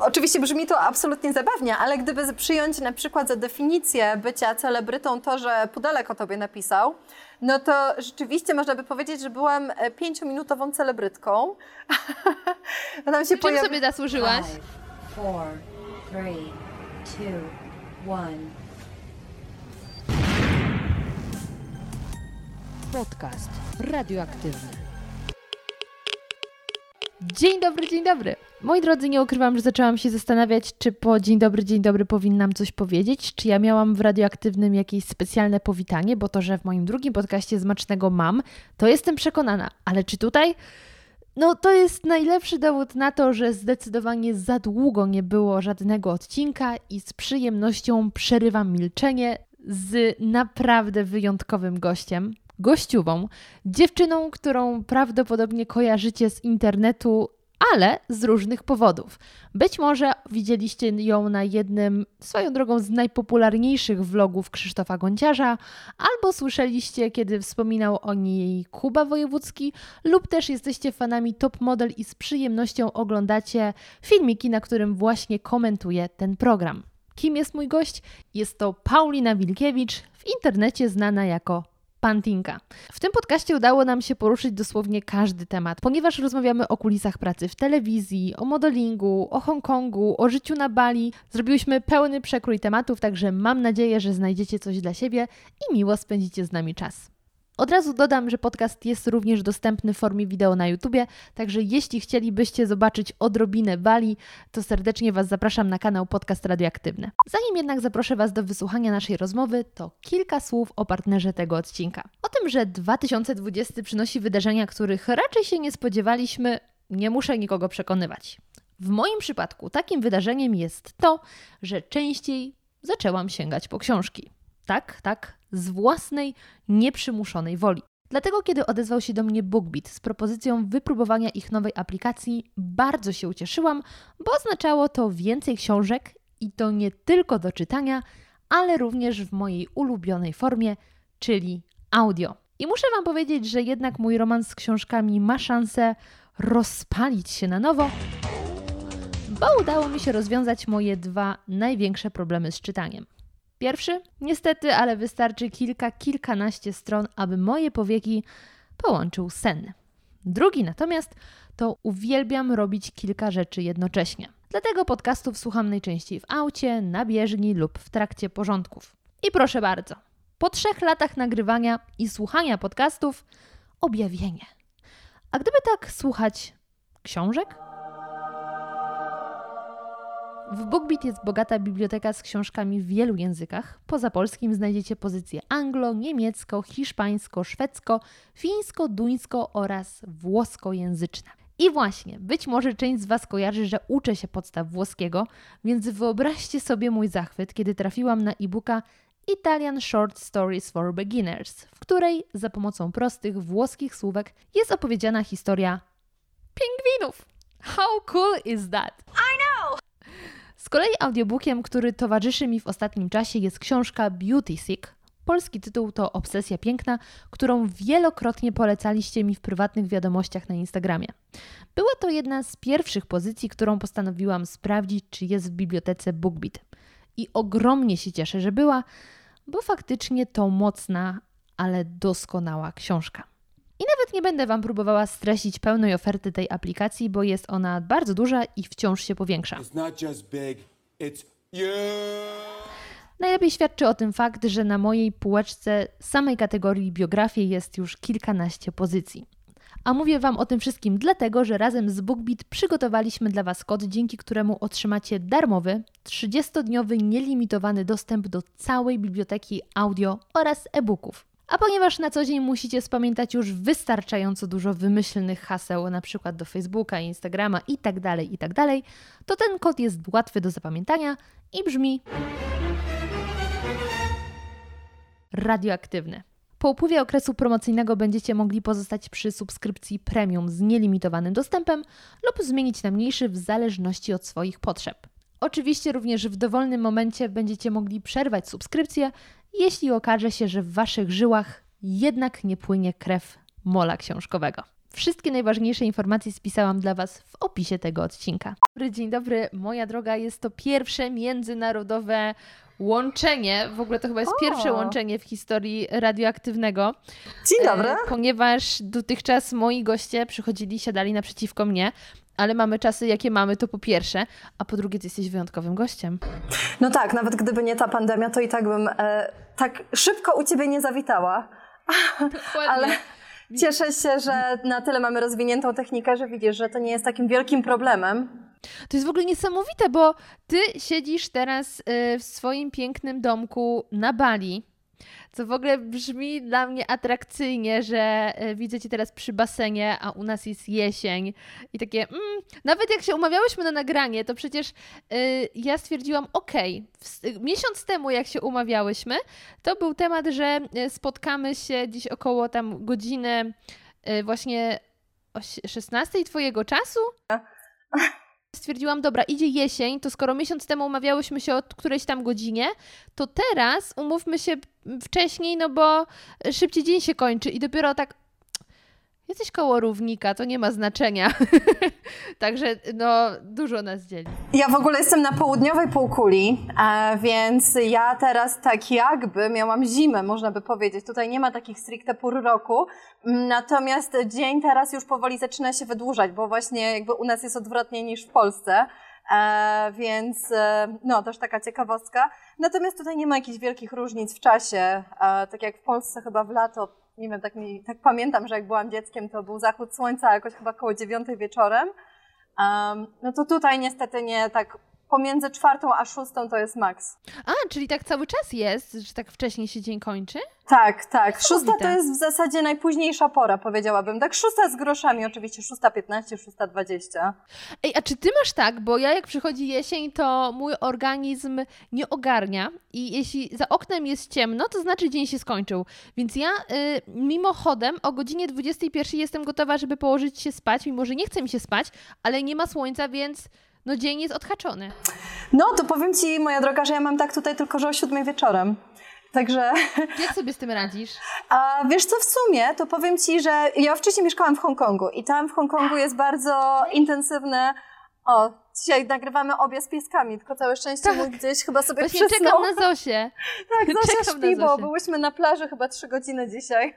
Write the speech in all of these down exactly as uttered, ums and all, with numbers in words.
Oczywiście brzmi to absolutnie zabawnie, ale gdyby przyjąć na przykład za definicję bycia celebrytą to, że Pudelek o tobie napisał, no to rzeczywiście można by powiedzieć, że byłam pięciominutową celebrytką. Nam się Czym pojawi... sobie zasłużyłaś? Five, four, three, two, one. Podcast radioaktywny. Dzień dobry, dzień dobry. Moi drodzy, nie ukrywam, że zaczęłam się zastanawiać, czy po dzień dobry, dzień dobry powinnam coś powiedzieć, czy ja miałam w radioaktywnym jakieś specjalne powitanie, bo to, że w moim drugim podcaście Smacznego mam, to jestem przekonana, ale czy tutaj? No to jest najlepszy dowód na to, że zdecydowanie za długo nie było żadnego odcinka i z przyjemnością przerywam milczenie z naprawdę wyjątkowym gościem. Gościową, dziewczyną, którą prawdopodobnie kojarzycie z internetu, ale z różnych powodów. Być może widzieliście ją na jednym, swoją drogą, z najpopularniejszych vlogów Krzysztofa Gonciarza, albo słyszeliście, kiedy wspominał o niej Kuba Wojewódzki, lub też jesteście fanami Top Model i z przyjemnością oglądacie filmiki, na którym właśnie komentuje ten program. Kim jest mój gość? Jest to Paulina Wilkiewicz, w internecie znana jako Pantinka. W tym podcaście udało nam się poruszyć dosłownie każdy temat, ponieważ rozmawiamy o kulisach pracy w telewizji, o modelingu, o Hongkongu, o życiu na Bali. Zrobiłyśmy pełny przekrój tematów, także mam nadzieję, że znajdziecie coś dla siebie i miło spędzicie z nami czas. Od razu dodam, że podcast jest również dostępny w formie wideo na YouTubie, także jeśli chcielibyście zobaczyć odrobinę Bali, to serdecznie Was zapraszam na kanał Podcast Radioaktywny. Zanim jednak zaproszę Was do wysłuchania naszej rozmowy, to kilka słów o partnerze tego odcinka. O tym, że dwa tysiące dwudziesty przynosi wydarzenia, których raczej się nie spodziewaliśmy, nie muszę nikogo przekonywać. W moim przypadku takim wydarzeniem jest to, że częściej zaczęłam sięgać po książki. Tak, tak, z własnej, nieprzymuszonej woli. Dlatego, kiedy odezwał się do mnie BookBeat z propozycją wypróbowania ich nowej aplikacji, bardzo się ucieszyłam, bo oznaczało to więcej książek i to nie tylko do czytania, ale również w mojej ulubionej formie, czyli audio. I muszę Wam powiedzieć, że jednak mój romans z książkami ma szansę rozpalić się na nowo, bo udało mi się rozwiązać moje dwa największe problemy z czytaniem. Pierwszy, niestety, ale wystarczy kilka, kilkanaście stron, aby moje powieki połączył sen. Drugi natomiast to uwielbiam robić kilka rzeczy jednocześnie. Dlatego podcastów słucham najczęściej w aucie, na bieżni lub w trakcie porządków. I proszę bardzo, po trzech latach nagrywania i słuchania podcastów, objawienie. A gdyby tak słuchać książek? W BookBeat jest bogata biblioteka z książkami w wielu językach. Poza polskim znajdziecie pozycje anglo, niemiecko, hiszpańsko, szwedzko, fińsko, duńsko oraz włoskojęzyczne. I właśnie, być może część z Was kojarzy, że uczę się podstaw włoskiego, więc wyobraźcie sobie mój zachwyt, kiedy trafiłam na e-booka Italian Short Stories for Beginners, w której za pomocą prostych włoskich słówek jest opowiedziana historia pingwinów. How cool is that? I know! Z kolei audiobookiem, który towarzyszy mi w ostatnim czasie, jest książka Beauty Sick. Polski tytuł to Obsesja Piękna, którą wielokrotnie polecaliście mi w prywatnych wiadomościach na Instagramie. Była to jedna z pierwszych pozycji, którą postanowiłam sprawdzić, czy jest w bibliotece BookBeat. I ogromnie się cieszę, że była, bo faktycznie to mocna, ale doskonała książka. I nawet nie będę Wam próbowała streścić pełnej oferty tej aplikacji, bo jest ona bardzo duża i wciąż się powiększa. Big, Najlepiej świadczy o tym fakt, że na mojej półeczce samej kategorii biografii jest już kilkanaście pozycji. A mówię Wam o tym wszystkim dlatego, że razem z BookBeat przygotowaliśmy dla Was kod, dzięki któremu otrzymacie darmowy, trzydziestodniowy, nielimitowany dostęp do całej biblioteki audio oraz e-booków. A ponieważ na co dzień musicie spamiętać już wystarczająco dużo wymyślnych haseł, na przykład do Facebooka, Instagrama itd., itd., to ten kod jest łatwy do zapamiętania i brzmi radioaktywny. Po upływie okresu promocyjnego będziecie mogli pozostać przy subskrypcji premium z nielimitowanym dostępem lub zmienić na mniejszy w zależności od swoich potrzeb. Oczywiście również w dowolnym momencie będziecie mogli przerwać subskrypcję, jeśli okaże się, że w Waszych żyłach jednak nie płynie krew mola książkowego. Wszystkie najważniejsze informacje spisałam dla Was w opisie tego odcinka. Dobry, dzień dobry, moja droga, jest to pierwsze międzynarodowe łączenie, w ogóle to chyba jest O. pierwsze łączenie w historii radioaktywnego. Dzień dobry. E, ponieważ dotychczas moi goście przychodzili, siadali naprzeciwko mnie, ale mamy czasy, jakie mamy, to po pierwsze, a po drugie, ty jesteś wyjątkowym gościem. No tak, nawet gdyby nie ta pandemia, to i tak bym e, tak szybko u Ciebie nie zawitała. Dokładnie. Ale cieszę się, że na tyle mamy rozwiniętą technikę, że widzisz, że to nie jest takim wielkim problemem. To jest w ogóle niesamowite, bo ty siedzisz teraz y, w swoim pięknym domku na Bali, co w ogóle brzmi dla mnie atrakcyjnie, że y, widzę cię teraz przy basenie, a u nas jest jesień i takie, mm, nawet jak się umawiałyśmy na nagranie, to przecież y, ja stwierdziłam, okej, okay, miesiąc temu jak się umawiałyśmy, to był temat, że y, spotkamy się dziś około tam godziny y, właśnie o szesnastej twojego czasu. Stwierdziłam, dobra, idzie jesień, to skoro miesiąc temu umawiałyśmy się o którejś tam godzinie, to teraz umówmy się wcześniej, no bo szybciej dzień się kończy i dopiero tak jesteś koło równika, to nie ma znaczenia. Także no dużo nas dzieli. Ja w ogóle jestem na południowej półkuli, e, więc ja teraz tak jakby miałam zimę, można by powiedzieć. Tutaj nie ma takich stricte pór roku, natomiast dzień teraz już powoli zaczyna się wydłużać, bo właśnie jakby u nas jest odwrotnie niż w Polsce. E, więc e, no też taka ciekawostka. Natomiast tutaj nie ma jakichś wielkich różnic w czasie, e, tak jak w Polsce chyba w lato. Nie wiem, tak, mi, tak pamiętam, że jak byłam dzieckiem, to był zachód słońca jakoś chyba koło dziewiątej wieczorem. Um, no to tutaj niestety nie, tak pomiędzy czwartą a szóstą to jest maks. A, czyli tak cały czas jest, że tak wcześnie się dzień kończy? Tak, tak. Szósta to Niesamowite. jest w zasadzie najpóźniejsza pora, powiedziałabym. Tak szósta z groszami, oczywiście szósta piętnaście, szósta dwadzieścia. Ej, a czy ty masz tak, bo ja jak przychodzi jesień, to mój organizm nie ogarnia i jeśli za oknem jest ciemno, to znaczy dzień się skończył. Więc ja y, mimochodem o godzinie dwudziestej pierwszej jestem gotowa, żeby położyć się spać, mimo że nie chce mi się spać, ale nie ma słońca, więc no dzień jest odhaczony. No to powiem Ci, moja droga, że ja mam tak tutaj tylko, że o siódmej wieczorem. Także... Jak sobie z tym radzisz? A wiesz co, w sumie to powiem Ci, że ja wcześniej mieszkałam w Hongkongu i tam w Hongkongu jest bardzo intensywne... O, dzisiaj nagrywamy obie z pieskami, tylko całe szczęście Tak. mój gdzieś chyba sobie Właśnie przysnął. czekam na Zosię. Tak, Zosia czekam śpi, na bo Zosię. byłyśmy na plaży chyba trzy godziny dzisiaj.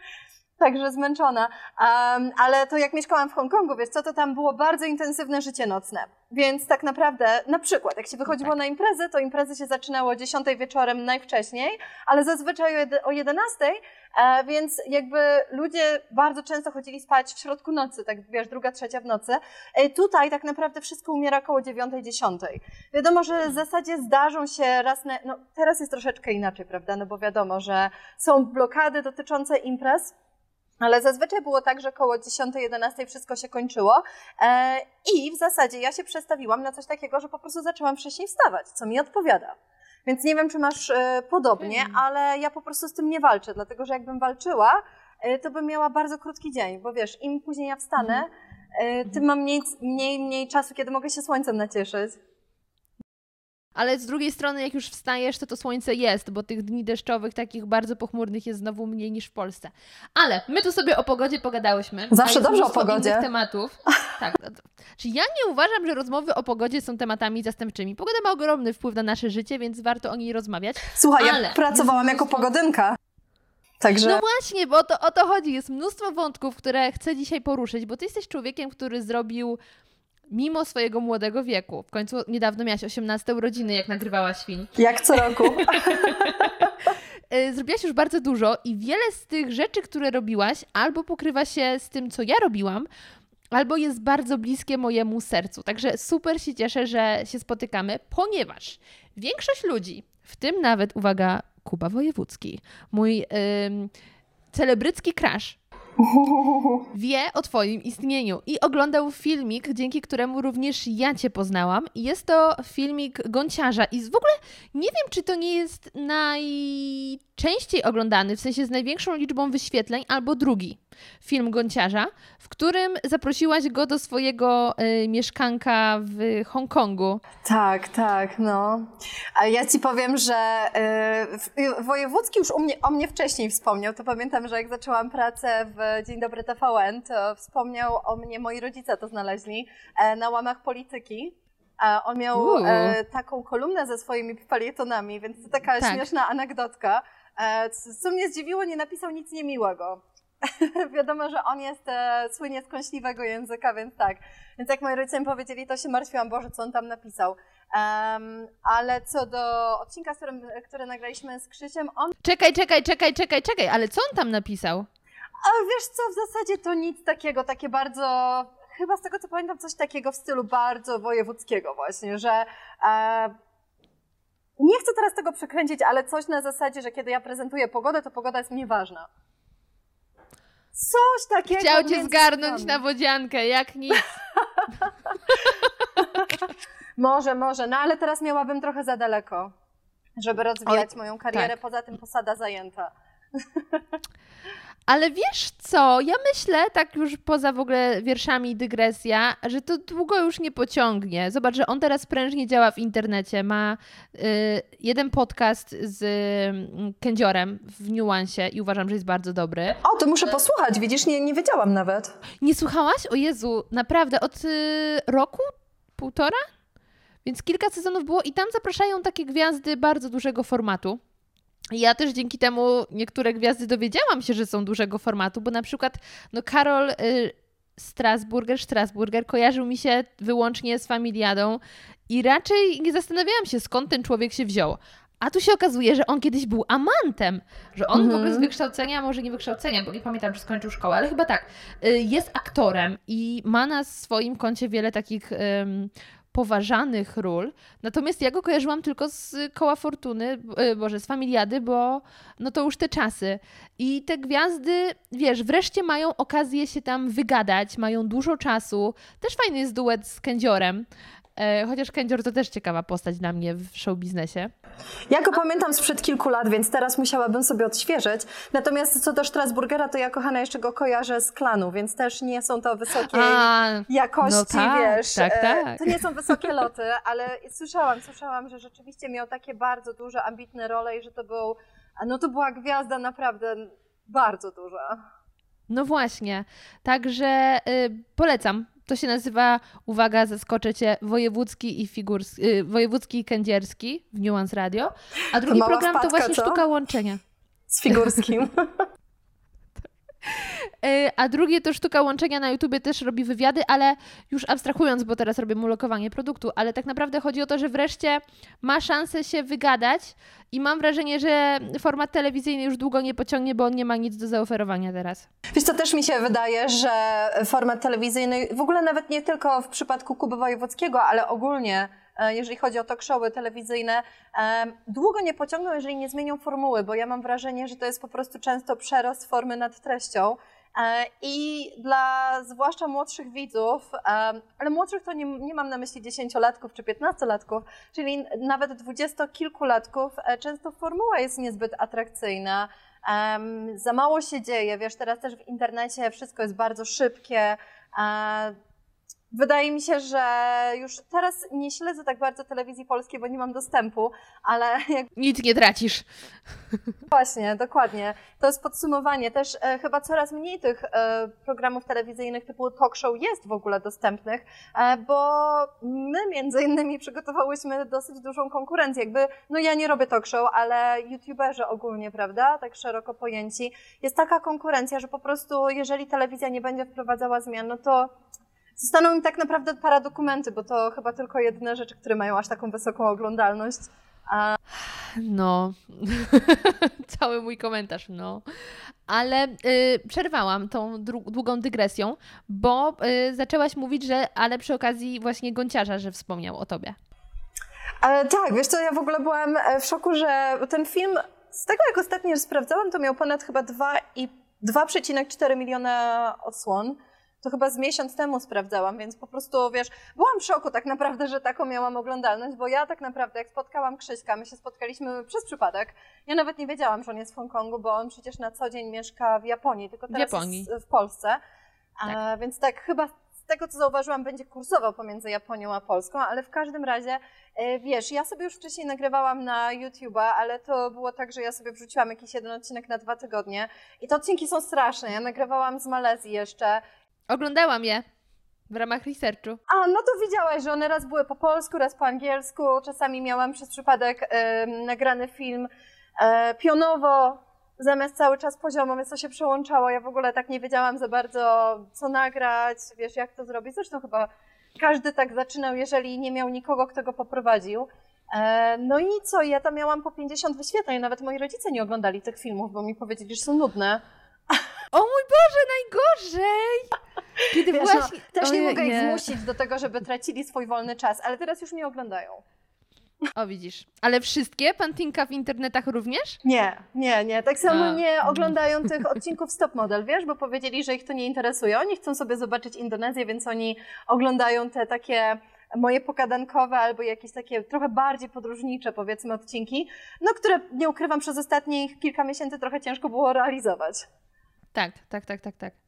Także zmęczona. Um, ale to jak mieszkałam w Hongkongu, wiesz co, to tam było bardzo intensywne życie nocne. Więc tak naprawdę, na przykład, jak się wychodziło tak. na imprezy, to imprezy się zaczynały o dziesiątej wieczorem najwcześniej, ale zazwyczaj o jedenastej, e, więc jakby ludzie bardzo często chodzili spać w środku nocy, tak wiesz, druga, trzecia w nocy. E, tutaj tak naprawdę wszystko umiera koło dziewiątej, dziesiątej. Wiadomo, że w zasadzie zdarzą się raz na... No teraz jest troszeczkę inaczej, prawda, no bo wiadomo, że są blokady dotyczące imprez, ale zazwyczaj było tak, że koło dziesiątej, jedenastej wszystko się kończyło e, i w zasadzie ja się przestawiłam na coś takiego, że po prostu zaczęłam wcześniej wstawać, co mi odpowiada. Więc nie wiem, czy masz e, podobnie, Hmm. ale ja po prostu z tym nie walczę, dlatego że jakbym walczyła, e, to bym miała bardzo krótki dzień, bo wiesz, im później ja wstanę, e, tym mam mniej, mniej, mniej czasu, kiedy mogę się słońcem nacieszyć. Ale z drugiej strony, jak już wstajesz, to to słońce jest, bo tych dni deszczowych, takich bardzo pochmurnych jest znowu mniej niż w Polsce. Ale my tu sobie o pogodzie pogadałyśmy. Zawsze a jest dobrze o mnóstwo pogodzie. innych tematów. Tak. Czyli ja nie uważam, że rozmowy o pogodzie są tematami zastępczymi. Pogoda ma ogromny wpływ na nasze życie, więc warto o niej rozmawiać. Słuchaj, Ale ja pracowałam jest jako mnóstwo- pogodynka, także... No właśnie, bo to, o to chodzi. Jest mnóstwo wątków, które chcę dzisiaj poruszyć, bo ty jesteś człowiekiem, który zrobił mimo swojego młodego wieku. W końcu niedawno miałaś osiemnaste urodziny, jak nagrywałaś film. Jak co roku. Zrobiłaś już bardzo dużo i wiele z tych rzeczy, które robiłaś, albo pokrywa się z tym, co ja robiłam, albo jest bardzo bliskie mojemu sercu. Także super się cieszę, że się spotykamy, ponieważ większość ludzi, w tym nawet, uwaga, Kuba Wojewódzki, mój ym, celebrycki crush, wie o Twoim istnieniu i oglądał filmik, dzięki któremu również ja Cię poznałam. I jest to filmik Gąciarza i w ogóle nie wiem, czy to nie jest najczęściej oglądany, w sensie z największą liczbą wyświetleń, albo drugi film Gonciarza, w którym zaprosiłaś go do swojego y, mieszkanka w Hongkongu. Tak, tak, no. A ja ci powiem, że y, Wojewódzki już o mnie, o mnie wcześniej wspomniał. To pamiętam, że jak zaczęłam pracę w Dzień Dobry T V N, to wspomniał o mnie, moi rodzice to znaleźli, e, na łamach Polityki. A on miał e, taką kolumnę ze swoimi felietonami, więc to taka tak. śmieszna anegdotka. E, co mnie zdziwiło, nie napisał nic niemiłego. Wiadomo, że on jest e, słynie z kąśliwego języka, więc tak. Więc jak moi rodzice mi powiedzieli, to się martwiłam, Boże, co on tam napisał. Um, ale co do odcinka, z którym, który nagraliśmy z Krzysiem, on... Czekaj, czekaj, czekaj, czekaj, czekaj, ale co on tam napisał? A wiesz co, w zasadzie to nic takiego, takie bardzo... Chyba z tego, co pamiętam, coś takiego w stylu bardzo wojewódzkiego właśnie, że e, nie chcę teraz tego przekręcić, ale coś na zasadzie, że kiedy ja prezentuję pogodę, to pogoda jest mnie ważna. Coś takiego. Chciał cię zgarnąć stron. Na wodziankę, jak nic. Może, może, no ale teraz miałabym trochę za daleko, żeby rozwijać Oj, moją karierę, tak. Poza tym posada zajęta. Ale wiesz co, ja myślę, tak już poza w ogóle wierszami dygresja, że to długo już nie pociągnie. Zobacz, że on teraz prężnie działa w internecie, ma y, jeden podcast z y, Kędziorem w Niuansie i uważam, że jest bardzo dobry. O, to muszę posłuchać, widzisz, nie, nie wiedziałam nawet. Nie słuchałaś? O Jezu, naprawdę, od y, roku? Półtora? Więc kilka sezonów było i tam zapraszają takie gwiazdy bardzo dużego formatu. Ja też dzięki temu niektóre gwiazdy dowiedziałam się, że są dużego formatu, bo na przykład no Karol y, Strasburger, Strasburger kojarzył mi się wyłącznie z Familiadą i raczej nie zastanawiałam się, skąd ten człowiek się wziął. A tu się okazuje, że on kiedyś był amantem, że on mhm. w ogóle z wykształcenia, może nie wykształcenia, bo nie pamiętam, czy skończył szkołę, ale chyba tak, y, jest aktorem i ma na swoim koncie wiele takich... Y, poważanych ról, natomiast ja go kojarzyłam tylko z Koła Fortuny, boże, z Familiady, bo no to już te czasy. I te gwiazdy, wiesz, wreszcie mają okazję się tam wygadać, mają dużo czasu. Też fajny jest duet z Kędziorem, e, chociaż Kędzior to też ciekawa postać dla mnie w show biznesie. Ja go pamiętam sprzed kilku lat, więc teraz musiałabym sobie odświeżyć. Natomiast co do Strasburgera, to ja, kochana, jeszcze go kojarzę z Klanu, więc też nie są to wysokiej A, jakości, no tak, wiesz. Tak, tak. To nie są wysokie loty, ale słyszałam, słyszałam, że rzeczywiście miał takie bardzo duże, ambitne role i że to był, no to była gwiazda naprawdę bardzo duża. No właśnie, także y, polecam. To się nazywa, uwaga, zaskoczę cię, Wojewódzki i Figurski, yy, Wojewódzki i Kędzierski w Nuance Radio, a drugi to program wpadka, to właśnie co? Sztuka łączenia. Z Figurskim. A drugie to Sztuka Łączenia na YouTubie też robi wywiady, ale już abstrahując, bo teraz robię mu lokowanie produktu, ale tak naprawdę chodzi o to, że wreszcie ma szansę się wygadać i mam wrażenie, że format telewizyjny już długo nie pociągnie, bo on nie ma nic do zaoferowania teraz. Wiesz co, też mi się wydaje, że format telewizyjny, w ogóle nawet nie tylko w przypadku Kuby Wojewódzkiego, ale ogólnie jeżeli chodzi o talk showy telewizyjne, długo nie pociągną, jeżeli nie zmienią formuły, bo ja mam wrażenie, że to jest po prostu często przerost formy nad treścią i dla zwłaszcza młodszych widzów, ale młodszych to nie, nie mam na myśli dziesięciolatków czy piętnastolatków, czyli nawet dwudziestokilkulatków, często formuła jest niezbyt atrakcyjna. Za mało się dzieje, wiesz, teraz też w internecie wszystko jest bardzo szybkie. Wydaje mi się, że już teraz nie śledzę tak bardzo telewizji polskiej, bo nie mam dostępu, ale... Jak... Nic nie tracisz. Właśnie, dokładnie. To jest podsumowanie. Też e, chyba coraz mniej tych e, programów telewizyjnych typu talk show jest w ogóle dostępnych, e, bo my między innymi przygotowałyśmy dosyć dużą konkurencję. Jakby, no ja nie robię talk show, ale youtuberzy ogólnie, prawda, tak szeroko pojęci. Jest taka konkurencja, że po prostu jeżeli telewizja nie będzie wprowadzała zmian, no to... Zostaną im tak naprawdę paradokumenty, bo to chyba tylko jedyne rzeczy, które mają aż taką wysoką oglądalność. A... No, cały mój komentarz, no. Ale y, przerwałam tą dru- długą dygresją, bo y, zaczęłaś mówić, że, ale przy okazji właśnie Gonciarza, że wspomniał o tobie. Ale tak, wiesz co, ja w ogóle byłam w szoku, że ten film, z tego jak ostatnio sprawdzałam, to miał ponad chyba dwa przecinek cztery miliona odsłon. to chyba z miesiąc temu sprawdzałam, więc po prostu, wiesz, byłam w szoku tak naprawdę, że taką miałam oglądalność, bo ja tak naprawdę, jak spotkałam Krzyśka, my się spotkaliśmy przez przypadek, ja nawet nie wiedziałam, że on jest w Hongkongu, bo on przecież na co dzień mieszka w Japonii, tylko teraz w Japonii. jest w Polsce, a, Tak. więc tak chyba z tego, co zauważyłam, będzie kursował pomiędzy Japonią a Polską, ale w każdym razie, wiesz, ja sobie już wcześniej nagrywałam na YouTube'a, ale to było tak, że ja sobie wrzuciłam jakiś jeden odcinek na dwa tygodnie i te odcinki są straszne, ja nagrywałam z Malezji jeszcze. Oglądałam je w ramach researchu. A, no to widziałaś, że one raz były po polsku, raz po angielsku, czasami miałam przez przypadek e, nagrany film e, pionowo, zamiast cały czas poziomo, więc to się przełączało. Ja w ogóle tak nie wiedziałam za bardzo, co nagrać, wiesz, jak to zrobić. Zresztą chyba każdy tak zaczynał, jeżeli nie miał nikogo, kto go poprowadził. E, no i co, ja tam miałam po pięćdziesiąt wyświetleń, nawet moi rodzice nie oglądali tych filmów, bo mi powiedzieli, że są nudne. O mój Boże, najgorzej! Kiedy Wiesz, właśnie... no, też nie Ojej, mogę ich zmusić do tego, żeby tracili swój wolny czas, ale teraz już mnie oglądają. O, widzisz. Ale wszystkie pantinka w internetach również? Nie, nie, nie. Tak samo A. nie oglądają tych odcinków Stop Model, wiesz, bo powiedzieli, że ich to nie interesuje. Oni chcą sobie zobaczyć Indonezję, więc oni oglądają te takie moje pogadankowe albo jakieś takie trochę bardziej podróżnicze, powiedzmy, odcinki, no które, nie ukrywam, przez ostatnich kilka miesięcy trochę ciężko było realizować. Tak, tak, tak, tak, tak.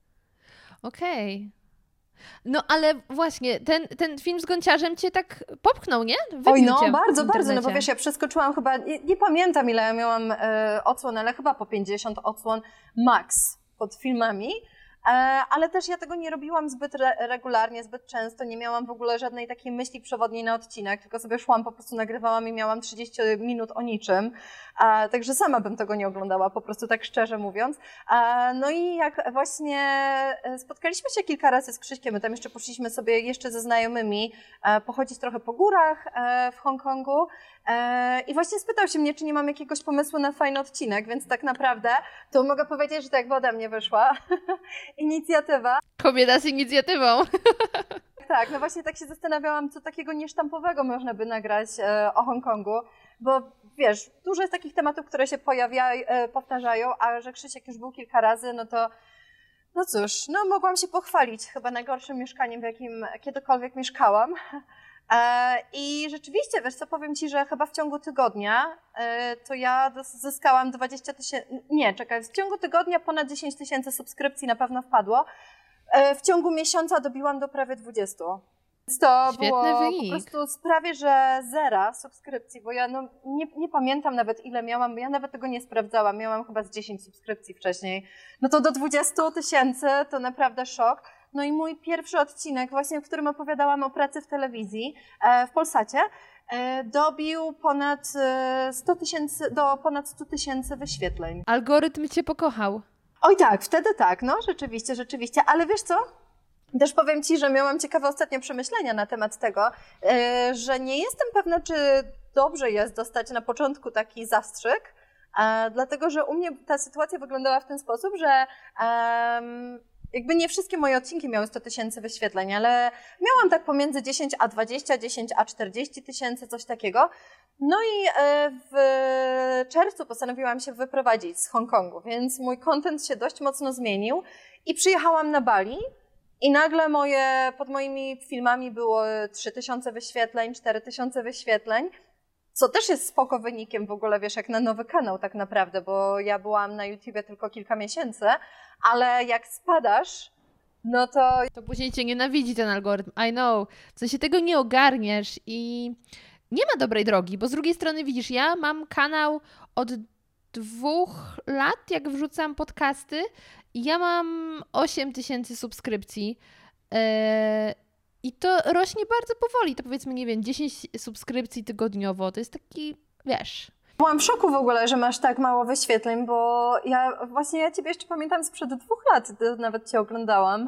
Okej. No ale właśnie, ten, ten film z Gąciarzem cię tak popchnął, nie? Wybił Oj, no cię w bardzo, bardzo, no bo internecie. wiesz, ja przeskoczyłam chyba, nie, nie pamiętam ile ja miałam e, odsłon, ale chyba po pięćdziesiąt odsłon max pod filmami. Ale też ja tego nie robiłam zbyt re- regularnie, zbyt często, nie miałam w ogóle żadnej takiej myśli przewodniej na odcinek, tylko sobie szłam, po prostu nagrywałam i miałam trzydzieści minut o niczym, a, także sama bym tego nie oglądała, po prostu tak szczerze mówiąc. A, no i jak właśnie spotkaliśmy się kilka razy z Krzyśkiem, my tam jeszcze poszliśmy sobie jeszcze ze znajomymi a, pochodzić trochę po górach a, w Hongkongu, E, I właśnie spytał się mnie, czy nie mam jakiegoś pomysłu na fajny odcinek, więc tak naprawdę to mogę powiedzieć, że tak ode mnie wyszła inicjatywa. Kobieta z inicjatywą. Tak, no właśnie tak się zastanawiałam, co takiego niesztampowego można by nagrać e, o Hongkongu, bo wiesz, dużo jest takich tematów, które się pojawiają, e, powtarzają, a że Krzysiek już był kilka razy, no to no cóż, no mogłam się pochwalić chyba najgorszym mieszkaniem, w jakim kiedykolwiek mieszkałam. I rzeczywiście, wiesz co, powiem Ci, że chyba w ciągu tygodnia to ja zyskałam dwadzieścia tysięcy, nie, czekaj, w ciągu tygodnia ponad dziesięć tysięcy subskrypcji na pewno wpadło. W ciągu miesiąca dobiłam do prawie dwudziestu. Więc to Świetny było wynik. po prostu prawie, że zera subskrypcji, bo ja no, nie, nie pamiętam nawet ile miałam, bo ja nawet tego nie sprawdzałam, miałam chyba z dziesięć subskrypcji wcześniej. No to do dwudziestu tysięcy to naprawdę szok. No i mój pierwszy odcinek, właśnie w którym opowiadałam o pracy w telewizji w Polsacie, dobił ponad sto tysięcy, do ponad stu tysięcy wyświetleń. Algorytm cię pokochał. Oj tak, wtedy tak, no rzeczywiście, rzeczywiście, ale wiesz co? Też powiem Ci, że miałam ciekawe ostatnio przemyślenia na temat tego, że nie jestem pewna, czy dobrze jest dostać na początku taki zastrzyk, dlatego że u mnie ta sytuacja wyglądała w ten sposób, że um, jakby nie wszystkie moje odcinki miały sto tysięcy wyświetleń, ale miałam tak pomiędzy dziesięć a dwadzieścia, dziesięć a czterdzieści tysięcy, coś takiego. No i w czerwcu postanowiłam się wyprowadzić z Hongkongu, więc mój content się dość mocno zmienił i przyjechałam na Bali i nagle moje, pod moimi filmami było trzy tysiące wyświetleń, cztery tysiące wyświetleń, co też jest spoko wynikiem w ogóle, wiesz, jak na nowy kanał tak naprawdę, bo ja byłam na YouTubie tylko kilka miesięcy, ale jak spadasz, no to... To później cię nienawidzi ten algorytm. I know. W sensie tego nie ogarniesz i nie ma dobrej drogi, bo z drugiej strony widzisz, ja mam kanał od dwóch lat, jak wrzucam podcasty i ja mam osiem tysięcy subskrypcji. Yy, I to rośnie bardzo powoli. To powiedzmy, nie wiem, dziesięć subskrypcji tygodniowo. To jest taki, wiesz... Byłam w szoku w ogóle, że masz tak mało wyświetleń, bo ja właśnie ja Ciebie jeszcze pamiętam sprzed dwóch lat, nawet Cię oglądałam.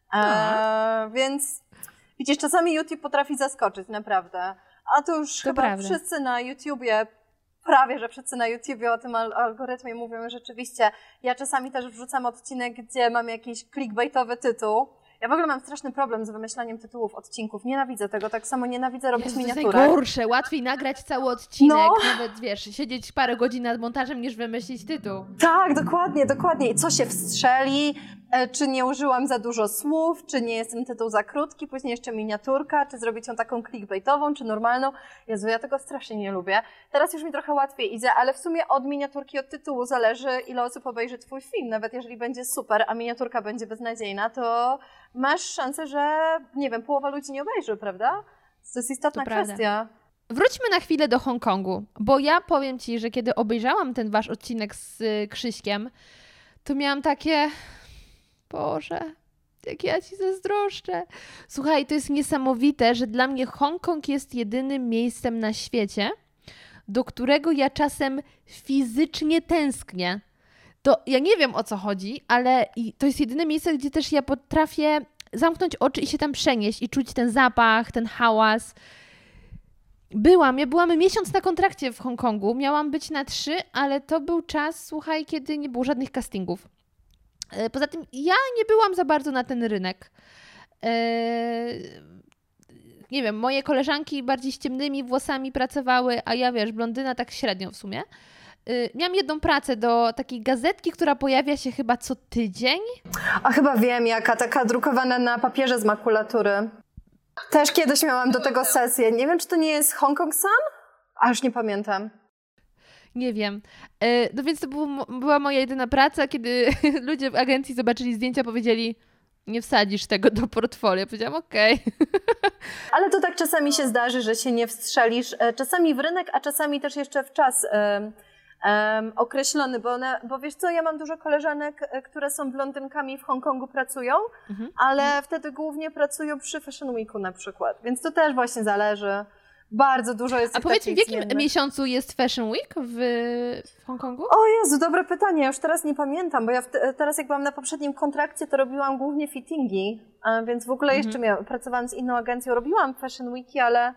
E, więc widzisz, czasami YouTube potrafi zaskoczyć, naprawdę. A to już To chyba prawda. wszyscy na YouTubie, prawie że wszyscy na YouTubie o tym al- algorytmie mówią, rzeczywiście. Ja czasami też wrzucam odcinek, gdzie mam jakiś clickbaitowy tytuł. Ja w ogóle mam straszny problem z wymyślaniem tytułów odcinków. Nienawidzę tego, tak samo nienawidzę robić Jezu, to jest miniaturę. najgorsze. Łatwiej nagrać cały odcinek, No. nawet, wiesz, siedzieć parę godzin nad montażem, niż wymyślić tytuł. Tak, dokładnie, dokładnie. I co się wstrzeli, e, czy nie użyłam za dużo słów, czy nie jest ten tytuł za krótki, później jeszcze miniaturka, czy zrobić ją taką clickbaitową, czy normalną. Jezu, ja tego strasznie nie lubię. Teraz już mi trochę łatwiej idzie, ale w sumie od miniaturki, od tytułu zależy, ile osób obejrzy twój film. Nawet jeżeli będzie super, a miniaturka będzie beznadziejna, to masz szansę, że, nie wiem, połowa ludzi nie obejrzy, prawda? To jest istotna To prawda. kwestia. Wróćmy na chwilę do Hongkongu, bo ja powiem Ci, że kiedy obejrzałam ten Wasz odcinek z y, Krzyśkiem, to miałam takie, Boże, jak ja Ci zazdroszczę. Słuchaj, to jest niesamowite, że dla mnie Hongkong jest jedynym miejscem na świecie, do którego ja czasem fizycznie tęsknię. To ja nie wiem, o co chodzi, ale i to jest jedyne miejsce, gdzie też ja potrafię zamknąć oczy i się tam przenieść i czuć ten zapach, ten hałas. Byłam, ja byłam miesiąc na kontrakcie w Hongkongu, miałam być na trzy, ale to był czas, słuchaj, kiedy nie było żadnych castingów. E, Poza tym ja nie byłam za bardzo na ten rynek. E, Nie wiem, moje koleżanki bardziej z ciemnymi włosami pracowały, a ja, wiesz, blondyna tak średnio w sumie. E, Miałam jedną pracę do takiej gazetki, która pojawia się chyba co tydzień. A chyba wiem jaka, taka drukowana na papierze z makulatury. Też kiedyś miałam do tego sesję. Nie wiem, czy to nie jest Hong Kong Sun? A już nie pamiętam. Nie wiem. E, No więc to był, była moja jedyna praca, kiedy ludzie w agencji zobaczyli zdjęcia, powiedzieli, nie wsadzisz tego do portfolio. Ja powiedziałam, okej. Ale to tak czasami się zdarzy, że się nie wstrzelisz. E, Czasami w rynek, a czasami też jeszcze w czas em, em, określony, bo, one, bo wiesz co, ja mam dużo koleżanek, e, które są blondynkami, w Hongkongu pracują, Mhm. ale wtedy głównie pracują przy Fashion Weeku na przykład, więc to też właśnie zależy. Bardzo dużo jest A tych powiedz mi, w takich jakim zmiennych. miesiącu jest Fashion Week w, w Hongkongu? O Jezu, dobre pytanie, ja już teraz nie pamiętam, bo ja w te, teraz jak byłam na poprzednim kontrakcie, to robiłam głównie fittingi, a więc w ogóle Mhm. jeszcze miałam, pracowałam z inną agencją, robiłam Fashion Weeki, ale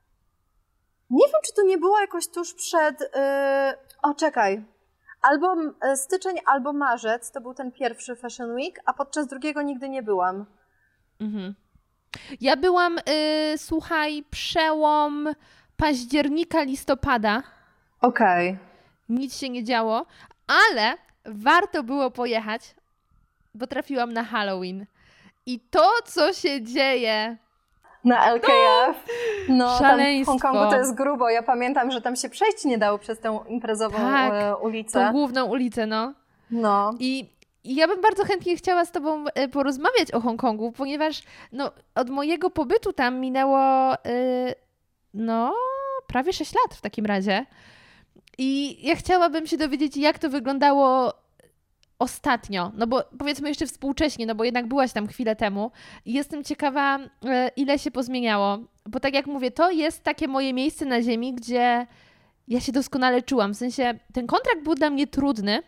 nie wiem, czy to nie było jakoś tuż przed, yy... o czekaj, albo y, styczeń, albo marzec, to był ten pierwszy Fashion Week, a podczas drugiego nigdy nie byłam. Mhm. Ja byłam, y, słuchaj, przełom października, listopada. Okej. Nic się nie działo, ale warto było pojechać, bo trafiłam na Halloween. I to, co się dzieje, Na L K F. No, tam w szaleństwo. Hongkongu to jest grubo. Ja pamiętam, że tam się przejść nie dało przez tę imprezową Tak, e, tą ulicę. główną ulicę, no. No. I, I ja bym bardzo chętnie chciała z Tobą e, porozmawiać o Hongkongu, ponieważ no, od mojego pobytu tam minęło y, no prawie sześć lat w takim razie. I ja chciałabym się dowiedzieć, jak to wyglądało ostatnio, no bo powiedzmy jeszcze współcześnie, no bo jednak byłaś tam chwilę temu i jestem ciekawa, e, ile się pozmieniało, bo tak jak mówię, to jest takie moje miejsce na ziemi, gdzie ja się doskonale czułam, w sensie ten kontrakt był dla mnie trudny,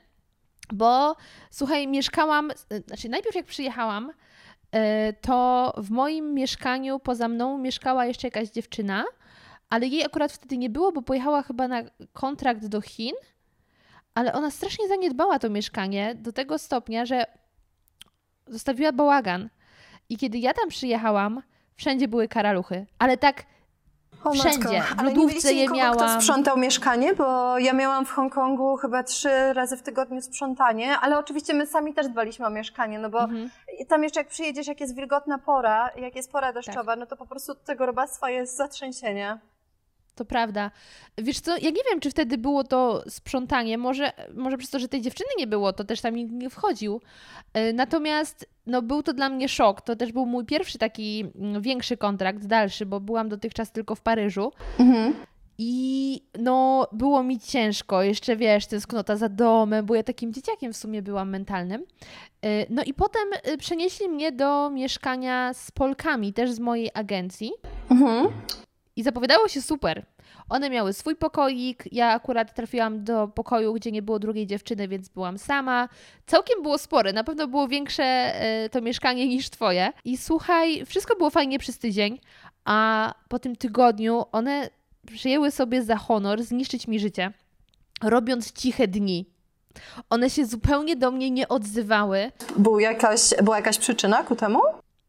bo słuchaj, mieszkałam, znaczy najpierw jak przyjechałam, e, to w moim mieszkaniu poza mną mieszkała jeszcze jakaś dziewczyna, ale jej akurat wtedy nie było, bo pojechała chyba na kontrakt do Chin, ale ona strasznie zaniedbała to mieszkanie do tego stopnia, że zostawiła bałagan. I kiedy ja tam przyjechałam, wszędzie były karaluchy. Ale tak O, wszędzie. matko. W Ale nie lodówce mieliście je nikogo, kto miałam. sprzątał mieszkanie? Bo ja miałam w Hongkongu chyba trzy razy w tygodniu sprzątanie, ale oczywiście my sami też dbaliśmy o mieszkanie, no bo Mhm. tam jeszcze jak przyjedziesz, jak jest wilgotna pora, jak jest pora deszczowa, Tak. no to po prostu od tego robactwa jest zatrzęsienie. To prawda. Wiesz co, ja nie wiem, czy wtedy było to sprzątanie. Może, może przez to, że tej dziewczyny nie było, to też tam nikt nie wchodził. Yy, Natomiast no, był to dla mnie szok. To też był mój pierwszy taki mm, większy kontrakt, dalszy, bo byłam dotychczas tylko w Paryżu. Mhm. I no, było mi ciężko, jeszcze wiesz, tęsknota za domem, bo ja takim dzieciakiem w sumie byłam mentalnym. Y, No i potem y, przenieśli mnie do mieszkania z Polkami, też z mojej agencji Mhm. i zapowiadało się super. One miały swój pokoik, ja akurat trafiłam do pokoju, gdzie nie było drugiej dziewczyny, więc byłam sama. Całkiem było spore, na pewno było większe y, to mieszkanie niż twoje. I słuchaj, wszystko było fajnie przez tydzień, a po tym tygodniu one przyjęły sobie za honor zniszczyć mi życie, robiąc ciche dni. One się zupełnie do mnie nie odzywały. Był jakaś, była jakaś przyczyna ku temu?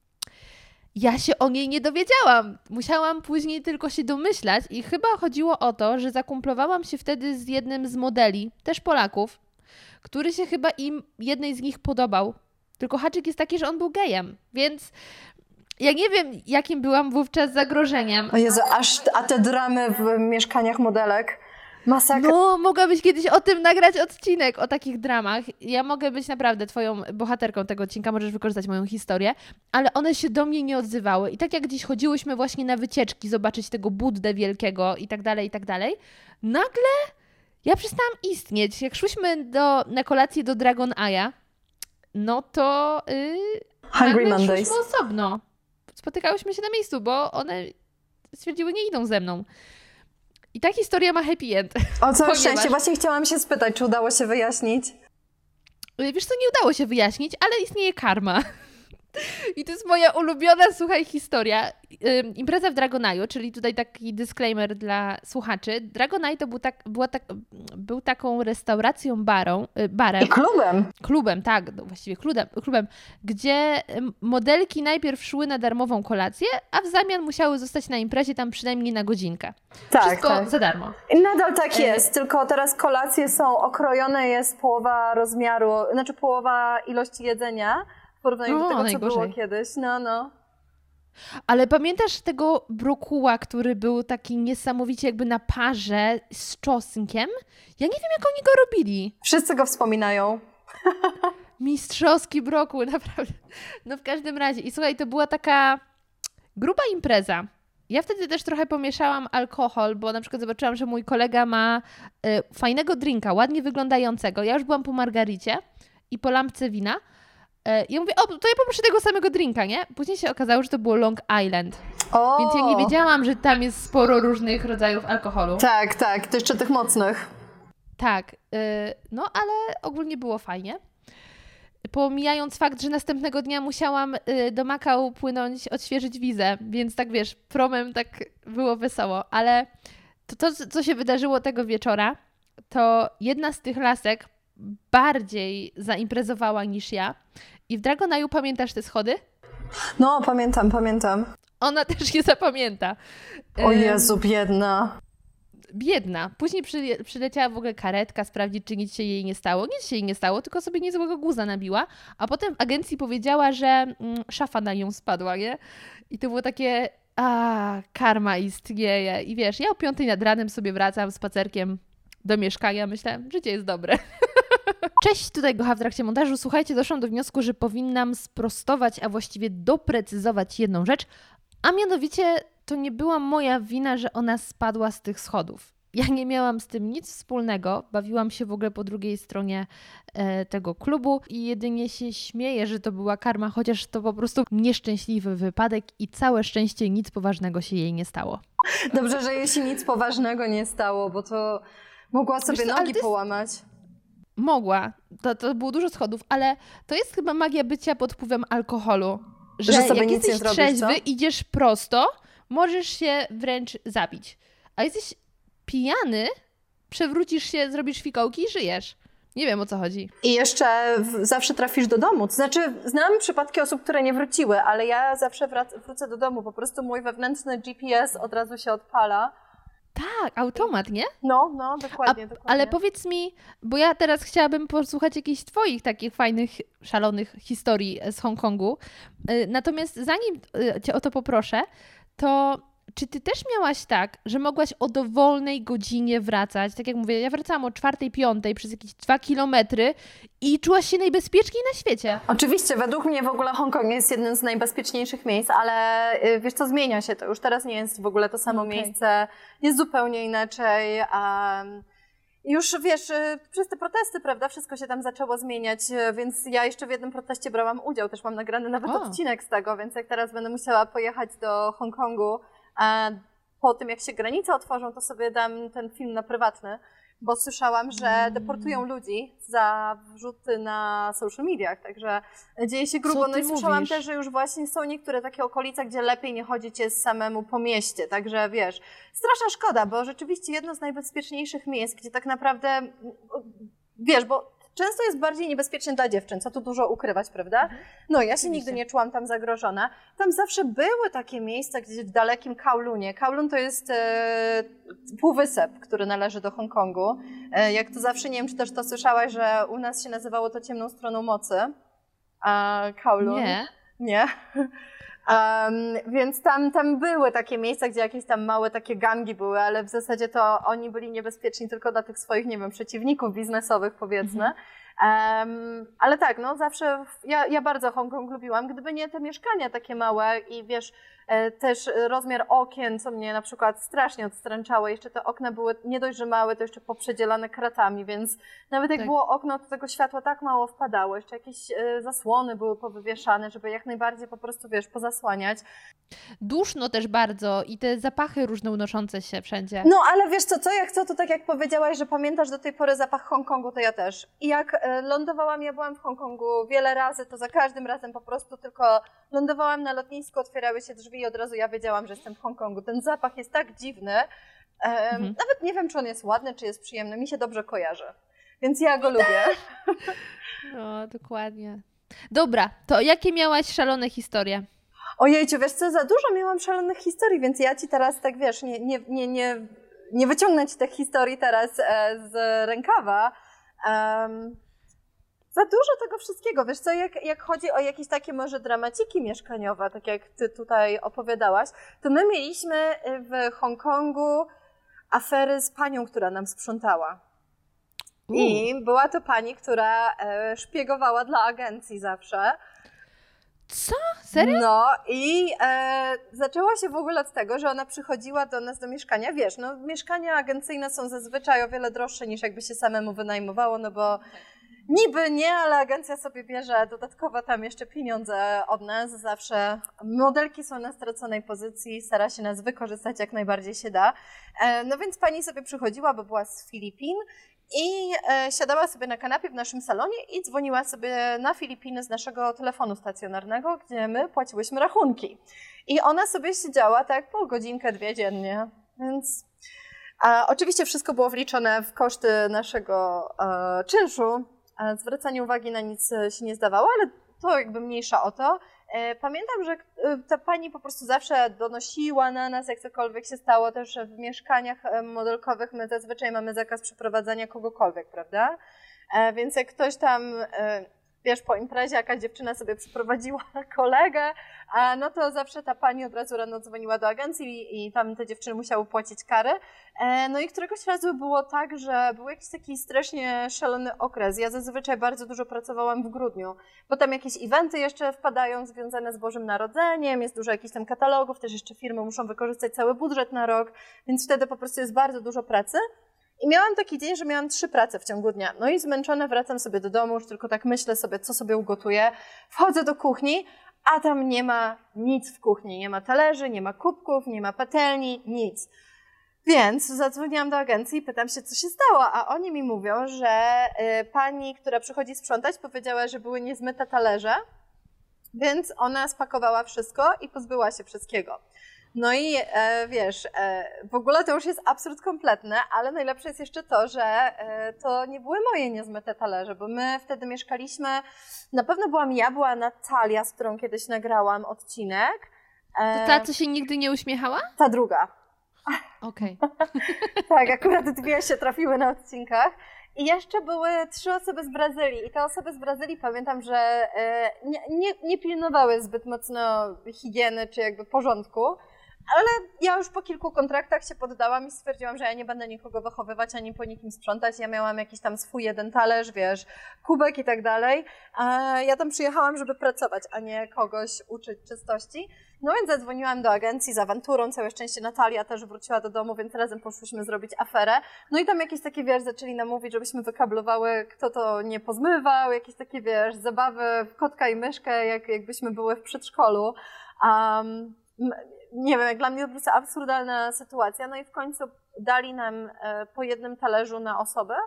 Ja się o niej nie dowiedziałam. Musiałam później tylko się domyślać i chyba chodziło o to, że zakumplowałam się wtedy z jednym z modeli, też Polaków, który się chyba im, jednej z nich podobał. Tylko haczyk jest taki, że on był gejem, więc ja nie wiem, jakim byłam wówczas zagrożeniem. O Jezu, aż, a te dramy w mieszkaniach modelek, masakra. No, mogłabyś kiedyś o tym nagrać odcinek, o takich dramach. Ja mogę być naprawdę twoją bohaterką tego odcinka, możesz wykorzystać moją historię, ale one się do mnie nie odzywały. I tak jak gdzieś chodziłyśmy właśnie na wycieczki, zobaczyć tego Buddę wielkiego i tak dalej, i tak dalej, nagle ja przestałam istnieć. Jak szłyśmy do, na kolację do Dragon Eye'a, no to yy, Hungry nagle Mondays. szłyśmy osobno. Spotykałyśmy się na miejscu, bo one stwierdziły, nie idą ze mną. I ta historia ma happy end. O całe Ponieważ- szczęście, właśnie chciałam się spytać, czy udało się wyjaśnić? Wiesz co, nie udało się wyjaśnić, ale istnieje karma. I to jest moja ulubiona, słuchaj, historia. Ym, impreza w Dragon Eye'u, czyli tutaj taki disclaimer dla słuchaczy. Dragon Eye to był, tak, była tak, był taką restauracją, barą, y, barem. I klubem. Klubem, tak, no właściwie klubem, klubem, gdzie ym, modelki najpierw szły na darmową kolację, a w zamian musiały zostać na imprezie tam przynajmniej na godzinkę. Tak, Wszystko tak. za darmo. I nadal tak E- jest, tylko teraz kolacje są okrojone, jest połowa rozmiaru, znaczy połowa ilości jedzenia w porównaniu O, do tego, co najgorzej. było kiedyś. No, no. Ale pamiętasz tego brokuła, który był taki niesamowicie jakby na parze z czosnkiem? Ja nie wiem, jak oni go robili. Wszyscy go wspominają. Mistrzowski brokuł, naprawdę. No w każdym razie. I słuchaj, to była taka gruba impreza. Ja wtedy też trochę pomieszałam alkohol, bo na przykład zobaczyłam, że mój kolega ma y, fajnego drinka, ładnie wyglądającego. Ja już byłam po margaricie i po lampce wina. Y, I ja mówię, o, to ja poproszę tego samego drinka, nie? Później się okazało, że to było Long Island. O! Więc ja nie wiedziałam, że tam jest sporo różnych rodzajów alkoholu. Tak, tak, to jeszcze tych mocnych. Tak, y, no ale ogólnie było fajnie. Pomijając fakt, że następnego dnia musiałam y, do Makau płynąć, odświeżyć wizę, więc tak wiesz, promem tak było wesoło. Ale to, to co się wydarzyło tego wieczora, to jedna z tych lasek bardziej zaimprezowała niż ja. I w Dragon Eye'u pamiętasz te schody? No, pamiętam, pamiętam. Ona też je zapamięta. O Ym, Jezu, biedna. Biedna. Później przy, przyleciała w ogóle karetka sprawdzić, czy nic się jej nie stało. Nic się jej nie stało, tylko sobie niezłego guza nabiła. A potem w agencji powiedziała, że mm, szafa na nią spadła, nie? I to było takie, a karma istnieje. I wiesz, ja o piątej nad ranem sobie wracam spacerkiem do mieszkania. Myślę, życie jest dobre. Cześć, tutaj Gocha w trakcie montażu. Słuchajcie, doszłam do wniosku, że powinnam sprostować, a właściwie doprecyzować jedną rzecz, a mianowicie to nie była moja wina, że ona spadła z tych schodów. Ja nie miałam z tym nic wspólnego, bawiłam się w ogóle po drugiej stronie e, tego klubu i jedynie się śmieję, że to była karma, chociaż to po prostu nieszczęśliwy wypadek i całe szczęście nic poważnego się jej nie stało. Dobrze, że jej się nic poważnego nie stało, bo to mogła sobie Wiesz co, ale nogi to jest- połamać. Mogła, to, to było dużo schodów, ale to jest chyba magia bycia pod wpływem alkoholu. Że, Że sobie jak nic nie jesteś zrobisz, trzeźwy, co? idziesz prosto, możesz się wręcz zabić. A jesteś pijany, przewrócisz się, zrobisz fikołki i żyjesz. Nie wiem, o co chodzi. I jeszcze w, zawsze trafisz do domu. To znaczy, znam przypadki osób, które nie wróciły, ale ja zawsze wrac- wrócę do domu. Po prostu mój wewnętrzny G P S od razu się odpala. Tak, automat, nie? No, no, dokładnie, A, dokładnie. ale powiedz mi, bo ja teraz chciałabym posłuchać jakichś twoich takich fajnych, szalonych historii z Hongkongu. Y, Natomiast zanim y, cię o to poproszę, to czy ty też miałaś tak, że mogłaś o dowolnej godzinie wracać? Tak jak mówię, ja wracałam o czwartej, piątej przez jakieś dwa kilometry i czułaś się najbezpieczniej na świecie. Oczywiście, według mnie w ogóle Hongkong jest jednym z najbezpieczniejszych miejsc, ale y, wiesz co, zmienia się to. Już teraz nie jest w ogóle to samo Okej. miejsce, jest zupełnie inaczej. Um, już wiesz, y, przez te protesty, prawda, wszystko się tam zaczęło zmieniać, y, więc ja jeszcze w jednym proteście brałam udział, też mam nagrany nawet O. odcinek z tego, więc jak teraz będę musiała pojechać do Hongkongu, a po tym jak się granice otworzą, to sobie dam ten film na prywatny, bo słyszałam, że deportują ludzi za wrzuty na social mediach, także dzieje się grubo. Co No i ty słyszałam mówisz? też, że już właśnie są niektóre takie okolice, gdzie lepiej nie chodzić jest samemu po mieście, także wiesz, straszna szkoda, bo rzeczywiście jedno z najbezpieczniejszych miejsc, gdzie tak naprawdę, wiesz, bo często jest bardziej niebezpiecznie dla dziewczyn, co tu dużo ukrywać, prawda? No ja się Oczywiście. nigdy nie czułam tam zagrożona. Tam zawsze były takie miejsca gdzieś w dalekim Kowloonie. Kowloon to jest e, półwysep, który należy do Hongkongu. E, jak to zawsze, nie wiem, czy też to słyszałaś, że u nas się nazywało to ciemną stroną mocy. e, Kowloon. Nie. Nie. Um, więc tam, tam były takie miejsca, gdzie jakieś tam małe takie gangi były, ale w zasadzie to oni byli niebezpieczni tylko dla tych swoich, nie wiem, przeciwników biznesowych, powiedzmy. Um, ale tak, no zawsze, w, ja, ja bardzo Hongkong lubiłam, gdyby nie te mieszkania takie małe i wiesz, e, też rozmiar okien, co mnie na przykład strasznie odstręczało, jeszcze te okna były nie dość, że małe, to jeszcze poprzedzielane kratami, więc nawet jak Tak. było okno, to tego światła tak mało wpadało, jeszcze jakieś e, zasłony były powywieszane, żeby jak najbardziej po prostu, wiesz, pozasłaniać. Duszno też bardzo i te zapachy różne unoszące się wszędzie. No, ale wiesz co, co ja chcę, to tak jak powiedziałaś, że pamiętasz do tej pory zapach Hongkongu, to ja też. I jak e, lądowałam, ja byłam w Hongkongu wiele razy, to za każdym razem po prostu tylko lądowałam na lotnisku, otwierały się drzwi i od razu ja wiedziałam, że jestem w Hongkongu. Ten zapach jest tak dziwny, e, Mhm. nawet nie wiem, czy on jest ładny, czy jest przyjemny, mi się dobrze kojarzy. Więc ja go lubię. No, dokładnie. Dobra, to jakie miałaś szalone historie? Ojejciu, wiesz co, za dużo miałam szalonych historii, więc ja ci teraz tak, wiesz, nie, nie, nie, nie, nie wyciągnę ci tych historii teraz e, z rękawa. Um, za dużo tego wszystkiego, wiesz co, jak, jak chodzi o jakieś takie może dramaciki mieszkaniowe, tak jak ty tutaj opowiadałaś, to my mieliśmy w Hongkongu afery z panią, która nam sprzątała. I była to pani, która e, szpiegowała dla agencji zawsze. Co? Serio? No i e, zaczęło się w ogóle od tego, że ona przychodziła do nas do mieszkania. Wiesz, no mieszkania agencyjne są zazwyczaj o wiele droższe niż jakby się samemu wynajmowało, no bo niby nie, ale agencja sobie bierze dodatkowo tam jeszcze pieniądze od nas. Zawsze modelki są na straconej pozycji, stara się nas wykorzystać jak najbardziej się da. E, no więc pani sobie przychodziła, bo była z Filipin. I e, siadała sobie na kanapie w naszym salonie i dzwoniła sobie na Filipiny z naszego telefonu stacjonarnego, gdzie my płaciłyśmy rachunki. I ona sobie siedziała tak po godzinkę, dwie dziennie. Więc a, oczywiście wszystko było wliczone w koszty naszego e, czynszu. A zwracanie uwagi na nic się nie zdawało, ale to jakby mniejsza o to. Pamiętam, że ta pani po prostu zawsze donosiła na nas, jak cokolwiek się stało, też w mieszkaniach modelkowych my zazwyczaj mamy zakaz przeprowadzania kogokolwiek, prawda? Więc jak ktoś tam, wiesz, po imprezie jakaś dziewczyna sobie przyprowadziła kolegę, no to zawsze ta pani od razu rano dzwoniła do agencji i tam te dziewczyny musiały płacić kary. No i któregoś razu było tak, że był jakiś taki strasznie szalony okres. Ja zazwyczaj bardzo dużo pracowałam w grudniu, bo tam jakieś eventy jeszcze wpadają związane z Bożym Narodzeniem, jest dużo jakichś tam katalogów, też jeszcze firmy muszą wykorzystać cały budżet na rok, więc wtedy po prostu jest bardzo dużo pracy. I miałam taki dzień, że miałam trzy prace w ciągu dnia. No i zmęczona wracam sobie do domu, już tylko tak myślę sobie, co sobie ugotuję. Wchodzę do kuchni, a tam nie ma nic w kuchni. Nie ma talerzy, nie ma kubków, nie ma patelni, nic. Więc zadzwoniłam do agencji i pytam się, co się stało, a oni mi mówią, że y, pani, która przychodzi sprzątać, powiedziała, że były niezmyte talerze, więc ona spakowała wszystko i pozbyła się wszystkiego. No i e, wiesz, e, w ogóle to już jest absurd kompletny, ale najlepsze jest jeszcze to, że e, to nie były moje niezmyte talerze, bo my wtedy mieszkaliśmy, na pewno byłam ja, była Natalia, z którą kiedyś nagrałam odcinek. E, To ta, co się nigdy nie uśmiechała? ta druga. Okej. Tak, akurat dwie się trafiły na odcinkach. I jeszcze były trzy osoby z Brazylii i te osoby z Brazylii pamiętam, że e, nie, nie, nie pilnowały zbyt mocno higieny czy jakby porządku. Ale ja już po kilku kontraktach się poddałam i stwierdziłam, że ja nie będę nikogo wychowywać, ani po nikim sprzątać. Ja miałam jakiś tam swój jeden talerz, wiesz, kubek i tak dalej. A ja tam przyjechałam, żeby pracować, a nie kogoś uczyć czystości. No więc zadzwoniłam do agencji z awanturą, całe szczęście Natalia też wróciła do domu, więc razem poszłyśmy zrobić aferę. No i tam jakieś takie, wiesz, zaczęli nam mówić, żebyśmy wykablowały, kto to nie pozmywał, jakieś takie, wiesz, zabawy w kotka i myszkę, jak, jakbyśmy były w przedszkolu. Um, nie wiem, jak dla mnie to po prostu absurdalna sytuacja. No i w końcu dali nam po jednym talerzu na osobę.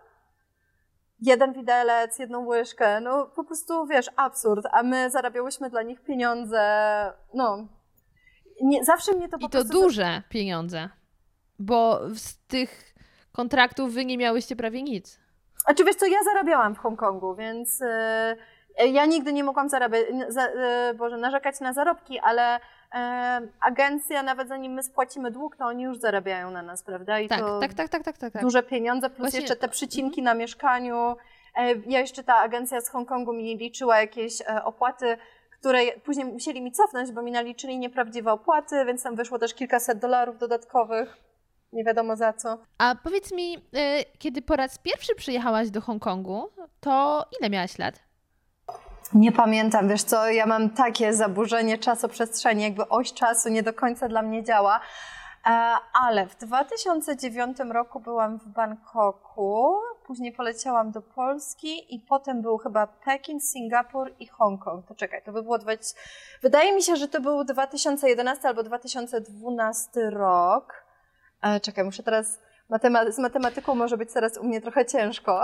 Jeden widelec, jedną łyżkę. No po prostu, wiesz, absurd. A my zarabiałyśmy dla nich pieniądze. No, nie, zawsze mnie to po I to prostu... duże pieniądze, bo z tych kontraktów wy nie miałyście prawie nic. A czy wiesz co, ja zarabiałam w Hongkongu, więc... Yy, ja nigdy nie mogłam zarabiać, za, yy, Boże, narzekać na zarobki, ale E, agencja, nawet zanim my spłacimy dług, to oni już zarabiają na nas, prawda? I tak, to tak, tak, tak, tak, tak, tak. duże pieniądze, plus Właśnie... jeszcze te przycinki na mieszkaniu. Ja jeszcze ta agencja z Hongkongu mi liczyła jakieś opłaty, które później musieli mi cofnąć, bo mi naliczyli nieprawdziwe opłaty, więc tam wyszło też kilkaset dolarów dodatkowych. Nie wiadomo za co. A powiedz mi, y, kiedy po raz pierwszy przyjechałaś do Hongkongu, to ile miałaś lat? Nie pamiętam, wiesz co, ja mam takie zaburzenie czasoprzestrzeni, jakby oś czasu nie do końca dla mnie działa, e, ale w dwa tysiące dziewiątym roku byłam w Bangkoku, później poleciałam do Polski i potem był chyba Pekin, Singapur i Hongkong. To czekaj, to by było dwadzieścia... Wydaje mi się, że to był dwa tysiące jedenasty albo dwa tysiące dwunasty rok. E, czekaj, muszę teraz... Matema- z matematyką może być teraz u mnie trochę ciężko.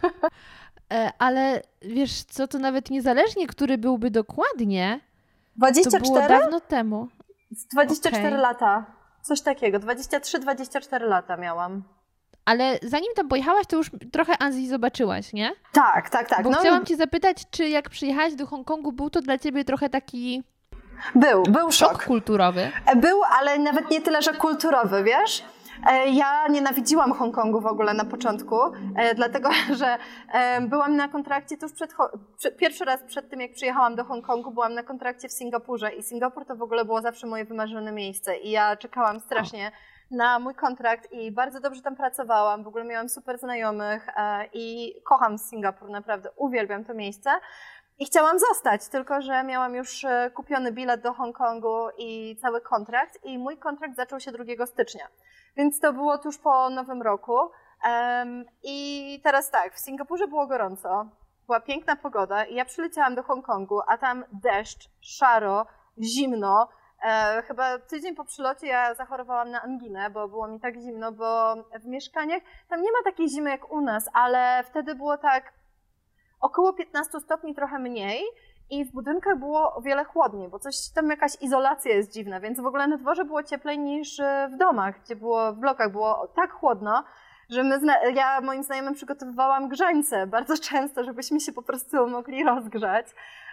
Ale wiesz co, to nawet niezależnie, który byłby dokładnie, dwadzieścia cztery? to było dawno temu. dwadzieścia cztery Okay. lata. Coś takiego. dwadzieścia trzy dwadzieścia cztery lata miałam. Ale zanim tam pojechałaś, to już trochę Azji zobaczyłaś, nie? Tak, tak, tak. Bo no, chciałam cię zapytać, czy jak przyjechałaś do Hongkongu, był to dla ciebie trochę taki Był, był szok szok. kulturowy? Był, ale nawet nie tyle, że kulturowy, wiesz? Ja nienawidziłam Hongkongu w ogóle na początku, dlatego że byłam na kontrakcie tuż przed, pierwszy raz przed tym, jak przyjechałam do Hongkongu, byłam na kontrakcie w Singapurze i Singapur to w ogóle było zawsze moje wymarzone miejsce i ja czekałam strasznie na mój kontrakt i bardzo dobrze tam pracowałam, w ogóle miałam super znajomych i kocham Singapur, naprawdę uwielbiam to miejsce. I chciałam zostać, tylko że miałam już kupiony bilet do Hongkongu i cały kontrakt i mój kontrakt zaczął się drugiego stycznia. Więc to było tuż po Nowym Roku. Um, I teraz tak, w Singapurze było gorąco, była piękna pogoda i ja przyleciałam do Hongkongu, a tam deszcz, szaro, zimno. E, chyba tydzień po przylocie ja zachorowałam na anginę, bo było mi tak zimno, bo w mieszkaniach tam nie ma takiej zimy jak u nas, ale wtedy było tak około piętnaście stopni, trochę mniej. I w budynkach było o wiele chłodniej, bo coś tam jakaś izolacja jest dziwna, więc w ogóle na dworze było cieplej niż w domach, gdzie było, w blokach było tak chłodno, że my, ja moim znajomym przygotowywałam grzańce bardzo często, żebyśmy się po prostu mogli rozgrzać.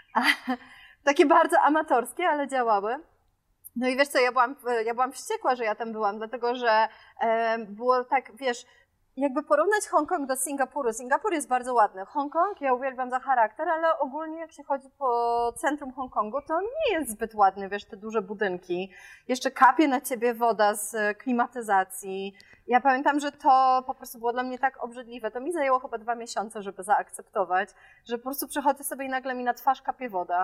Takie bardzo amatorskie, ale działały. No i wiesz co, ja byłam, ja byłam wściekła, że ja tam byłam, dlatego że e, było tak, wiesz, jakby porównać Hongkong do Singapuru. Singapur jest bardzo ładny. Hongkong ja uwielbiam za charakter, ale ogólnie jak się chodzi po centrum Hongkongu, to on nie jest zbyt ładny, wiesz, te duże budynki. Jeszcze kapie na ciebie woda z klimatyzacji. Ja pamiętam, że to po prostu było dla mnie tak obrzydliwe. To mi zajęło chyba dwa miesiące, żeby zaakceptować, że po prostu przechodzę sobie i nagle mi na twarz kapie woda.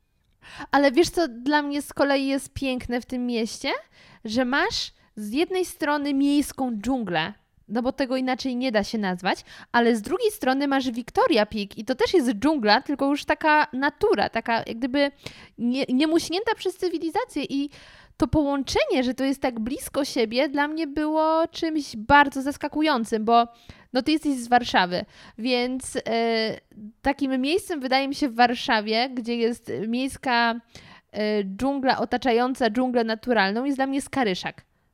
Ale wiesz co dla mnie z kolei jest piękne w tym mieście? Że masz z jednej strony miejską dżunglę, no bo tego inaczej nie da się nazwać, ale z drugiej strony masz Victoria Peak i to też jest dżungla, tylko już taka natura, taka jak gdyby nie, niemuśnięta przez cywilizację i to połączenie, że to jest tak blisko siebie, dla mnie było czymś bardzo zaskakującym, bo no ty jesteś z Warszawy, więc yy, takim miejscem wydaje mi się w Warszawie, gdzie jest miejska yy, dżungla otaczająca dżunglę naturalną, jest dla mnie Skaryszak.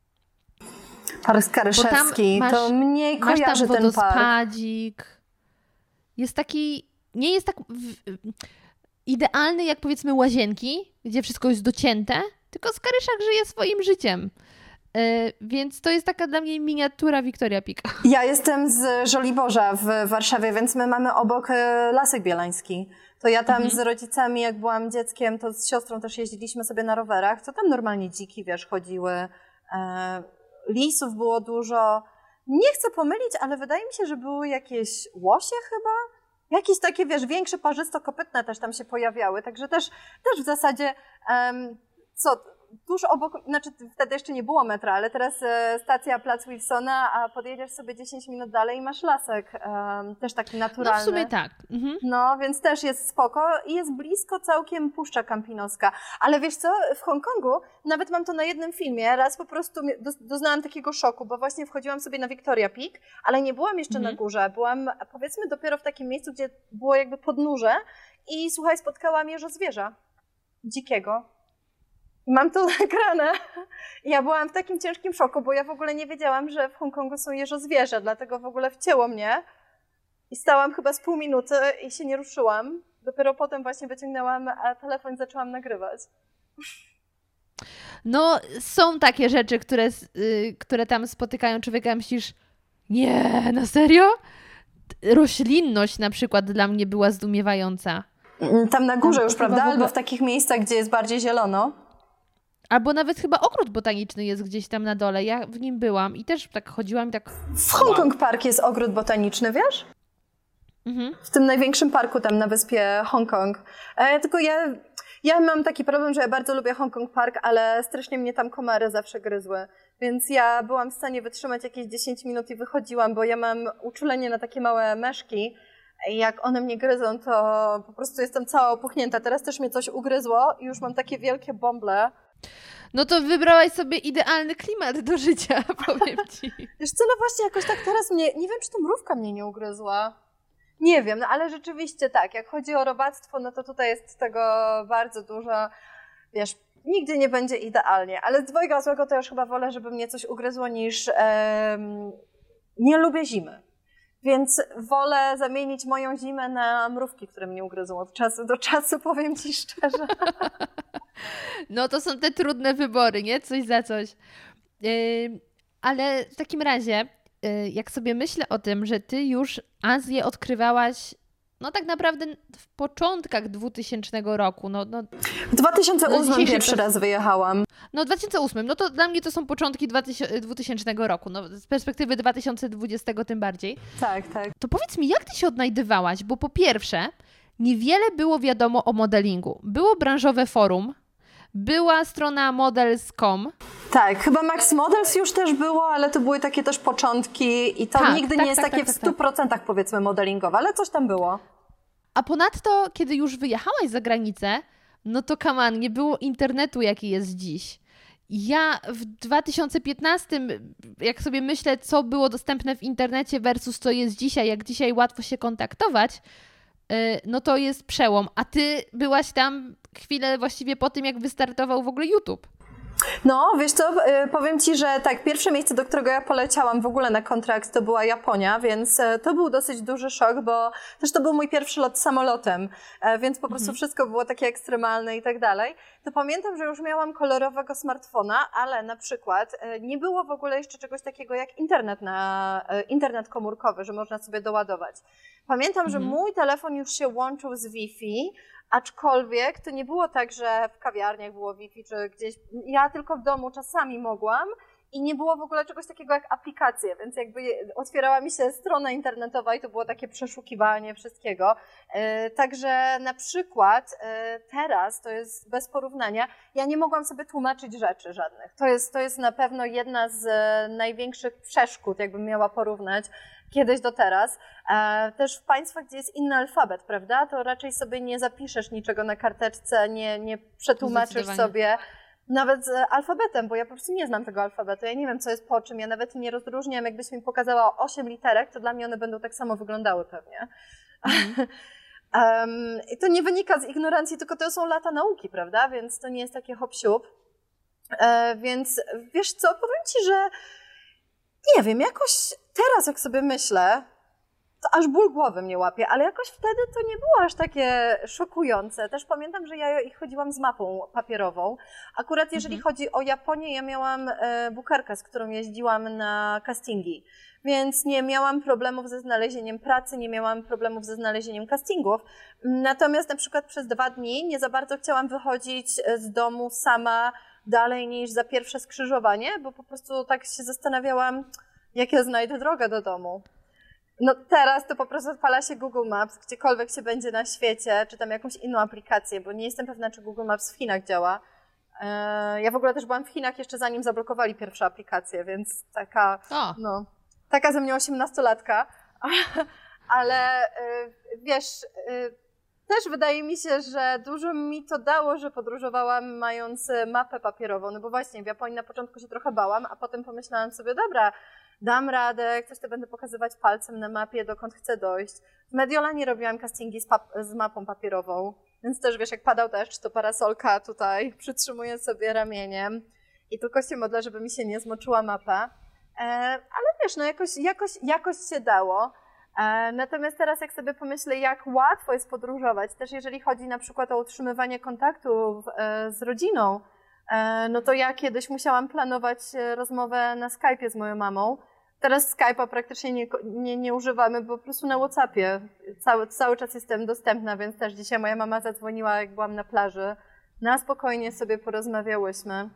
Park Skaryszewski, masz, to mniej kojarzy masz tam ten park. wodospadzik. Jest taki, nie jest tak w, idealny jak powiedzmy Łazienki, gdzie wszystko jest docięte, tylko Skaryszak żyje swoim życiem. Yy, więc to jest taka dla mnie miniatura Victoria Peak. Ja jestem z Żoliborza w Warszawie, więc my mamy obok Lasek Bielański. To ja tam mhm. z rodzicami, jak byłam dzieckiem, to z siostrą też jeździliśmy sobie na rowerach, to tam normalnie dziki, wiesz, chodziły. E, lisów było dużo. Nie chcę pomylić, ale wydaje mi się, że były jakieś łosie chyba. Jakieś takie, wiesz, większe parzysto-kopytne też tam się pojawiały, także też, też w zasadzie, um, co, tuż obok, znaczy wtedy jeszcze nie było metra, ale teraz e, stacja Plac Wilsona, a podjedziesz sobie dziesięć minut dalej i masz lasek, um, też taki naturalny. No w sumie tak. Mhm. No, więc też jest spoko i jest blisko całkiem Puszcza Kampinoska. Ale wiesz co, w Hongkongu, nawet mam to na jednym filmie, raz po prostu doznałam takiego szoku, bo właśnie wchodziłam sobie na Victoria Peak, ale nie byłam jeszcze mhm. na górze, byłam powiedzmy dopiero w takim miejscu, gdzie było jakby podnóże i słuchaj, spotkałam jeżozwierza dzikiego. Mam to nagrane. Ja byłam w takim ciężkim szoku, bo ja w ogóle nie wiedziałam, że w Hongkongu są jeżozwierzę, dlatego w ogóle wcięło mnie. I stałam chyba z pół minuty i się nie ruszyłam. Dopiero potem właśnie wyciągnęłam telefon i zaczęłam nagrywać. No, są takie rzeczy, które, yy, które tam spotykają człowieka, myślisz, nie, na serio? roślinność na przykład dla mnie była zdumiewająca. Tam na górze Tam już, chyba prawda? w ogóle- Albo w takich miejscach, gdzie jest bardziej zielono. Albo nawet chyba ogród botaniczny jest gdzieś tam na dole. Ja w nim byłam i też tak chodziłam i tak... W Hongkong Park jest ogród botaniczny, wiesz? Mhm. W tym największym parku tam na wyspie Hongkong. E, tylko ja, ja mam taki problem, że ja bardzo lubię Hongkong Park, ale strasznie mnie tam komary zawsze gryzły. Więc ja byłam w stanie wytrzymać jakieś dziesięć minut i wychodziłam, bo ja mam uczulenie na takie małe myszki. I jak one mnie gryzą, to po prostu jestem cała opuchnięta. Teraz też mnie coś ugryzło i już mam takie wielkie bąble. No to wybrałaś sobie idealny klimat do życia, powiem ci. Wiesz co, no właśnie jakoś tak teraz mnie, nie wiem, czy to mrówka mnie nie ugryzła. Nie wiem, no ale rzeczywiście tak, jak chodzi o robactwo, no to tutaj jest tego bardzo dużo, wiesz, nigdy nie będzie idealnie, ale z dwojga złego to już chyba wolę, żeby mnie coś ugryzło niż em, nie lubię zimy. Więc wolę zamienić moją zimę na mrówki, które mnie ugryzą od czasu do czasu, powiem ci szczerze. No to są te trudne wybory, nie? Coś za coś. Yy, ale w takim razie, yy, jak sobie myślę o tym, że ty już Azję odkrywałaś, no tak naprawdę w początkach dwutysięcznego roku, no, no, W dwa tysiące ósmym dzisiejszy pierwszy czas- raz wyjechałam. no dwa tysiące ósmym, no to dla mnie to są początki dwutysięcznego roku, no z perspektywy dwa tysiące dwudziestego tym bardziej. Tak, tak. To powiedz mi, jak ty się odnajdywałaś? Bo po pierwsze, niewiele było wiadomo o modelingu. Było branżowe forum, była strona models kropka com. Tak, chyba Max Models już też było, ale to były takie też początki i to Tak, nigdy tak, nie jest tak, takie tak, w tak, stu procentach powiedzmy modelingowe, ale coś tam było. A ponadto, kiedy już wyjechałaś za granicę, no to come on, nie było internetu, jaki jest dziś. Ja w dwa tysiące piętnastym, jak sobie myślę, co było dostępne w internecie versus co jest dzisiaj, jak dzisiaj łatwo się kontaktować, yy, no to jest przełom. A ty byłaś tam chwilę właściwie po tym, jak wystartował w ogóle YouTube. No, wiesz co, y, powiem ci, że tak, pierwsze miejsce, do którego ja poleciałam w ogóle na kontrakt, to była Japonia, więc e, to był dosyć duży szok, bo też to był mój pierwszy lot samolotem, e, więc po prostu Mhm. wszystko było takie ekstremalne i tak dalej. To pamiętam, że już miałam kolorowego smartfona, ale na przykład e, nie było w ogóle jeszcze czegoś takiego jak internet na e, internet komórkowy, że można sobie doładować. Pamiętam, że Mhm. mój telefon już się łączył z Wi-Fi, aczkolwiek to nie było tak, że w kawiarniach było Wi-Fi czy gdzieś. Ja tylko w domu czasami mogłam i nie było w ogóle czegoś takiego jak aplikacje, więc jakby otwierała mi się strona internetowa i to było takie przeszukiwanie wszystkiego. E, Także na przykład e, teraz to jest bez porównania, ja nie mogłam sobie tłumaczyć rzeczy żadnych. To jest, to jest na pewno jedna z e, największych przeszkód, jakbym miała porównać kiedyś do teraz. E, Też w państwach, gdzie jest inny alfabet, prawda, to raczej sobie nie zapiszesz niczego na karteczce, nie, nie przetłumaczysz Zdecydowanie. sobie nawet z alfabetem, bo ja po prostu nie znam tego alfabetu, ja nie wiem, co jest po czym, ja nawet nie rozróżniam, jakbyś mi pokazała osiem literek, to dla mnie one będą tak samo wyglądały pewnie. Um, I to nie wynika z ignorancji, tylko to są lata nauki, prawda, więc to nie jest takie hop-siup. E, więc wiesz co, powiem ci, że nie wiem, jakoś teraz jak sobie myślę, to aż ból głowy mnie łapie, ale jakoś wtedy to nie było aż takie szokujące. Też pamiętam, że ja chodziłam z mapą papierową. Akurat jeżeli Mhm. chodzi o Japonię, ja miałam e, bukerkę, z którą jeździłam na castingi, więc nie miałam problemów ze znalezieniem pracy, nie miałam problemów ze znalezieniem castingów. Natomiast na przykład przez dwa dni nie za bardzo chciałam wychodzić z domu sama dalej niż za pierwsze skrzyżowanie, bo po prostu tak się zastanawiałam, jak ja znajdę drogę do domu. No teraz to po prostu odpala się Google Maps, gdziekolwiek się będzie na świecie, czy tam jakąś inną aplikację, bo nie jestem pewna, czy Google Maps w Chinach działa. E, Ja w ogóle też byłam w Chinach jeszcze zanim zablokowali pierwsze aplikacje, więc taka, O, no, taka ze mnie osiemnastolatka. Ale y, wiesz, y, też wydaje mi się, że dużo mi to dało, że podróżowałam mając mapę papierową, no bo właśnie w Japonii na początku się trochę bałam, a potem pomyślałam sobie, dobra, dam radę, coś to będę pokazywać palcem na mapie, dokąd chcę dojść. W Mediolanie robiłam castingi z, pap- z mapą papierową, więc też wiesz, jak padał deszcz, to parasolka tutaj przytrzymuję sobie ramieniem i tylko się modlę, żeby mi się nie zmoczyła mapa. E, ale wiesz, no jakoś, jakoś, jakoś się dało. E, natomiast teraz jak sobie pomyślę, jak łatwo jest podróżować, też jeżeli chodzi na przykład o utrzymywanie kontaktów e, z rodziną, e, no to ja kiedyś musiałam planować e, rozmowę na Skype'ie z moją mamą, Teraz Skype'a praktycznie nie, nie, nie używamy, bo po prostu na WhatsAppie cały, cały czas jestem dostępna, więc też dzisiaj moja mama zadzwoniła, jak byłam na plaży. Na spokojnie sobie porozmawiałyśmy.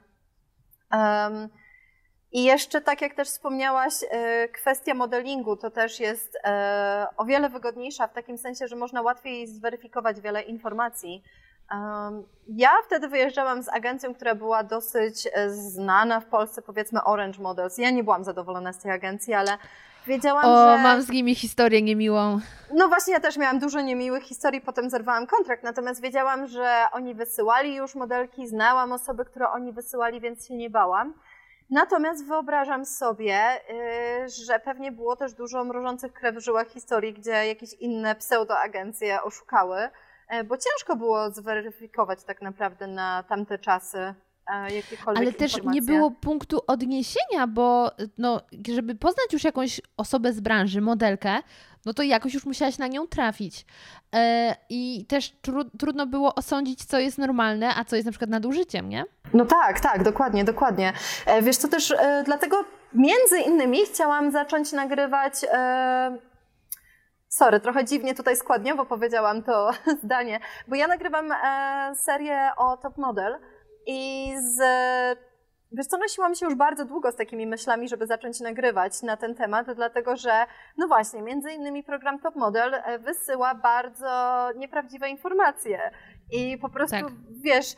Um, I jeszcze tak jak też wspomniałaś, e, kwestia modelingu to też jest e, o wiele wygodniejsza w takim sensie, że można łatwiej zweryfikować wiele informacji. Um, ja wtedy wyjeżdżałam z agencją, która była dosyć znana w Polsce, powiedzmy Orange Models. Ja nie byłam zadowolona z tej agencji, ale wiedziałam, o, że... O, mam z nimi historię niemiłą. No właśnie, ja też miałam dużo niemiłych historii, potem zerwałam kontrakt, natomiast wiedziałam, że oni wysyłali już modelki, znałam osoby, które oni wysyłali, więc się nie bałam. Natomiast wyobrażam sobie, yy, że pewnie było też dużo mrożących krew w żyłach historii, gdzie jakieś inne pseudoagencje oszukały, yy, bo ciężko było zweryfikować tak naprawdę na tamte czasy yy, jakiekolwiek Ale też informacje. nie było punktu odniesienia, bo no, żeby poznać już jakąś osobę z branży, modelkę, no to jakoś już musiałaś na nią trafić. Yy, I też tru- trudno było osądzić, co jest normalne, a co jest na przykład nadużyciem, nie? No tak, tak, dokładnie, dokładnie. E, wiesz co, też e, dlatego między innymi chciałam zacząć nagrywać, e, sorry, trochę dziwnie tutaj składniowo powiedziałam to zdanie, bo ja nagrywam e, serię o Top Model i z, wiesz co, nosiłam się już bardzo długo z takimi myślami, żeby zacząć nagrywać na ten temat, dlatego że, no właśnie, między innymi program Top Model wysyła bardzo nieprawdziwe informacje. I po prostu, tak. wiesz,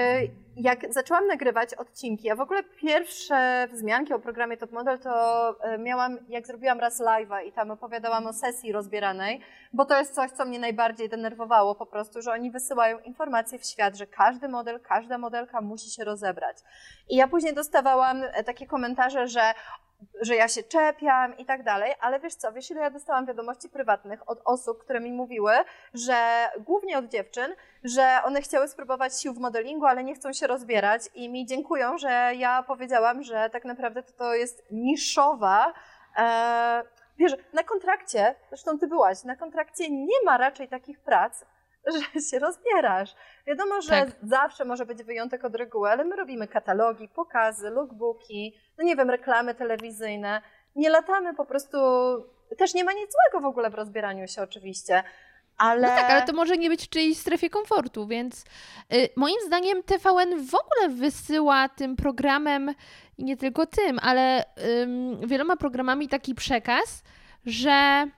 jak zaczęłam nagrywać odcinki, a w ogóle pierwsze wzmianki o programie Top Model to miałam, jak zrobiłam raz live'a i tam opowiadałam o sesji rozbieranej, bo to jest coś, co mnie najbardziej denerwowało po prostu, że oni wysyłają informacje w świat, że każdy model, każda modelka musi się rozebrać. I ja później dostawałam takie komentarze, że że ja się czepiam i tak dalej, ale wiesz co, wiesz ile ja dostałam wiadomości prywatnych od osób, które mi mówiły, że głównie od dziewczyn, że one chciały spróbować sił w modelingu, ale nie chcą się rozbierać i mi dziękują, że ja powiedziałam, że tak naprawdę to, to jest niszowa, e, wiesz, na kontrakcie, zresztą ty byłaś, na kontrakcie nie ma raczej takich prac, że się rozbierasz. Wiadomo, że tak. zawsze może być wyjątek od reguły, ale my robimy katalogi, pokazy, lookbooki, no nie wiem, reklamy telewizyjne. Nie latamy po prostu, też nie ma nic złego w ogóle w rozbieraniu się oczywiście, ale... No tak, ale to może nie być w czyjejś strefie komfortu, więc y, moim zdaniem T V N w ogóle wysyła tym programem, i nie tylko tym, ale y, wieloma programami taki przekaz, że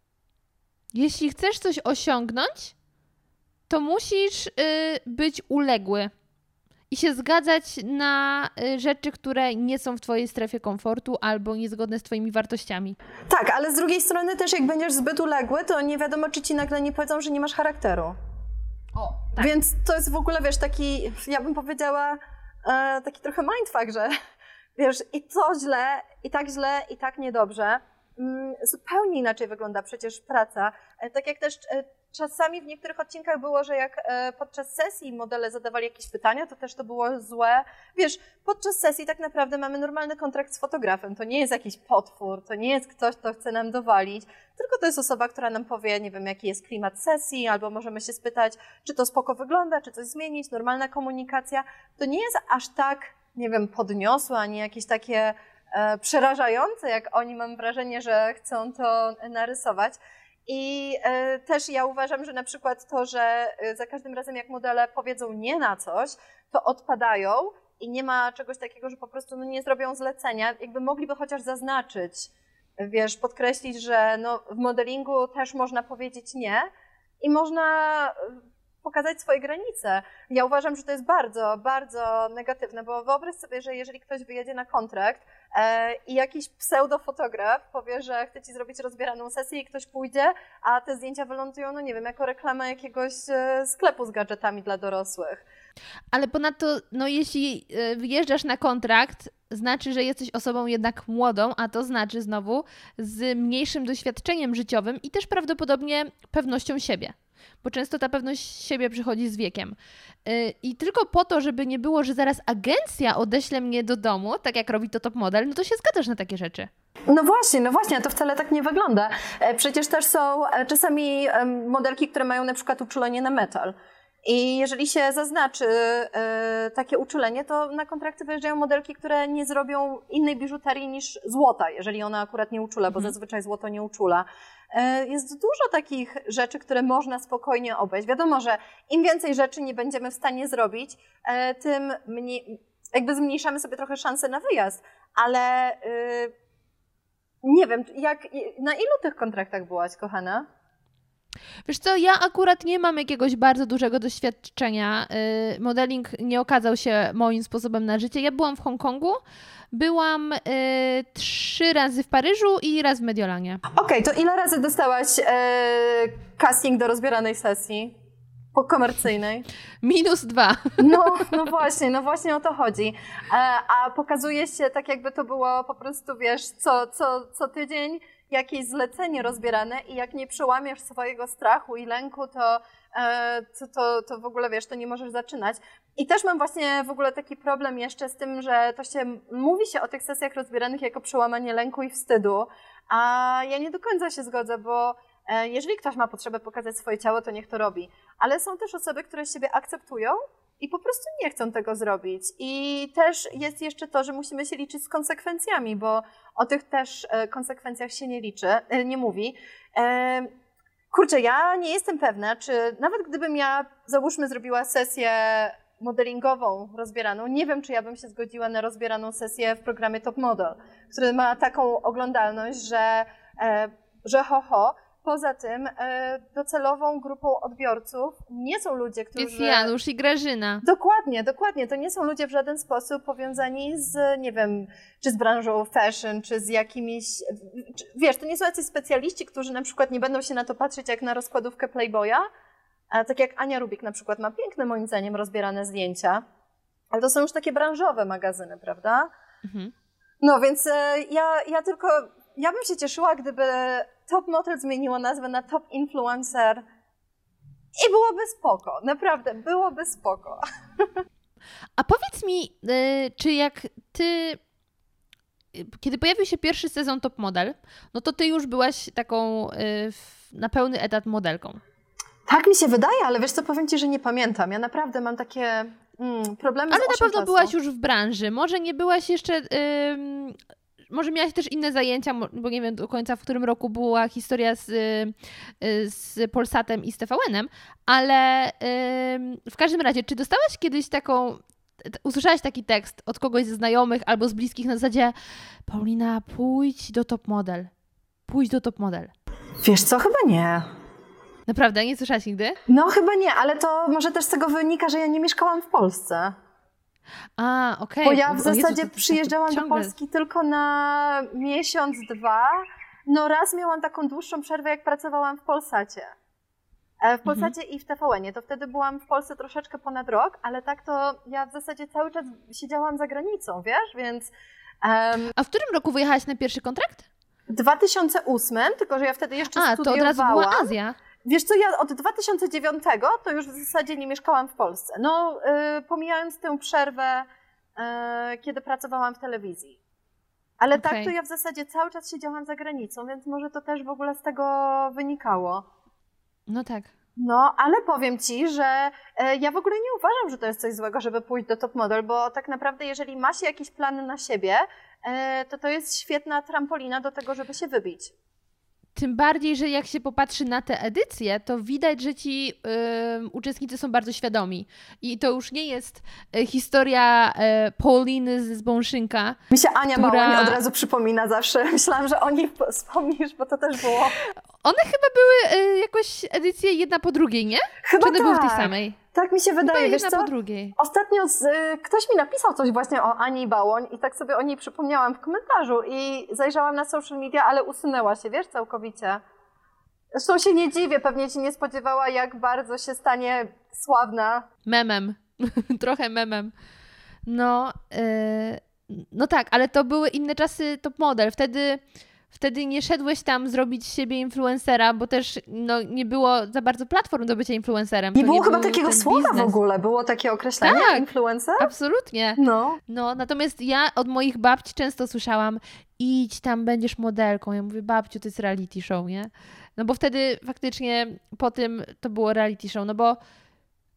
jeśli chcesz coś osiągnąć, to musisz y, być uległy i się zgadzać na y, rzeczy, które nie są w twojej strefie komfortu albo niezgodne z twoimi wartościami. Tak, ale z drugiej strony też jak będziesz zbyt uległy, to nie wiadomo, czy ci nagle nie powiedzą, że nie masz charakteru. O, tak. Więc to jest w ogóle, wiesz, taki, ja bym powiedziała, e, taki trochę mindfuck, że wiesz, i to źle, i tak źle, i tak niedobrze. Mm, zupełnie inaczej wygląda przecież praca. E, tak jak też e, czasami w niektórych odcinkach było, że jak e, podczas sesji modele zadawali jakieś pytania, to też to było złe. Wiesz, podczas sesji tak naprawdę mamy normalny kontrakt z fotografem. To nie jest jakiś potwór, to nie jest ktoś, kto chce nam dowalić, tylko to jest osoba, która nam powie, nie wiem, jaki jest klimat sesji, albo możemy się spytać, czy to spoko wygląda, czy coś zmienić, normalna komunikacja. To nie jest aż tak, nie wiem, podniosłe, ani jakieś takie e, przerażające, jak oni, mam wrażenie, że chcą to narysować. I e, też ja uważam, że na przykład to, że za każdym razem jak modele powiedzą nie na coś, to odpadają i nie ma czegoś takiego, że po prostu no, nie zrobią zlecenia, jakby mogliby chociaż zaznaczyć, wiesz, podkreślić, że no, w modelingu też można powiedzieć nie i można pokazać swoje granice. Ja uważam, że to jest bardzo, bardzo negatywne, bo wyobraź sobie, że jeżeli ktoś wyjedzie na kontrakt e, i jakiś pseudofotograf powie, że chce ci zrobić rozbieraną sesję i ktoś pójdzie, a te zdjęcia wylądują, no nie wiem, jako reklama jakiegoś e, sklepu z gadżetami dla dorosłych. Ale ponadto, no jeśli wyjeżdżasz na kontrakt, znaczy, że jesteś osobą jednak młodą, a to znaczy znowu z mniejszym doświadczeniem życiowym i też prawdopodobnie pewnością siebie. Bo często ta pewność siebie przychodzi z wiekiem. I tylko po to, żeby nie było, że zaraz agencja odeśle mnie do domu, tak jak robi to Top Model, no to się zgadzasz na takie rzeczy. No właśnie, no właśnie, a to wcale tak nie wygląda. Przecież też są czasami modelki, które mają na przykład uczulenie na metal. I jeżeli się zaznaczy e, takie uczulenie, to na kontrakty wyjeżdżają modelki, które nie zrobią innej biżuterii niż złota, jeżeli ona akurat nie uczula, bo Mhm. zazwyczaj złoto nie uczula. E, jest dużo takich rzeczy, które można spokojnie obejść. Wiadomo, że im więcej rzeczy nie będziemy w stanie zrobić, e, tym mniej, jakby zmniejszamy sobie trochę szanse na wyjazd, ale e, nie wiem, jak, na ilu tych kontraktach byłaś, kochana? Wiesz co, ja akurat nie mam jakiegoś bardzo dużego doświadczenia. Yy, modeling nie okazał się moim sposobem na życie. Ja byłam w Hongkongu, byłam yy, trzy razy w Paryżu i raz w Mediolanie. Okej, to ile razy dostałaś e, casting do rozbieranej sesji? Po komercyjnej? Minus dwa. No, no właśnie, no właśnie o to chodzi. E, a pokazuje się tak, jakby to było po prostu, wiesz, co, co, co tydzień jakieś zlecenie rozbierane i jak nie przełamiesz swojego strachu i lęku, to, e, to, to, to w ogóle, wiesz, to nie możesz zaczynać. I też mam właśnie w ogóle taki problem jeszcze z tym, że to się mówi się o tych sesjach rozbieranych jako przełamanie lęku i wstydu, a ja nie do końca się zgodzę, bo e, jeżeli ktoś ma potrzebę pokazać swoje ciało, to niech to robi. Ale są też osoby, które siebie akceptują i po prostu nie chcą tego zrobić. I też jest jeszcze to, że musimy się liczyć z konsekwencjami, bo o tych też e, konsekwencjach się nie liczy, e, nie mówi. E, kurczę, ja nie jestem pewna, czy nawet gdybym ja, załóżmy, zrobiła sesję modelingową rozbieraną, nie wiem, czy ja bym się zgodziła na rozbieraną sesję w programie Top Model, który ma taką oglądalność, że, e, że ho, ho. Poza tym e, docelową grupą odbiorców nie są ludzie, którzy... Jest Janusz i Grażyna. Dokładnie, dokładnie. To nie są ludzie w żaden sposób powiązani z, nie wiem, czy z branżą fashion, czy z jakimiś... Czy, wiesz, to nie są jacyś specjaliści, którzy na przykład nie będą się na to patrzeć jak na rozkładówkę Playboya, a tak jak Ania Rubik na przykład ma piękne, moim zdaniem, rozbierane zdjęcia, ale to są już takie branżowe magazyny, prawda? Mhm. No więc e, ja, ja tylko... Ja bym się cieszyła, gdyby Top Model zmieniło nazwę na Top Influencer i byłoby spoko. Naprawdę, byłoby spoko. A powiedz mi, y, czy jak ty... Kiedy pojawił się pierwszy sezon Top Model, no to ty już byłaś taką y, w, na pełny etat modelką. Tak mi się wydaje, ale wiesz co, powiem ci, że nie pamiętam. Ja naprawdę mam takie mm, problemy Ale z na osią pewno czasu. byłaś już w branży. Może nie byłaś jeszcze... Ym, może miałaś też inne zajęcia, bo nie wiem do końca, w którym roku była historia z, y, z Polsatem i z T V N-em, ale ym, w każdym razie, czy dostałaś kiedyś taką... Usłyszałaś taki tekst od kogoś ze znajomych albo z bliskich na zasadzie Paulina, pójdź do Top Model. Pójdź do Top Model. Wiesz co, chyba nie. Naprawdę? Nie słyszałaś nigdy? No chyba nie, ale to może też z tego wynika, że ja nie mieszkałam w Polsce. A, okej. Bo ja O w Jezu, zasadzie to- to- to przyjeżdżałam do ciągle- Polski tylko na miesiąc, dwa. No raz miałam taką dłuższą przerwę, jak pracowałam w Polsacie. E, W Polsacie i w T V N-ie. To wtedy byłam w Polsce troszeczkę ponad rok, ale tak to ja w zasadzie cały czas siedziałam za granicą, wiesz, więc em, A w którym roku wyjechałaś na pierwszy kontrakt? w dwa tysiące ósmym, tylko że ja wtedy jeszcze A, to od studiowałam. razu była Azja. Wiesz co, ja od dwa tysiące dziewiątego to już w zasadzie nie mieszkałam w Polsce. No, y, pomijając tę przerwę, y, kiedy pracowałam w telewizji. Ale Okej. tak to ja w zasadzie cały czas siedziałam za granicą, więc może to też w ogóle z tego wynikało. No tak. No, ale powiem Ci, że e, ja w ogóle nie uważam, że to jest coś złego, żeby pójść do Top Model, bo tak naprawdę jeżeli ma się jakieś plany na siebie, e, to to jest świetna trampolina do tego, żeby się wybić. Tym bardziej, że jak się popatrzy na te edycje, to widać, że ci ym, uczestnicy są bardzo świadomi. I to już nie jest y, historia y, Pauliny z Zbąszynka. Mi się Ania Która- Bałoń od razu przypomina zawsze. Myślałam, że o niej po- wspomnisz, bo to też było. One chyba były y, jakoś edycje jedna po drugiej, nie? Chyba Czy one tak. były w tej samej? Tak mi się Chyba wydaje, wiesz jedna co? po drugiej. Ostatnio z, y, ktoś mi napisał coś właśnie o Ani Bałoń i tak sobie o niej przypomniałam w komentarzu i zajrzałam na social media, ale usunęła się, wiesz, całkowicie. Zresztą się nie dziwię, pewnie Ci nie spodziewała, jak bardzo się stanie sławna. Memem. Trochę memem. No, y, no tak, ale to były inne czasy Top Model. Wtedy, wtedy nie szedłeś tam zrobić z siebie influencera, bo też no, nie było za bardzo platform do bycia influencerem. Nie To było chyba był takiego ten słowa biznes. w ogóle, było takie określenie, Tak. influencer? Absolutnie. No. No, natomiast ja od moich babci często słyszałam, idź tam, będziesz modelką. Ja mówię, babciu, to jest reality show, nie? No bo wtedy faktycznie po tym to było reality show, no bo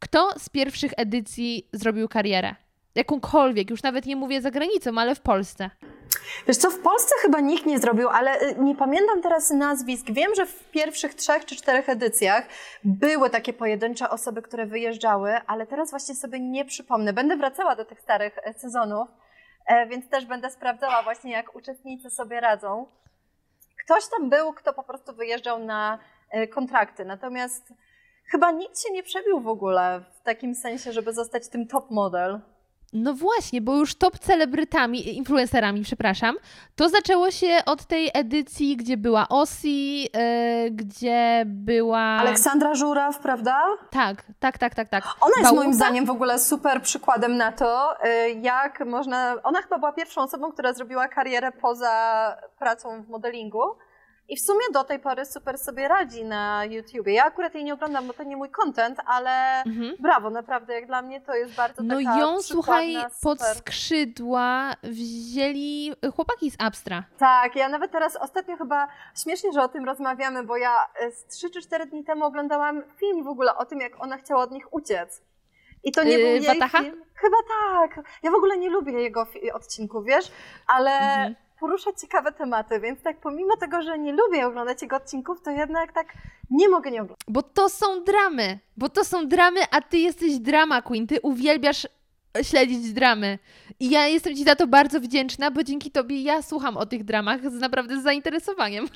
Kto z pierwszych edycji zrobił karierę? Jakąkolwiek, już nawet nie mówię za granicą, ale w Polsce. Wiesz co, w Polsce chyba nikt nie zrobił, ale nie pamiętam teraz nazwisk. Wiem, że w pierwszych trzech czy czterech edycjach były takie pojedyncze osoby, które wyjeżdżały, ale teraz właśnie sobie nie przypomnę. Będę wracała do tych starych sezonów, więc też będę sprawdzała właśnie, jak uczestnicy sobie radzą. Ktoś tam był, kto po prostu wyjeżdżał na kontrakty, natomiast chyba nikt się nie przebił w ogóle w takim sensie, żeby zostać tym top model. No właśnie, bo już top celebrytami, influencerami, przepraszam, to zaczęło się od tej edycji, gdzie była Osi, yy, gdzie była... Aleksandra Żuraw, prawda? Tak, tak, tak, tak, tak. Ona jest Bałuta? moim zdaniem w ogóle super przykładem na to, jak można... Ona chyba była pierwszą osobą, która zrobiła karierę poza pracą w modelingu. I w sumie do tej pory super sobie radzi na YouTubie. Ja akurat jej nie oglądam, bo to nie mój content, ale mhm. brawo, naprawdę, jak dla mnie to jest bardzo no taka ją, słuchaj, super. pod skrzydła wzięli chłopaki z Abstra. Tak, ja nawet teraz ostatnio chyba, śmiesznie, że o tym rozmawiamy, bo ja z trzy czy cztery dni temu oglądałam film w ogóle o tym, jak ona chciała od nich uciec. I to nie yy, był jej Wataha? film. Chyba tak. Ja w ogóle nie lubię jego odcinków, wiesz, ale... Mhm. porusza ciekawe tematy, więc tak pomimo tego, że nie lubię oglądać jego odcinków, to jednak tak nie mogę nie oglądać. Bo to są dramy, bo to są dramy, a ty jesteś drama queen, ty uwielbiasz śledzić dramy. I ja jestem ci za to bardzo wdzięczna, bo dzięki tobie ja słucham o tych dramach z naprawdę z zainteresowaniem.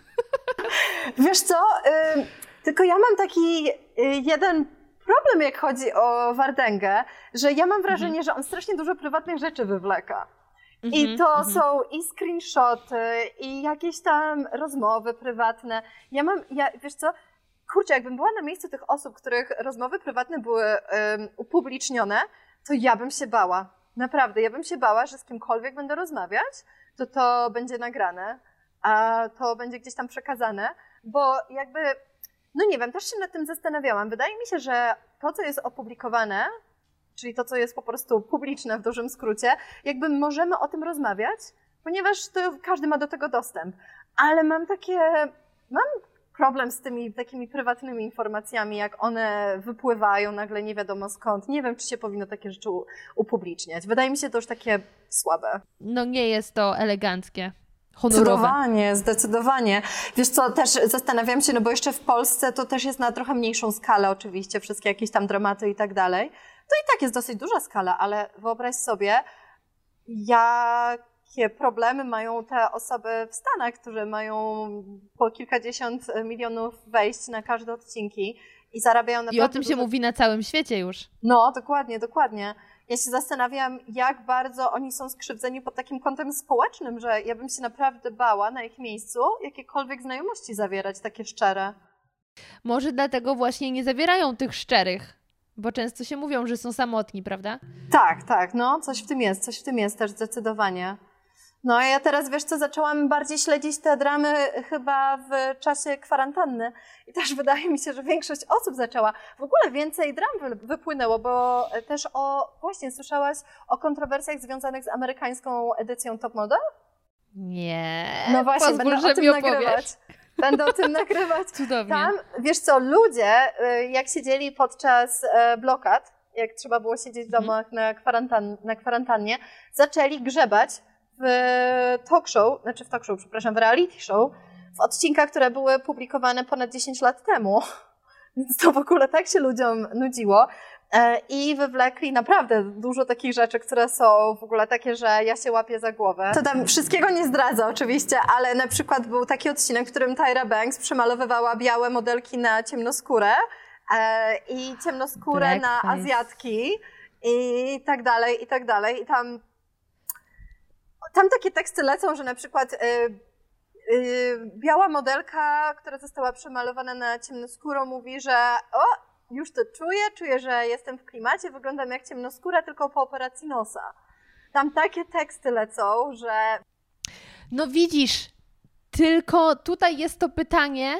Wiesz co, y, tylko ja mam taki y, jeden problem, jak chodzi o Wardęgę, że ja mam wrażenie, mhm. że on strasznie dużo prywatnych rzeczy wywleka. I Mm-hmm, to mm-hmm. są i screenshoty, i jakieś tam rozmowy prywatne. Ja mam, ja, wiesz co, kurczę, jakbym była na miejscu tych osób, których rozmowy prywatne były um, upublicznione, to ja bym się bała. Naprawdę, ja bym się bała, że z kimkolwiek będę rozmawiać, to to będzie nagrane, a to będzie gdzieś tam przekazane, bo jakby, no nie wiem, też się nad tym zastanawiałam. Wydaje mi się, że to, co jest opublikowane, czyli to, co jest po prostu publiczne w dużym skrócie, jakby możemy o tym rozmawiać, ponieważ to każdy ma do tego dostęp. Ale mam takie, mam problem z tymi takimi prywatnymi informacjami, jak one wypływają nagle nie wiadomo skąd. Nie wiem, czy się powinno takie rzeczy upubliczniać. Wydaje mi się to już takie słabe. No nie jest to eleganckie. Honorowe. Zdecydowanie, zdecydowanie. Wiesz co, też zastanawiam się, no bo jeszcze w Polsce to też jest na trochę mniejszą skalę oczywiście, wszystkie jakieś tam dramaty i tak dalej. To i tak jest dosyć duża skala, ale wyobraź sobie, jakie problemy mają te osoby w Stanach, które mają po kilkadziesiąt milionów wejść na każde odcinki i zarabiają naprawdę I o tym się dużo... mówi na całym świecie już. No, dokładnie, dokładnie. Ja się zastanawiam, jak bardzo oni są skrzywdzeni pod takim kątem społecznym, że ja bym się naprawdę bała na ich miejscu jakiekolwiek znajomości zawierać, takie szczere. Może dlatego właśnie nie zawierają tych szczerych. Bo często się mówią, że są samotni, prawda? Tak, tak, no coś w tym jest, coś w tym jest też zdecydowanie. No ja teraz, wiesz co, zaczęłam bardziej śledzić te dramy chyba w czasie kwarantanny i też wydaje mi się, że większość osób zaczęła. W ogóle więcej dram wypłynęło, bo też o, właśnie słyszałaś o kontrowersjach związanych z amerykańską edycją Top Model? Nie. No właśnie, Pozwól, będę o tym nagrywać. Będę o tym nagrywać. Cudownie. Tam, wiesz co, ludzie, jak siedzieli podczas blokad, jak trzeba było siedzieć w domach na, kwarantan- na kwarantannie, zaczęli grzebać w talk show, znaczy w talk show, przepraszam, w reality show, w odcinkach, które były publikowane ponad dziesięć lat temu. Więc to w ogóle tak się ludziom nudziło. I wywlekli naprawdę dużo takich rzeczy, które są w ogóle takie, że ja się łapię za głowę. To tam wszystkiego nie zdradzę oczywiście, ale na przykład był taki odcinek, w którym Tyra Banks przemalowywała białe modelki na ciemnoskórę i ciemnoskórę na Azjatki i tak dalej, i tak dalej. I tam, tam takie teksty lecą, że na przykład y, y, biała modelka, która została przemalowana na ciemnoskórą, mówi, że o, już to czuję, czuję, że jestem w klimacie, wyglądam jak ciemnoskóra, tylko po operacji nosa. Tam takie teksty lecą, że... No widzisz, tylko tutaj jest to pytanie,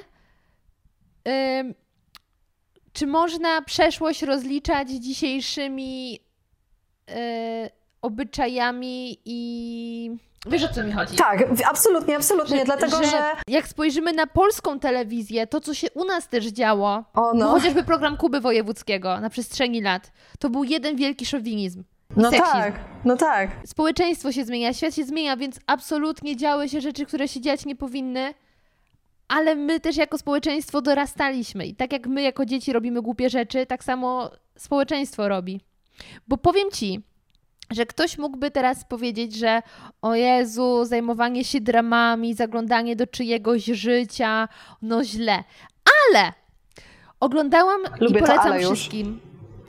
yy, czy można przeszłość rozliczać dzisiejszymi yy, obyczajami i Wiesz, o co mi chodzi? Tak, absolutnie, absolutnie, że, dlatego, że... że... Jak spojrzymy na polską telewizję, to co się u nas też działo, o, no. no chociażby program Kuby Wojewódzkiego na przestrzeni lat, to był jeden wielki szowinizm. No seksizm. tak, no tak. Społeczeństwo się zmienia, świat się zmienia, więc absolutnie działy się rzeczy, które się dziać nie powinny, ale my też jako społeczeństwo dorastaliśmy i tak jak my jako dzieci robimy głupie rzeczy, tak samo społeczeństwo robi. Bo powiem Ci, że ktoś mógłby teraz powiedzieć, że o Jezu, zajmowanie się dramami, zaglądanie do czyjegoś życia, no źle. Ale oglądałam Lubię i polecam to, ale już. wszystkim.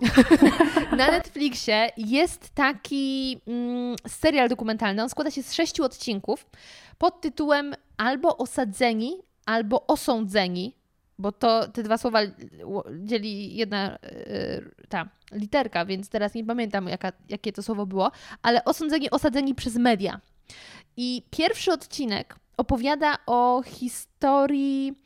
Na Netflixie jest taki mm, serial dokumentalny, on składa się z sześciu odcinków pod tytułem albo Osadzeni, albo Osądzeni, bo to te dwa słowa dzieli jedna yy, ta literka, więc teraz nie pamiętam jaka, jakie to słowo było, ale Osądzeni, Osadzeni przez media. I pierwszy odcinek opowiada o historii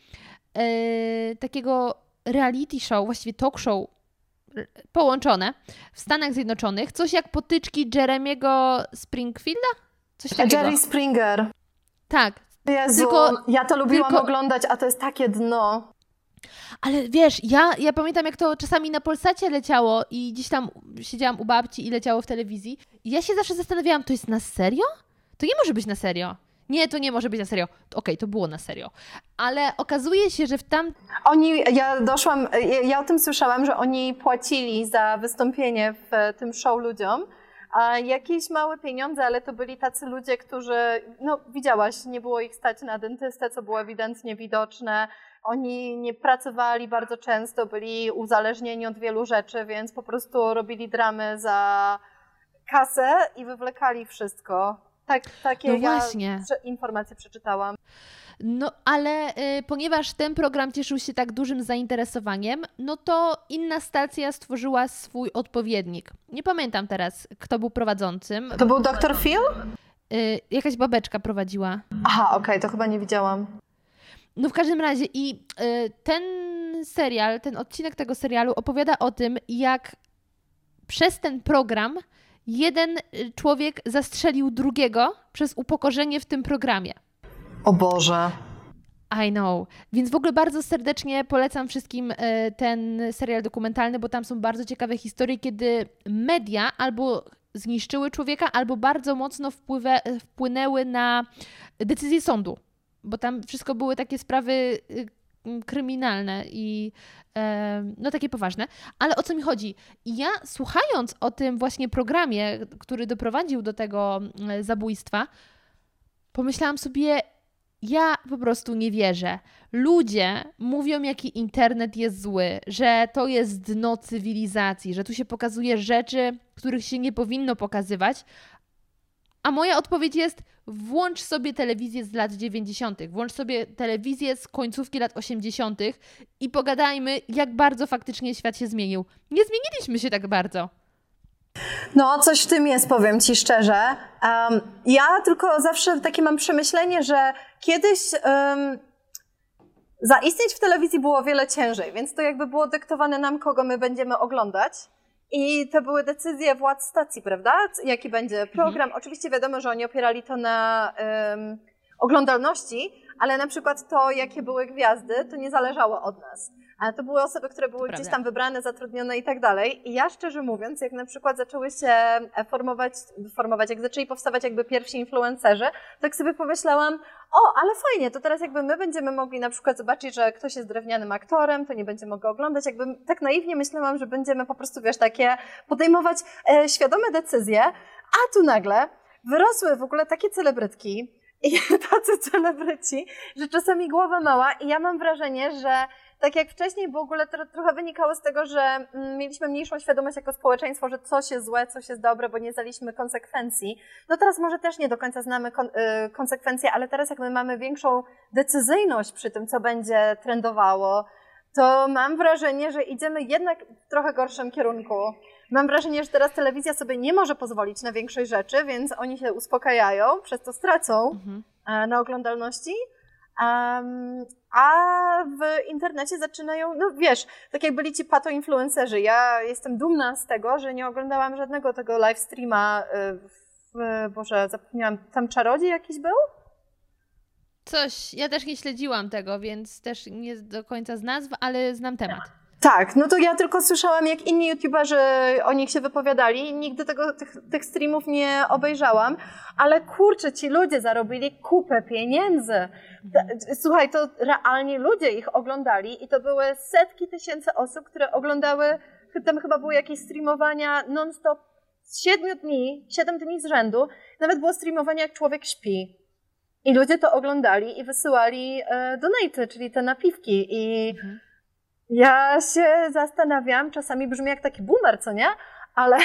yy, takiego reality show, właściwie talk show połączone w Stanach Zjednoczonych, coś jak potyczki Jeremiego Springfielda? Coś takiego. Jerry Springer. Tak. Jezu, tylko, ja to lubiłam tylko... oglądać, a to jest takie dno. Ale wiesz, ja, ja pamiętam jak to czasami na Polsacie leciało i gdzieś tam siedziałam u babci i leciało w telewizji i ja się zawsze zastanawiałam, to jest na serio? To nie może być na serio. Nie, to nie może być na serio. Okej, okay, to było na serio. Ale okazuje się, że w tam... Oni, ja doszłam, ja, ja o tym słyszałam, że oni płacili za wystąpienie w tym show ludziom, a jakieś małe pieniądze, ale to byli tacy ludzie, którzy, no widziałaś, nie było ich stać na dentystę, co było ewidentnie widoczne. Oni nie pracowali bardzo często, byli uzależnieni od wielu rzeczy, więc po prostu robili dramy za kasę i wywlekali wszystko. Tak, takie no ja właśnie. informacje przeczytałam. No ale y, ponieważ ten program cieszył się tak dużym zainteresowaniem, no to inna stacja stworzyła swój odpowiednik. Nie pamiętam teraz, kto był prowadzącym. To był doktor Phil? Y, jakaś babeczka prowadziła. Aha, okej, okay, to chyba nie widziałam. No w każdym razie i y, ten serial, ten odcinek tego serialu opowiada o tym, jak przez ten program jeden człowiek zastrzelił drugiego przez upokorzenie w tym programie. O Boże. I know. Więc w ogóle bardzo serdecznie polecam wszystkim ten serial dokumentalny, bo tam są bardzo ciekawe historie, kiedy media albo zniszczyły człowieka, albo bardzo mocno wpływa, wpłynęły na decyzję sądu. Bo tam wszystko były takie sprawy kryminalne i no takie poważne. Ale o co mi chodzi? Ja słuchając o tym właśnie programie, który doprowadził do tego zabójstwa, pomyślałam sobie, ja po prostu nie wierzę. Ludzie mówią, jaki internet jest zły, że to jest dno cywilizacji, że tu się pokazuje rzeczy, których się nie powinno pokazywać, a moja odpowiedź jest: włącz sobie telewizję z lat dziewięćdziesiątych, włącz sobie telewizję z końcówki lat osiemdziesiątych i pogadajmy, jak bardzo faktycznie świat się zmienił. Nie zmieniliśmy się tak bardzo. No, coś w tym jest, powiem Ci szczerze. Um, ja tylko zawsze takie mam przemyślenie, że kiedyś um, zaistnieć w telewizji było o wiele ciężej, więc to jakby było dyktowane nam, kogo my będziemy oglądać. I to były decyzje władz stacji, prawda? Jaki będzie program. Mhm. Oczywiście wiadomo, że oni opierali to na um, oglądalności, ale na przykład to, jakie były gwiazdy, to nie zależało od nas. Ale to były osoby, które były to gdzieś prawda. tam wybrane, zatrudnione i tak dalej. I ja szczerze mówiąc, jak na przykład zaczęły się formować, formować, jak zaczęli powstawać jakby pierwsi influencerzy, tak sobie pomyślałam, o, ale fajnie, to teraz jakby my będziemy mogli na przykład zobaczyć, że ktoś jest drewnianym aktorem, to nie będziemy go oglądać. Jakby tak naiwnie myślałam, że będziemy po prostu, wiesz, takie podejmować e, świadome decyzje, a tu nagle wyrosły w ogóle takie celebrytki i tacy celebryci, że czasami głowa mała i ja mam wrażenie, że tak jak wcześniej w ogóle to trochę wynikało z tego, że mieliśmy mniejszą świadomość jako społeczeństwo, że coś jest złe, coś jest dobre, bo nie znaliśmy konsekwencji. No teraz może też nie do końca znamy kon- y- konsekwencje, ale teraz jak my mamy większą decyzyjność przy tym, co będzie trendowało, to mam wrażenie, że idziemy jednak w trochę gorszym kierunku. Mam wrażenie, że teraz telewizja sobie nie może pozwolić na większość rzeczy, więc oni się uspokajają, przez to stracą mhm. na oglądalności. Um, a w internecie zaczynają, no wiesz, tak jak byli ci pato-influencerzy. Ja jestem dumna z tego, że nie oglądałam żadnego tego live streama w, Boże, zapomniałam, tam czarodziej jakiś był? Coś, ja też nie śledziłam tego, więc też nie do końca z nazw, ale znam temat. Tak, no to ja tylko słyszałam, jak inni youtuberzy o nich się wypowiadali. Nigdy tego, tych, tych streamów nie obejrzałam, ale kurczę, ci ludzie zarobili kupę pieniędzy. Słuchaj, to realnie ludzie ich oglądali i to były setki tysięcy osób, które oglądały, tam chyba były jakieś streamowania non-stop z siedmiu dni, siedem dni z rzędu. Nawet było streamowanie, jak człowiek śpi. I ludzie to oglądali i wysyłali e, donaty, czyli te napiwki. I mhm. ja się zastanawiam, czasami brzmi jak taki boomer, co nie? Ale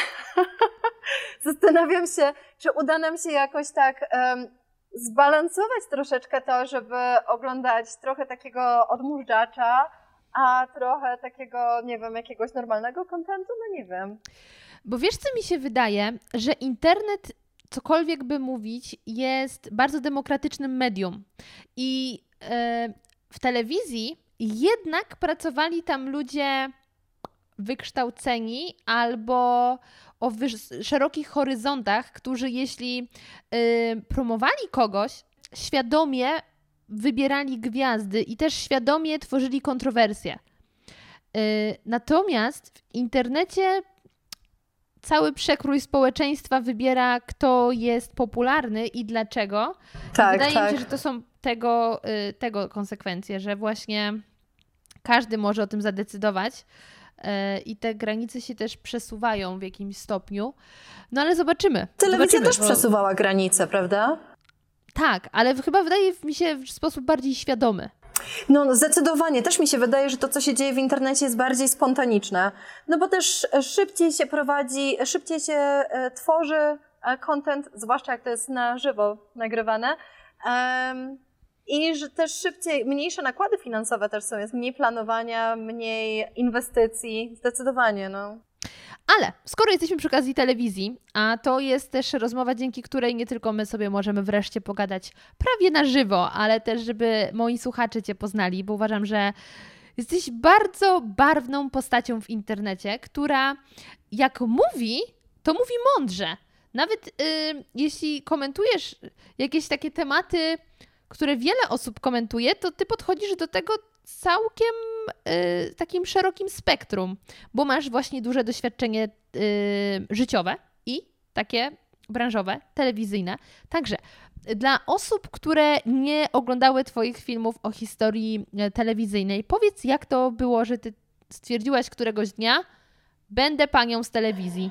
zastanawiam się, czy uda nam się jakoś tak um, zbalansować troszeczkę to, żeby oglądać trochę takiego odmurzacza, a trochę takiego, nie wiem, jakiegoś normalnego kontentu, no nie wiem. Bo wiesz, co mi się wydaje, że internet, cokolwiek by mówić, jest bardzo demokratycznym medium. I yy, w telewizji jednak pracowali tam ludzie wykształceni albo o wyż- szerokich horyzontach, którzy jeśli yy, promowali kogoś, świadomie wybierali gwiazdy i też świadomie tworzyli kontrowersje. Yy, natomiast w internecie cały przekrój społeczeństwa wybiera, kto jest popularny i dlaczego. Tak, I wydaje tak. mi się, że to są tego, tego konsekwencje, że właśnie każdy może o tym zadecydować i te granice się też przesuwają w jakimś stopniu. No ale zobaczymy. Telewizja zobaczymy, też bo... przesuwała granice, prawda? Tak, ale chyba wydaje mi się w sposób bardziej świadomy. No zdecydowanie. Też mi się wydaje, że to, co się dzieje w internecie, jest bardziej spontaniczne. No bo też szybciej się prowadzi, szybciej się e, tworzy content, zwłaszcza jak to jest na żywo nagrywane. Um, I że też szybciej, mniejsze nakłady finansowe też są, jest mniej planowania, mniej inwestycji. Zdecydowanie, no. Ale skoro jesteśmy przy okazji telewizji, a to jest też rozmowa, dzięki której nie tylko my sobie możemy wreszcie pogadać prawie na żywo, ale też, żeby moi słuchacze Cię poznali, bo uważam, że jesteś bardzo barwną postacią w internecie, która jak mówi, to mówi mądrze. Nawet yy, jeśli komentujesz jakieś takie tematy, które wiele osób komentuje, to Ty podchodzisz do tego całkiem y, takim szerokim spektrum, bo masz właśnie duże doświadczenie y, życiowe i takie branżowe, telewizyjne. Także dla osób, które nie oglądały Twoich filmów o historii telewizyjnej, powiedz, jak to było, że Ty stwierdziłaś któregoś dnia, będę panią z telewizji.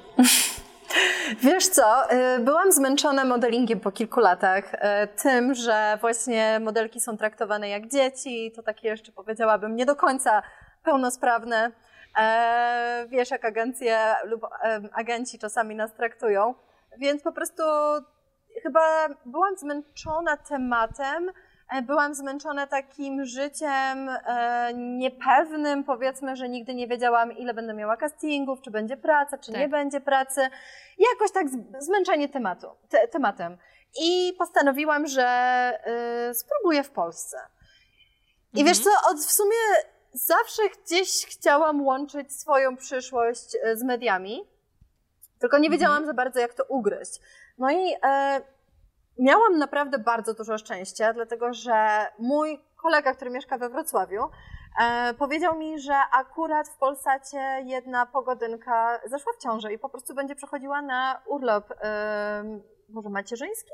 Wiesz co, byłam zmęczona modelingiem po kilku latach, tym, że właśnie modelki są traktowane jak dzieci, to takie jeszcze powiedziałabym nie do końca pełnosprawne. Wiesz, jak agencje lub agenci czasami nas traktują, więc po prostu chyba byłam zmęczona tematem, byłam zmęczona takim życiem e, niepewnym, powiedzmy, że nigdy nie wiedziałam, ile będę miała castingów, czy będzie praca, czy tak. nie będzie pracy. Jakoś tak zmęczenie tematu, te, tematem. I postanowiłam, że e, spróbuję w Polsce. I mhm. wiesz co, od, w sumie zawsze gdzieś chciałam łączyć swoją przyszłość z mediami, tylko nie wiedziałam mhm. za bardzo, jak to ugryźć. No i e, miałam naprawdę bardzo dużo szczęścia, dlatego że mój kolega, który mieszka we Wrocławiu, e, powiedział mi, że akurat w Polsacie jedna pogodynka zaszła w ciążę i po prostu będzie przechodziła na urlop, e, może macierzyński?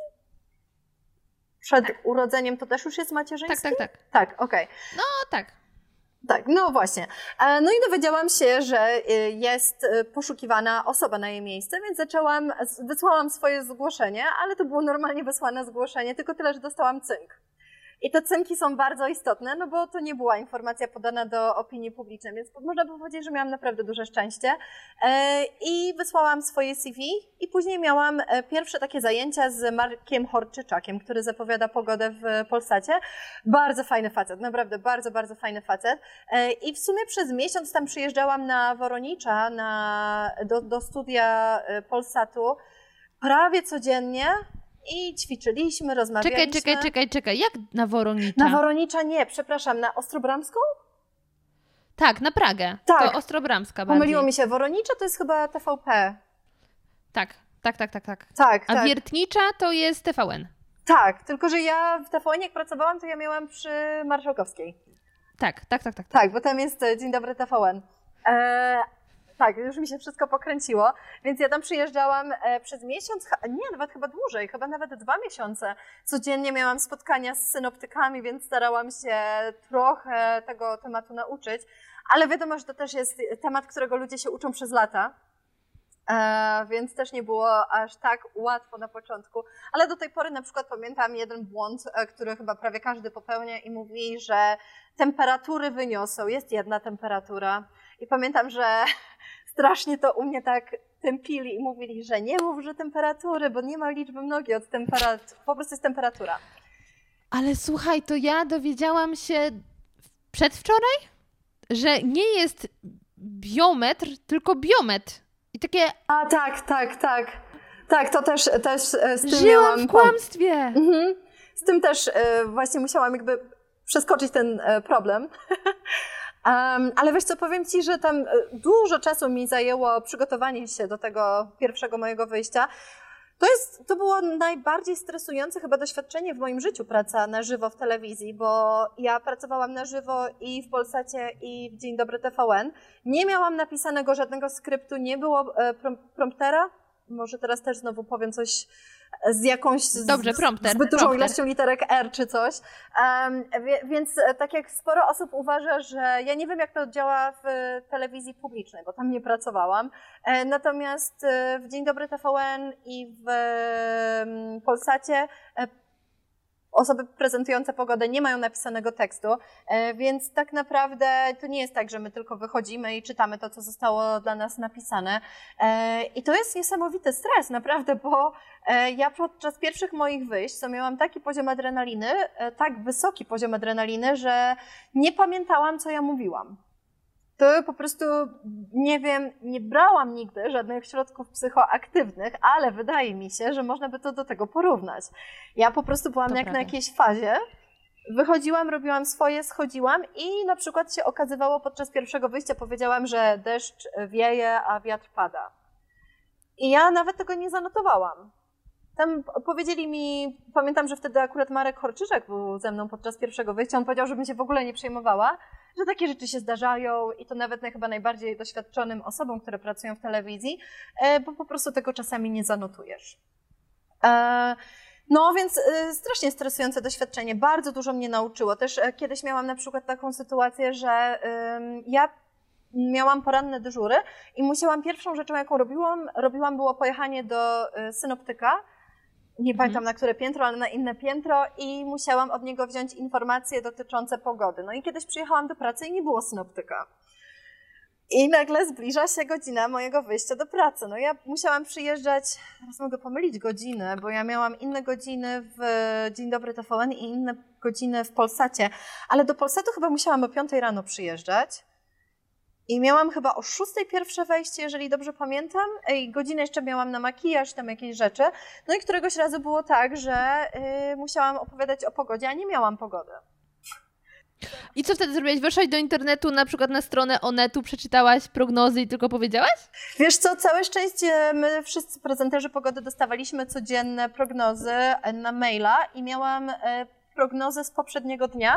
Przed tak. urodzeniem to też już jest macierzyński? Tak, tak, tak. Tak, okej. Okay. No tak. Tak, no właśnie. No i dowiedziałam się, że jest poszukiwana osoba na jej miejsce, więc zaczęłam, wysłałam swoje zgłoszenie, ale to było normalnie wysłane zgłoszenie, tylko tyle, że dostałam cynk. I te cynki są bardzo istotne, no bo to nie była informacja podana do opinii publicznej, więc można by powiedzieć, że miałam naprawdę duże szczęście. I wysłałam swoje C V i później miałam pierwsze takie zajęcia z Markiem Horczyczakiem, który zapowiada pogodę w Polsacie. Bardzo fajny facet, naprawdę bardzo, bardzo fajny facet. I w sumie przez miesiąc tam przyjeżdżałam na Woronicza, na, do, do studia Polsatu prawie codziennie. I ćwiczyliśmy, rozmawialiśmy. Czekaj, czekaj, czekaj, czekaj. Jak na Woronicza? Na Woronicza nie, przepraszam, na Ostrobramską? Tak, na Pragę. Tak. To Ostrobramska bardziej. Pomyliło mi się. Woronicza to jest chyba T V P. Tak. Tak, tak, tak, tak. Tak, A tak. Wiertnicza to jest T V N. Tak, tylko że ja w T V N jak pracowałam, to ja miałam przy Marszałkowskiej. Tak, tak, tak, tak. Tak, bo tam jest Dzień Dobry T V N. E, tak, już mi się wszystko pokręciło, więc ja tam przyjeżdżałam e, przez miesiąc, nie, nawet chyba dłużej, chyba nawet dwa miesiące. Codziennie miałam spotkania z synoptykami, więc starałam się trochę tego tematu nauczyć, ale wiadomo, że to też jest temat, którego ludzie się uczą przez lata. E, więc też nie było aż tak łatwo na początku, ale do tej pory na przykład pamiętam jeden błąd, e, który chyba prawie każdy popełnia i mówi, że temperatury wyniosą, jest jedna temperatura i pamiętam, że strasznie to u mnie tak tępili i mówili, że nie mów, że temperatury, bo nie ma liczby mnogiej od temperatury, po prostu jest temperatura. Ale słuchaj, to ja dowiedziałam się przedwczoraj, że nie jest biometr, tylko biometr. I takie... A tak, tak, tak. Tak, to też, też z tym Żyłam miałam... w kłamstwie! Mhm. Z tym też e, właśnie musiałam jakby przeskoczyć ten e, problem. um, ale wiesz co, powiem Ci, że tam dużo czasu mi zajęło przygotowanie się do tego pierwszego mojego wyjścia. To, jest, to było najbardziej stresujące chyba doświadczenie w moim życiu, praca na żywo w telewizji, bo ja pracowałam na żywo i w Polsacie, i w Dzień Dobry T V N. Nie miałam napisanego żadnego skryptu, nie było e, prom- promptera. Może teraz też znowu powiem coś z jakąś z, Dobrze, prompter, zbyt dużą prompter. ilością literek R czy coś. Um, wie, więc tak jak sporo osób uważa, że ja nie wiem, jak to działa w telewizji publicznej, bo tam nie pracowałam. E, natomiast w Dzień Dobry T V N i w um, Polsacie e, osoby prezentujące pogodę nie mają napisanego tekstu, e, więc tak naprawdę to nie jest tak, że my tylko wychodzimy i czytamy to, co zostało dla nas napisane. E, I to jest niesamowity stres, naprawdę, bo e, ja podczas pierwszych moich wyjść to miałam taki poziom adrenaliny, e, tak wysoki poziom adrenaliny, że nie pamiętałam, co ja mówiłam. To po prostu, nie wiem, nie brałam nigdy żadnych środków psychoaktywnych, ale wydaje mi się, że można by to do tego porównać. Ja po prostu byłam To jak prawda. na jakiejś fazie, wychodziłam, robiłam swoje, schodziłam i na przykład się okazywało podczas pierwszego wyjścia, powiedziałam, że deszcz wieje, a wiatr pada. I ja nawet tego nie zanotowałam. Tam powiedzieli mi, pamiętam, że wtedy akurat Marek Horczyszek był ze mną podczas pierwszego wyjścia, on powiedział, żebym się w ogóle nie przejmowała, że takie rzeczy się zdarzają i to nawet chyba najbardziej doświadczonym osobom, które pracują w telewizji, bo po prostu tego czasami nie zanotujesz. No więc strasznie stresujące doświadczenie, bardzo dużo mnie nauczyło. Też kiedyś miałam na przykład taką sytuację, że ja miałam poranne dyżury i musiałam, pierwszą rzeczą, jaką robiłam, robiłam było pojechanie do synoptyka, nie pamiętam na które piętro, ale na inne piętro i musiałam od niego wziąć informacje dotyczące pogody. No i kiedyś przyjechałam do pracy i nie było synoptyka. I nagle zbliża się godzina mojego wyjścia do pracy. No ja musiałam przyjeżdżać, teraz mogę pomylić godziny, bo ja miałam inne godziny w Dzień Dobry T V N i inne godziny w Polsacie, ale do Polsatu chyba musiałam o piątej rano przyjeżdżać. I miałam chyba o szóstej pierwsze wejście, jeżeli dobrze pamiętam, i godzinę jeszcze miałam na makijaż, tam jakieś rzeczy. No i któregoś razu było tak, że y, musiałam opowiadać o pogodzie, a nie miałam pogody. I co wtedy zrobiłaś? Weszłaś do internetu, na przykład na stronę Onetu, przeczytałaś prognozy i tylko powiedziałaś? Wiesz co, całe szczęście my wszyscy prezenterzy pogody dostawaliśmy codzienne prognozy na maila i miałam y, prognozę z poprzedniego dnia,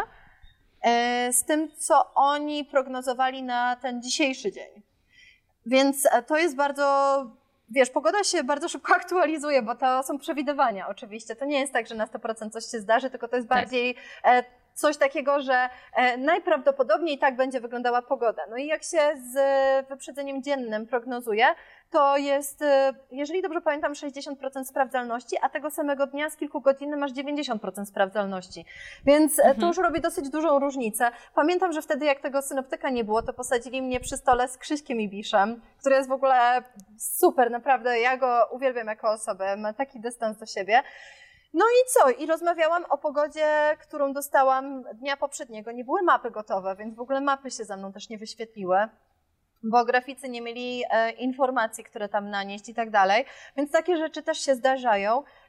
z tym, co oni prognozowali na ten dzisiejszy dzień. Więc to jest bardzo, wiesz, pogoda się bardzo szybko aktualizuje, bo to są przewidywania oczywiście. To nie jest tak, że na sto procent coś się zdarzy, tylko to jest tak. bardziej coś takiego, że najprawdopodobniej tak będzie wyglądała pogoda. No i jak się z wyprzedzeniem dziennym prognozuje, to jest, jeżeli dobrze pamiętam, sześćdziesiąt procent sprawdzalności, a tego samego dnia z kilku godzin masz dziewięćdziesiąt procent sprawdzalności. Więc mhm. to już robi dosyć dużą różnicę. Pamiętam, że wtedy jak tego synoptyka nie było, to posadzili mnie przy stole z Krzyśkiem Ibiszem, który jest w ogóle super, naprawdę, ja go uwielbiam jako osobę, ma taki dystans do siebie. No i co? I rozmawiałam o pogodzie, którą dostałam dnia poprzedniego. Nie były mapy gotowe, więc w ogóle mapy się ze mną też nie wyświetliły, bo graficy nie mieli e, informacji, które tam nanieść i tak dalej. Więc takie rzeczy też się zdarzają.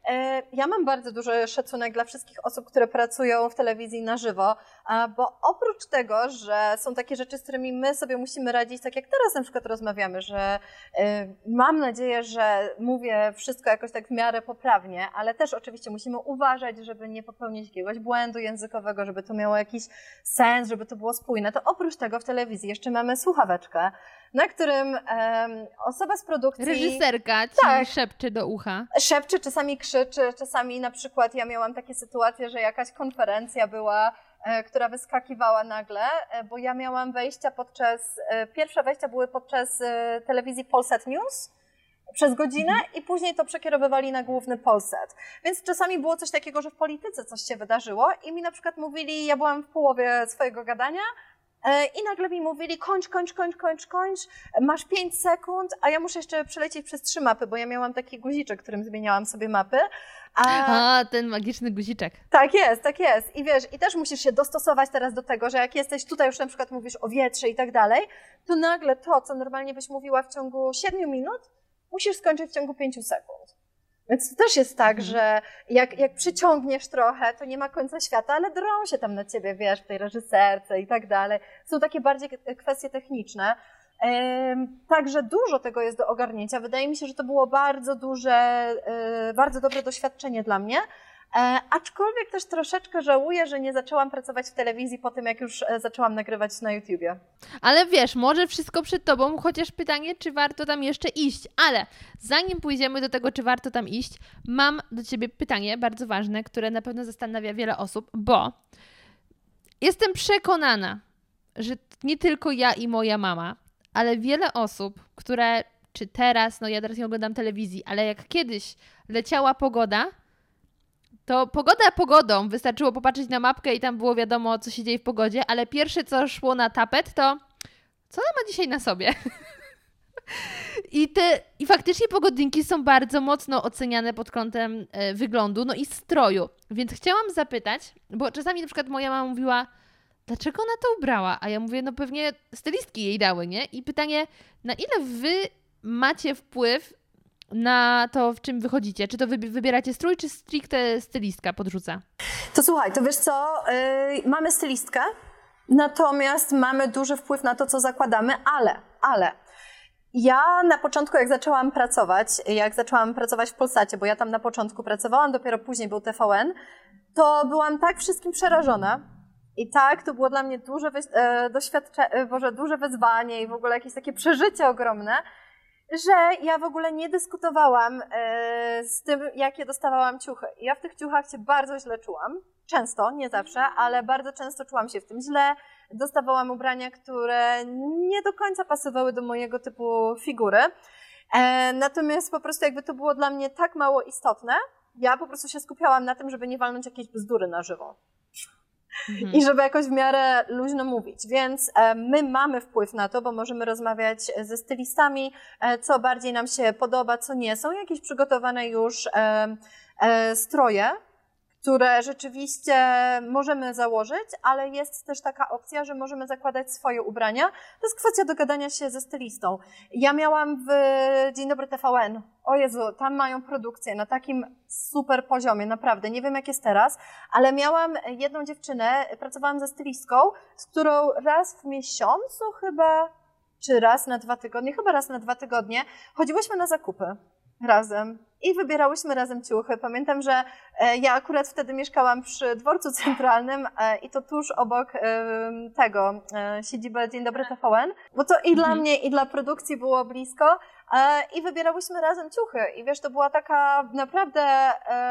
Ja mam bardzo duży szacunek dla wszystkich osób, które pracują w telewizji na żywo, bo oprócz tego, że są takie rzeczy, z którymi my sobie musimy radzić, tak jak teraz na przykład rozmawiamy, że mam nadzieję, że mówię wszystko jakoś tak w miarę poprawnie, ale też oczywiście musimy uważać, żeby nie popełnić jakiegoś błędu językowego, żeby to miało jakiś sens, żeby to było spójne. To oprócz tego w telewizji jeszcze mamy słuchaweczkę, na którym um, osoba z produkcji... Reżyserka ci tak, szepcze do ucha. Szepcze, czasami krzyczy, czasami na przykład ja miałam takie sytuacje, że jakaś konferencja była, e, która wyskakiwała nagle, e, bo ja miałam wejścia podczas... E, pierwsze wejścia były podczas e, telewizji Polsat News przez godzinę mhm. i później to przekierowywali na główny Polsat. Więc czasami było coś takiego, że w polityce coś się wydarzyło i mi na przykład mówili, ja byłam w połowie swojego gadania, i nagle mi mówili, kończ, kończ, kończ, kończ, kończ, masz pięć sekund, a ja muszę jeszcze przelecieć przez trzy mapy, bo ja miałam taki guziczek, którym zmieniałam sobie mapy. A, a ten magiczny guziczek. Tak jest, tak jest. I wiesz, i też musisz się dostosować teraz do tego, że jak jesteś tutaj już na przykład mówisz o wietrze i tak dalej, to nagle to, co normalnie byś mówiła w ciągu siedmiu minut, musisz skończyć w ciągu pięciu sekund. Więc to też jest tak, mhm. że jak, jak przyciągniesz trochę, to nie ma końca świata, ale drą się tam na ciebie, wiesz, w tej reżyserce i tak dalej. Są takie bardziej kwestie techniczne. Ym, także dużo tego jest do ogarnięcia. Wydaje mi się, że to było bardzo duże, yy, bardzo dobre doświadczenie dla mnie. E, aczkolwiek też troszeczkę żałuję, że nie zaczęłam pracować w telewizji po tym, jak już zaczęłam nagrywać na YouTubie. Ale wiesz, może wszystko przed tobą, chociaż pytanie, czy warto tam jeszcze iść. Ale zanim pójdziemy do tego, czy warto tam iść, mam do ciebie pytanie bardzo ważne, które na pewno zastanawia wiele osób, bo jestem przekonana, że nie tylko ja i moja mama, ale wiele osób, które, czy teraz, no ja teraz nie oglądam telewizji, ale jak kiedyś leciała pogoda, to pogoda pogodą, wystarczyło popatrzeć na mapkę i tam było wiadomo, co się dzieje w pogodzie, ale pierwsze, co szło na tapet, to co ona ma dzisiaj na sobie? I, te, I faktycznie pogodynki są bardzo mocno oceniane pod kątem e, wyglądu, no i stroju. Więc chciałam zapytać, bo czasami na przykład moja mama mówiła, dlaczego ona to ubrała? A ja mówię, no pewnie stylistki jej dały, nie? I pytanie, na ile wy macie wpływ na to, w czym wychodzicie? Czy to wy, wybieracie strój, czy stricte stylistka podrzuca? To słuchaj, to wiesz co, yy, mamy stylistkę, natomiast mamy duży wpływ na to, co zakładamy, ale, ale ja na początku, jak zaczęłam pracować, jak zaczęłam pracować w Polsacie, bo ja tam na początku pracowałam, dopiero później był T V N, to byłam tak wszystkim przerażona. I tak, to było dla mnie duże e, doświadczenie, Boże, duże wyzwanie i w ogóle jakieś takie przeżycie ogromne, że ja w ogóle nie dyskutowałam e, z tym, jakie dostawałam ciuchy. I ja w tych ciuchach się bardzo źle czułam. Często, nie zawsze, ale bardzo często czułam się w tym źle. Dostawałam ubrania, które nie do końca pasowały do mojego typu figury. E, natomiast po prostu jakby to było dla mnie tak mało istotne, ja po prostu się skupiałam na tym, żeby nie walnąć jakiejś bzdury na żywo. Mhm. I żeby jakoś w miarę luźno mówić. Więc e, my mamy wpływ na to, bo możemy rozmawiać ze stylistami, e, co bardziej nam się podoba, co nie. Są jakieś przygotowane już e, e, stroje, które rzeczywiście możemy założyć, ale jest też taka opcja, że możemy zakładać swoje ubrania. To jest kwestia dogadania się ze stylistą. Ja miałam w Dzień Dobry T V N, o Jezu, tam mają produkcję na takim super poziomie, naprawdę, nie wiem jak jest teraz, ale miałam jedną dziewczynę, pracowałam ze stylistką, z którą raz w miesiącu chyba, czy raz na dwa tygodnie, chyba raz na dwa tygodnie, chodziłyśmy na zakupy razem i wybierałyśmy razem ciuchy. Pamiętam, że ja akurat wtedy mieszkałam przy dworcu centralnym i to tuż obok tego siedziby Dzień Dobry T V N, bo to i mhm. dla mnie, i dla produkcji było blisko i wybierałyśmy razem ciuchy. I wiesz, to była taka naprawdę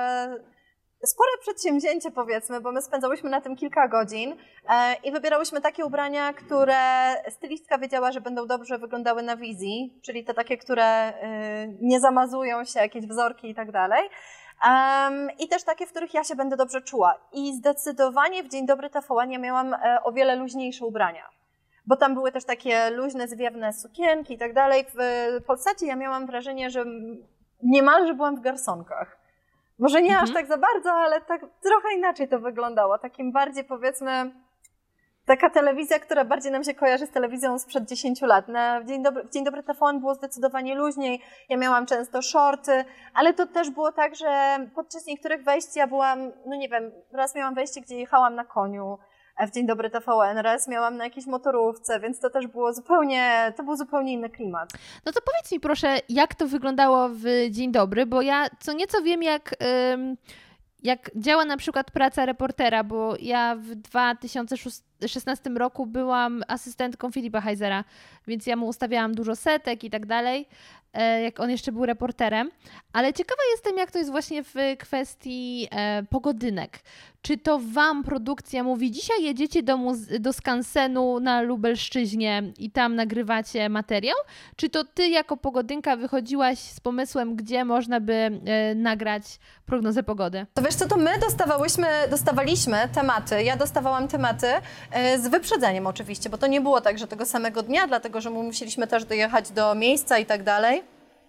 spore przedsięwzięcie, powiedzmy, bo my spędzałyśmy na tym kilka godzin e, i wybierałyśmy takie ubrania, które stylistka wiedziała, że będą dobrze wyglądały na wizji, czyli te takie, które y, nie zamazują się, jakieś wzorki i tak dalej. Um, I też takie, w których ja się będę dobrze czuła. I zdecydowanie w Dzień Dobry T V N ja miałam e, o wiele luźniejsze ubrania. Bo tam były też takie luźne, zwiewne sukienki i tak dalej. W Polsacie ja miałam wrażenie, że niemalże byłam w garsonkach. Może nie mhm. aż tak za bardzo, ale tak trochę inaczej to wyglądało. Takim bardziej, powiedzmy, taka telewizja, która bardziej nam się kojarzy z telewizją sprzed dziesięciu lat. Na Dzień Dobry, w Dzień Dobry T V N było zdecydowanie luźniej, ja miałam często shorty, ale to też było tak, że podczas niektórych wejść ja byłam, no nie wiem, raz miałam wejście, gdzie jechałam na koniu w Dzień Dobry T V N, raz miałam na jakiejś motorówce, więc to też było zupełnie, to był zupełnie inny klimat. No to powiedz mi proszę, jak to wyglądało w Dzień Dobry, bo ja co nieco wiem, jak... Ym... Jak działa na przykład praca reportera, bo ja w dwa tysiące szesnastym roku byłam asystentką Filipa Heisera, więc ja mu ustawiałam dużo setek i tak dalej, jak on jeszcze był reporterem. Ale ciekawa jestem, jak to jest właśnie w kwestii e, pogodynek. Czy to wam produkcja mówi, dzisiaj jedziecie do, muze- do skansenu na Lubelszczyźnie i tam nagrywacie materiał? Czy to ty jako pogodynka wychodziłaś z pomysłem, gdzie można by e, nagrać prognozę pogody? To wiesz co, to my dostawałyśmy, dostawaliśmy tematy, ja dostawałam tematy e, z wyprzedzeniem oczywiście, bo to nie było tak, że tego samego dnia, dlatego że my musieliśmy też dojechać do miejsca i tak dalej.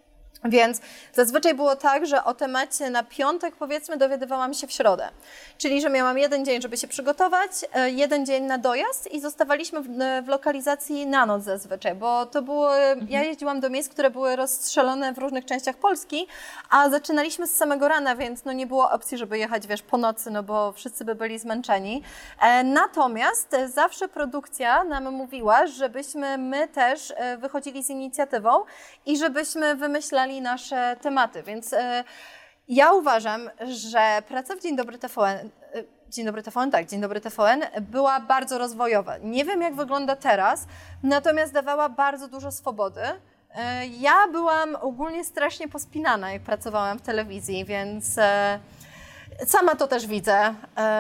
Więc zazwyczaj było tak, że o temacie na piątek, powiedzmy, dowiadywałam się w środę. Czyli, że miałam jeden dzień, żeby się przygotować, jeden dzień na dojazd i zostawaliśmy w, w lokalizacji na noc zazwyczaj, bo to było, mhm. ja jeździłam do miejsc, które były rozstrzelone w różnych częściach Polski, a zaczynaliśmy z samego rana, więc no nie było opcji, żeby jechać, wiesz, po nocy, no bo wszyscy by byli zmęczeni. E, natomiast zawsze produkcja nam mówiła, żebyśmy my też wychodzili z inicjatywą i żebyśmy wymyślali nasze tematy, więc e, ja uważam, że praca w Dzień Dobry T V N, e, Dzień Dobry T V N, tak, Dzień Dobry T V N była bardzo rozwojowa. Nie wiem, jak wygląda teraz, natomiast dawała bardzo dużo swobody. E, ja byłam ogólnie strasznie pospinana, jak pracowałam w telewizji, więc e, sama to też widzę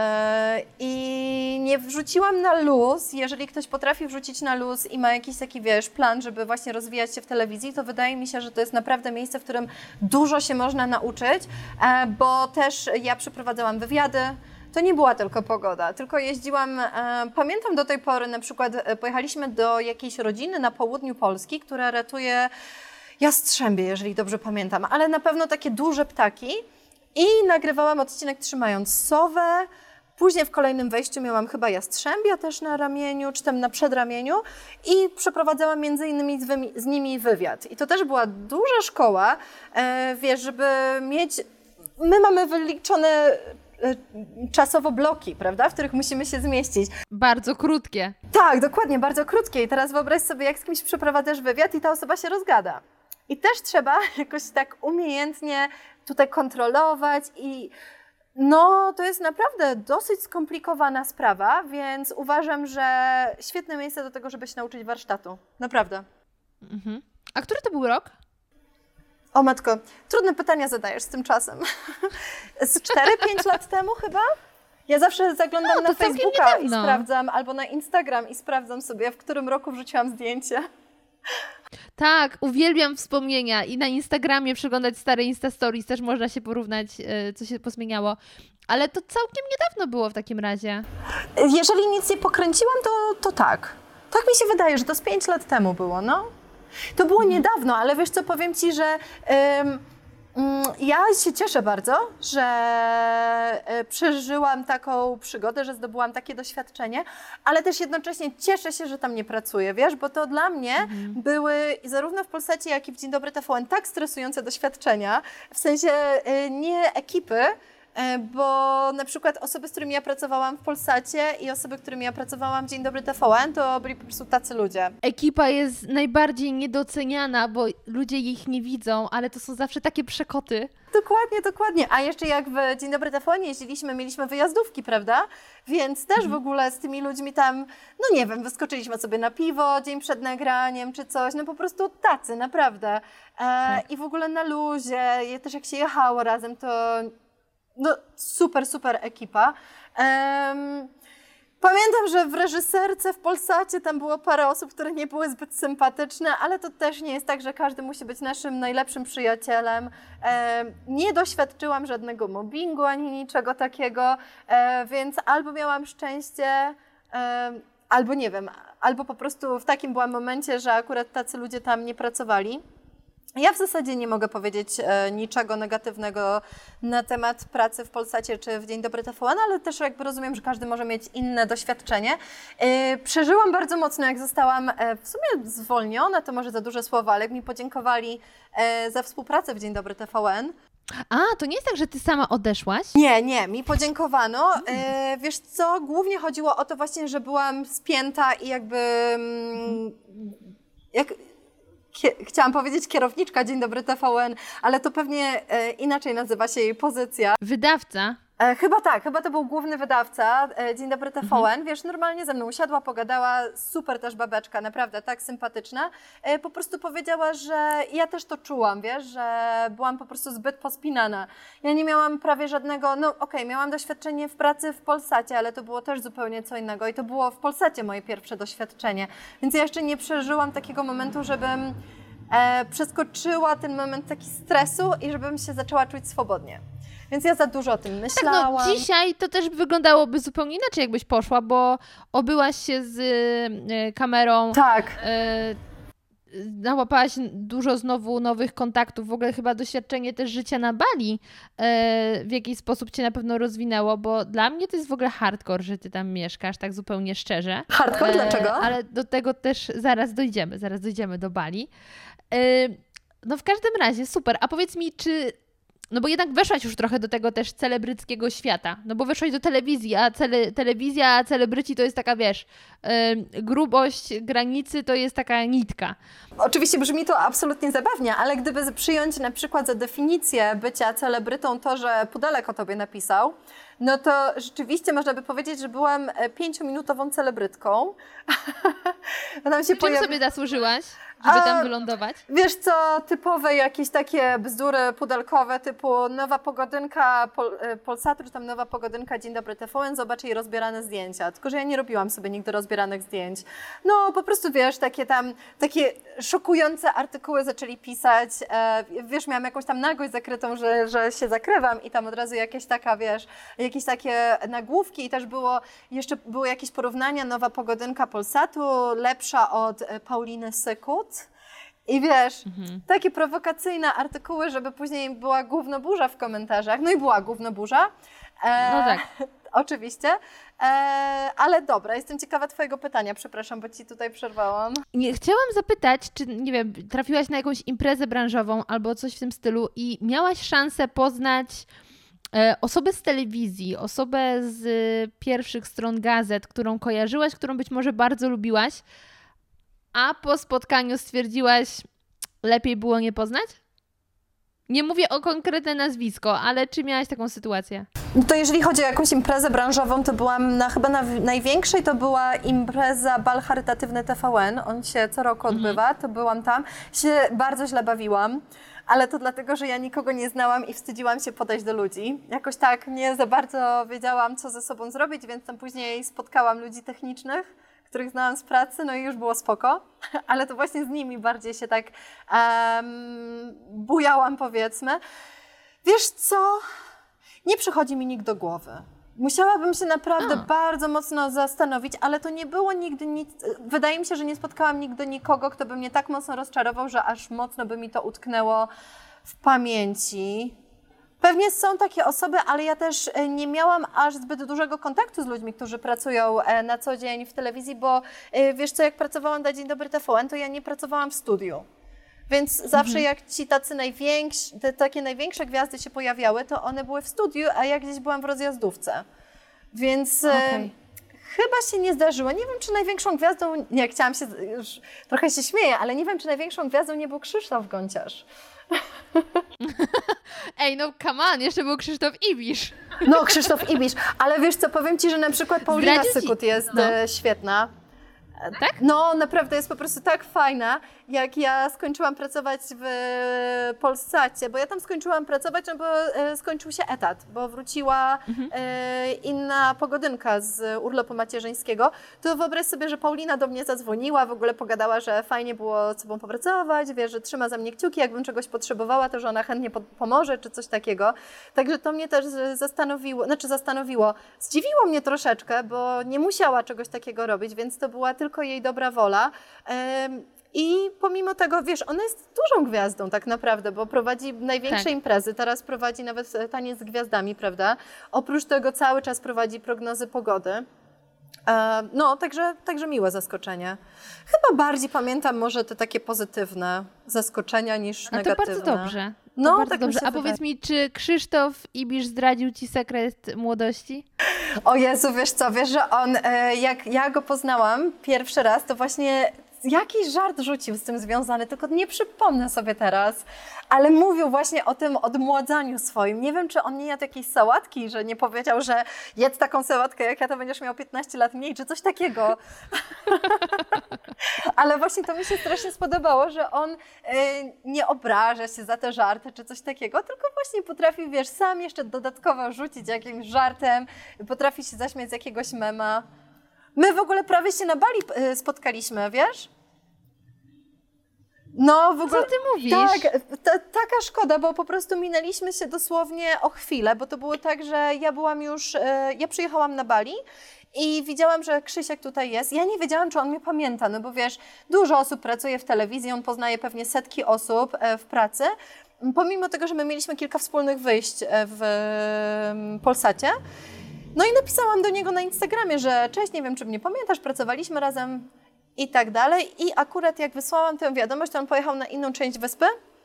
e, i nie wrzuciłam na luz. Jeżeli ktoś potrafi wrzucić na luz i ma jakiś taki, wiesz, plan, żeby właśnie rozwijać się w telewizji, to wydaje mi się, że to jest naprawdę miejsce, w którym dużo się można nauczyć, e, bo też ja przeprowadzałam wywiady. To nie była tylko pogoda, tylko jeździłam, e, pamiętam do tej pory, na przykład e, pojechaliśmy do jakiejś rodziny na południu Polski, która ratuje jastrzębie, jeżeli dobrze pamiętam, ale na pewno takie duże ptaki. I nagrywałam odcinek trzymając sowę, później w kolejnym wejściu miałam chyba jastrzębia też na ramieniu, czy tam na przedramieniu i przeprowadzałam między innymi z, wymi- z nimi wywiad. I to też była duża szkoła, e, wiesz, żeby mieć, my mamy wyliczone e, czasowo bloki, prawda, w których musimy się zmieścić. Bardzo krótkie. Tak, dokładnie, bardzo krótkie. I teraz wyobraź sobie, jak z kimś przeprowadzasz wywiad i ta osoba się rozgada. I też trzeba jakoś tak umiejętnie tutaj kontrolować i no to jest naprawdę dosyć skomplikowana sprawa, więc uważam, że świetne miejsce do tego, żeby się nauczyć warsztatu. Naprawdę. Mhm. A który to był rok? O matko, trudne pytania zadajesz z tym czasem. Z cztery pięć lat temu chyba? Ja zawsze zaglądam no, na Facebooka i niedawno. sprawdzam, albo na Instagram i sprawdzam sobie, w którym roku wrzuciłam zdjęcie. Tak, uwielbiam wspomnienia i na Instagramie przeglądać stare Insta Stories, też można się porównać, co się pozmieniało. Ale to całkiem niedawno było w takim razie. Jeżeli nic nie pokręciłam, to, to tak. Tak mi się wydaje, że to z pięć lat temu było, no. To było mhm. niedawno, ale wiesz co, powiem Ci, że ym, ym, ja się cieszę bardzo, że y, przeżyłam taką przygodę, że zdobyłam takie doświadczenie, ale też jednocześnie cieszę się, że tam nie pracuję, wiesz, bo to dla mnie mhm. były zarówno w Polsacie, jak i w Dzień Dobry T V N tak stresujące doświadczenia, w sensie y, nie ekipy, bo na przykład osoby, z którymi ja pracowałam w Polsacie i osoby, z którymi ja pracowałam w Dzień Dobry T V N, to byli po prostu tacy ludzie. Ekipa jest najbardziej niedoceniana, bo ludzie ich nie widzą, ale to są zawsze takie przekoty. Dokładnie, dokładnie. A jeszcze jak w Dzień Dobry T V N jeździliśmy, mieliśmy wyjazdówki, prawda? Więc też mhm. w ogóle z tymi ludźmi tam, no nie wiem, wyskoczyliśmy sobie na piwo dzień przed nagraniem czy coś, no po prostu tacy, naprawdę. E, tak. I w ogóle na luzie, też jak się jechało razem, to no super, super ekipa. Um, pamiętam, że w reżyserce w Polsacie tam było parę osób, które nie były zbyt sympatyczne, ale to też nie jest tak, że każdy musi być naszym najlepszym przyjacielem. Um, nie doświadczyłam żadnego mobbingu ani niczego takiego, um, więc albo miałam szczęście, um, albo nie wiem, albo po prostu w takim byłam momencie, że akurat tacy ludzie tam nie pracowali. Ja w zasadzie nie mogę powiedzieć e, niczego negatywnego na temat pracy w Polsacie czy w Dzień Dobry T V N, ale też jakby rozumiem, że każdy może mieć inne doświadczenie. E, przeżyłam bardzo mocno, jak zostałam e, w sumie zwolniona, to może za duże słowo, ale jak mi podziękowali e, za współpracę w Dzień Dobry T V N. A, to nie jest tak, że ty sama odeszłaś? Nie, nie, mi podziękowano. E, wiesz co, głównie chodziło o to właśnie, że byłam spięta i jakby... Mm, jak, Chciałam powiedzieć kierowniczka Dzień Dobry T V N, ale to pewnie e, inaczej nazywa się jej pozycja. Wydawca? E, chyba tak, chyba to był główny wydawca e, Dzień Dobry T V N. Mhm. Wiesz, normalnie ze mną usiadła, pogadała, super też babeczka, naprawdę tak sympatyczna. E, po prostu powiedziała, że ja też to czułam, wiesz, że byłam po prostu zbyt pospinana. Ja nie miałam prawie żadnego, no okej, okay, miałam doświadczenie w pracy w Polsacie, ale to było też zupełnie co innego i to było w Polsacie moje pierwsze doświadczenie. Więc ja jeszcze nie przeżyłam takiego momentu, żebym e, przeskoczyła ten moment taki stresu i żebym się zaczęła czuć swobodnie. Więc ja za dużo o tym myślałam. Tak, no dzisiaj to też wyglądałoby zupełnie inaczej, jakbyś poszła, bo obyłaś się z y, kamerą. Tak. Y, nałapałaś dużo znowu nowych kontaktów. W ogóle chyba doświadczenie też życia na Bali y, w jakiś sposób cię na pewno rozwinęło, bo dla mnie to jest w ogóle hardcore, że ty tam mieszkasz, tak zupełnie szczerze. Hardcore? Dlaczego? Y, ale do tego też zaraz dojdziemy, zaraz dojdziemy do Bali. Y, no w każdym razie, super. A powiedz mi, czy... No bo jednak weszłaś już trochę do tego też celebryckiego świata, no bo weszłaś do telewizji, a cele, telewizja, a celebryci to jest taka, wiesz, yy, grubość granicy to jest taka nitka. Oczywiście brzmi to absolutnie zabawnie, ale gdyby przyjąć na przykład za definicję bycia celebrytą to, że Pudelek o tobie napisał, no to rzeczywiście można by powiedzieć, że byłam pięciominutową celebrytką. Nam się Czym pojawi... sobie zasłużyłaś, żeby A, tam wylądować? Wiesz co, typowe jakieś takie bzdury pudelkowe typu nowa pogodynka Pol, Polsatu, czy tam nowa pogodynka Dzień Dobry T V N, zobacz jej rozbierane zdjęcia. Tylko że ja nie robiłam sobie nigdy rozbieranych zdjęć. No po prostu wiesz, takie tam, takie szokujące artykuły zaczęli pisać. E, wiesz, miałam jakąś tam nagość zakrytą, że, że się zakrywam i tam od razu jakieś taka, wiesz, jakieś takie nagłówki i też było, jeszcze były jakieś porównania, nowa pogodynka Polsatu, lepsza od Pauliny Sykut. I wiesz, mhm. takie prowokacyjne artykuły, żeby później była gównoburza w komentarzach. No i była gównoburza. E, no tak. Oczywiście. E, ale dobra, jestem ciekawa twojego pytania. Przepraszam, bo ci tutaj przerwałam. Nie, chciałam zapytać, czy, nie wiem, trafiłaś na jakąś imprezę branżową albo coś w tym stylu i miałaś szansę poznać e, osobę z telewizji, osobę z e, pierwszych stron gazet, którą kojarzyłaś, którą być może bardzo lubiłaś, a po spotkaniu stwierdziłaś, lepiej było nie poznać? Nie mówię o konkretne nazwisko, ale czy miałaś taką sytuację? No to jeżeli chodzi o jakąś imprezę branżową, to byłam na, chyba na największej, to była impreza Bal Charytatywny T V N. On się co roku odbywa, to byłam tam. Się bardzo źle bawiłam, ale to dlatego, że ja nikogo nie znałam i wstydziłam się podejść do ludzi. Jakoś tak nie za bardzo wiedziałam, co ze sobą zrobić, więc tam później spotkałam ludzi technicznych, których znałam z pracy, no i już było spoko, ale to właśnie z nimi bardziej się tak um, bujałam, powiedzmy. Wiesz co? Nie przychodzi mi nikt do głowy. Musiałabym się naprawdę A. bardzo mocno zastanowić, ale to nie było nigdy nic, wydaje mi się, że nie spotkałam nigdy nikogo, kto by mnie tak mocno rozczarował, że aż mocno by mi to utknęło w pamięci. Pewnie są takie osoby, ale ja też nie miałam aż zbyt dużego kontaktu z ludźmi, którzy pracują na co dzień w telewizji, bo wiesz co, jak pracowałam na Dzień Dobry T V N, to ja nie pracowałam w studiu. Więc zawsze mhm. jak ci tacy najwięksi, te takie największe gwiazdy się pojawiały, to one były w studiu, a ja gdzieś byłam w rozjazdówce. Więc okay. chyba się nie zdarzyło. Nie wiem, czy największą gwiazdą, nie, chciałam się, już trochę się śmieję, ale nie wiem, czy największą gwiazdą nie był Krzysztof Gonciarz. Ej, no come on, jeszcze był Krzysztof Ibisz. No, Krzysztof Ibisz, ale wiesz co, powiem ci, że na przykład Paulina Sykut jest no. świetna. Tak? No, naprawdę jest po prostu tak fajna, jak ja skończyłam pracować w Polsacie, bo ja tam skończyłam pracować, no bo e, skończył się etat, bo wróciła mhm. e, inna pogodynka z urlopu macierzyńskiego, to wyobraź sobie, że Paulina do mnie zadzwoniła, w ogóle pogadała, że fajnie było z sobą popracować, wie, że trzyma za mnie kciuki, jakbym czegoś potrzebowała, to że ona chętnie po- pomoże, czy coś takiego. Także to mnie też zastanowiło, znaczy zastanowiło, zdziwiło mnie troszeczkę, bo nie musiała czegoś takiego robić, więc to była tylko jej dobra wola. E, I pomimo tego, wiesz, ona jest dużą gwiazdą tak naprawdę, bo prowadzi największe Tak. imprezy, teraz prowadzi nawet Taniec z Gwiazdami, prawda? Oprócz tego cały czas prowadzi prognozy pogody. E, no, także, także miłe zaskoczenie. Chyba bardziej pamiętam może te takie pozytywne zaskoczenia niż A to negatywne. bardzo dobrze. To No, bardzo tak mi dobrze. się A wydaje. powiedz mi, czy Krzysztof Ibisz zdradził ci sekret młodości? O Jezu, wiesz co, wiesz, że on, e, jak ja go poznałam pierwszy raz, to właśnie jakiś żart rzucił z tym związany, tylko nie przypomnę sobie teraz, ale mówił właśnie o tym odmładzaniu swoim. Nie wiem, czy on nie jadł jakiejś sałatki, że nie powiedział, że jedz taką sałatkę, jak ja, to będziesz miał piętnaście lat mniej, czy coś takiego. Ale właśnie to mi się strasznie spodobało, że on y, nie obraża się za te żarty, czy coś takiego, tylko właśnie potrafi, wiesz, sam jeszcze dodatkowo rzucić jakimś żartem, potrafi się zaśmiać z jakiegoś mema. My w ogóle prawie się na Bali y, spotkaliśmy, wiesz? No w ogóle... Co ty mówisz? Tak, ta, taka szkoda, bo po prostu minęliśmy się dosłownie o chwilę, bo to było tak, że ja byłam już, y, ja przyjechałam na Bali i widziałam, że Krzysiek tutaj jest. Ja nie wiedziałam, czy on mnie pamięta, no bo wiesz, dużo osób pracuje w telewizji, on poznaje pewnie setki osób y, w pracy. Pomimo tego, że my mieliśmy kilka wspólnych wyjść y, w y, Polsacie. No i napisałam do niego na Instagramie, że cześć, nie wiem, czy mnie pamiętasz, pracowaliśmy razem i tak dalej. I akurat jak wysłałam tę wiadomość, to on pojechał na inną część wyspy,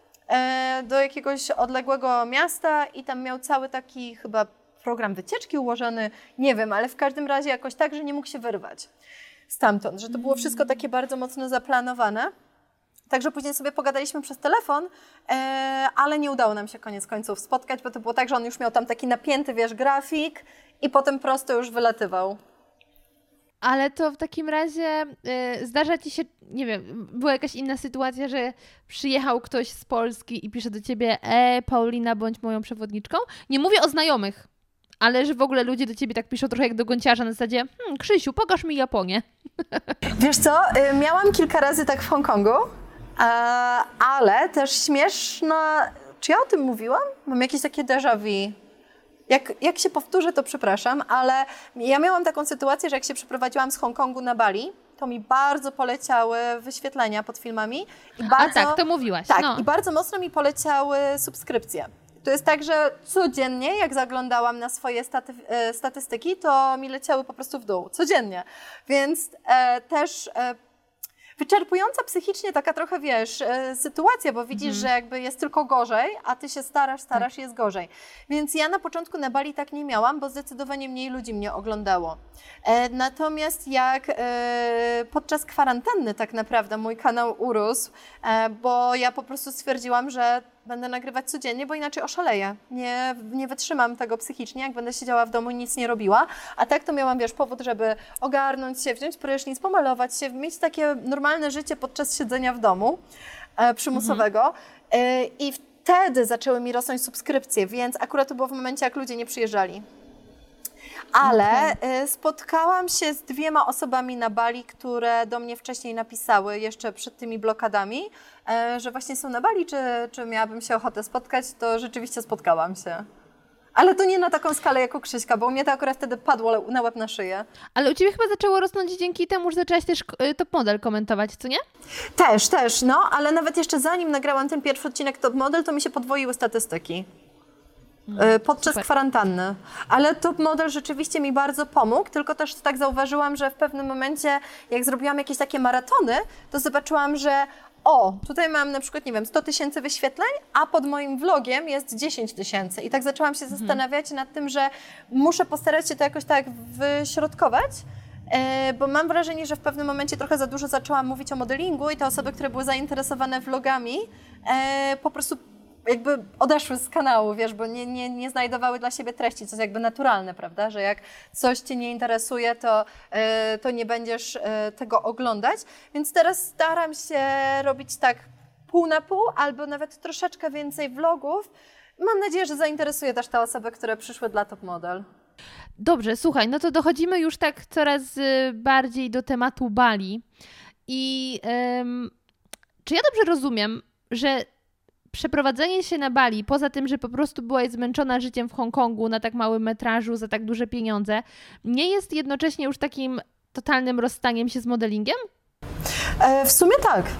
e, do jakiegoś odległego miasta i tam miał cały taki chyba program wycieczki ułożony, nie wiem, ale w każdym razie jakoś tak, że nie mógł się wyrwać stamtąd, że to było wszystko takie bardzo mocno zaplanowane. Także później sobie pogadaliśmy przez telefon, e, ale nie udało nam się koniec końców spotkać, bo to było tak, że on już miał tam taki napięty, wiesz, grafik i potem prosto już wylatywał. Ale to w takim razie y, zdarza ci się, nie wiem, była jakaś inna sytuacja, że przyjechał ktoś z Polski i pisze do ciebie, e, Paulina, bądź moją przewodniczką? Nie mówię o znajomych, ale że w ogóle ludzie do ciebie tak piszą trochę jak do gąciarza na zasadzie, hm, Krzysiu, pokaż mi Japonię. Wiesz co, y, miałam kilka razy tak w Hongkongu, e, ale też śmieszna... Czy ja o tym mówiłam? Mam jakieś takie déjà vu. Jak, jak się powtórzę, to przepraszam, ale ja miałam taką sytuację, że jak się przeprowadziłam z Hongkongu na Bali, to mi bardzo poleciały wyświetlenia pod filmami. I bardzo, A tak, to mówiłaś. Tak, no. i bardzo mocno mi poleciały subskrypcje. To jest tak, że codziennie, jak zaglądałam na swoje staty, e, statystyki, to mi leciały po prostu w dół. Codziennie. Więc e, też... E, wyczerpująca psychicznie taka trochę, wiesz, e, sytuacja, bo widzisz, Mhm. że jakby jest tylko gorzej, a ty się starasz, starasz, jest gorzej. Więc ja na początku na Bali tak nie miałam, bo zdecydowanie mniej ludzi mnie oglądało. E, natomiast jak e, podczas kwarantanny tak naprawdę mój kanał urósł, e, bo ja po prostu stwierdziłam, że będę nagrywać codziennie, bo inaczej oszaleję. Nie, nie wytrzymam tego psychicznie, jak będę siedziała w domu i nic nie robiła. A tak to miałam, wiesz, powód, żeby ogarnąć się, wziąć prysznic, pomalować się, mieć takie normalne życie podczas siedzenia w domu e, przymusowego. E, I wtedy zaczęły mi rosnąć subskrypcje, więc akurat to było w momencie, jak ludzie nie przyjeżdżali. Ale okay. spotkałam się z dwiema osobami na Bali, które do mnie wcześniej napisały, jeszcze przed tymi blokadami, że właśnie są na Bali, czy, czy miałabym się ochotę spotkać, to rzeczywiście spotkałam się. Ale to nie na taką skalę jak u Krzyśka, bo u mnie to akurat wtedy padło na łeb na szyję. Ale u ciebie chyba zaczęło rosnąć dzięki temu, że zaczęłaś też Top Model komentować, co nie? Też, też, no, ale nawet jeszcze zanim nagrałam ten pierwszy odcinek Top Model, to mi się podwoiły statystyki. Podczas Super. kwarantanny. Ale Top Model rzeczywiście mi bardzo pomógł, tylko też tak zauważyłam, że w pewnym momencie, jak zrobiłam jakieś takie maratony, to zobaczyłam, że o, tutaj mam na przykład, nie wiem, sto tysięcy wyświetleń, a pod moim vlogiem jest dziesięć tysięcy. I tak zaczęłam się mhm. zastanawiać nad tym, że muszę postarać się to jakoś tak wyśrodkować, e, bo mam wrażenie, że w pewnym momencie trochę za dużo zaczęłam mówić o modelingu i te osoby, które były zainteresowane vlogami, e, po prostu jakby odeszły z kanału, wiesz, bo nie, nie, nie znajdowały dla siebie treści, co jest jakby naturalne, prawda, że jak coś Cię nie interesuje, to, yy, to nie będziesz yy, tego oglądać, więc teraz staram się robić tak pół na pół, albo nawet troszeczkę więcej vlogów. Mam nadzieję, że zainteresuje też te osoby, które przyszły dla Top Model. Dobrze, słuchaj, no to dochodzimy już tak coraz bardziej do tematu Bali i ym, czy ja dobrze rozumiem, że przeprowadzenie się na Bali, poza tym, że po prostu byłaś zmęczona życiem w Hongkongu na tak małym metrażu za tak duże pieniądze, nie jest jednocześnie już takim totalnym rozstaniem się z modelingiem? E, w sumie tak.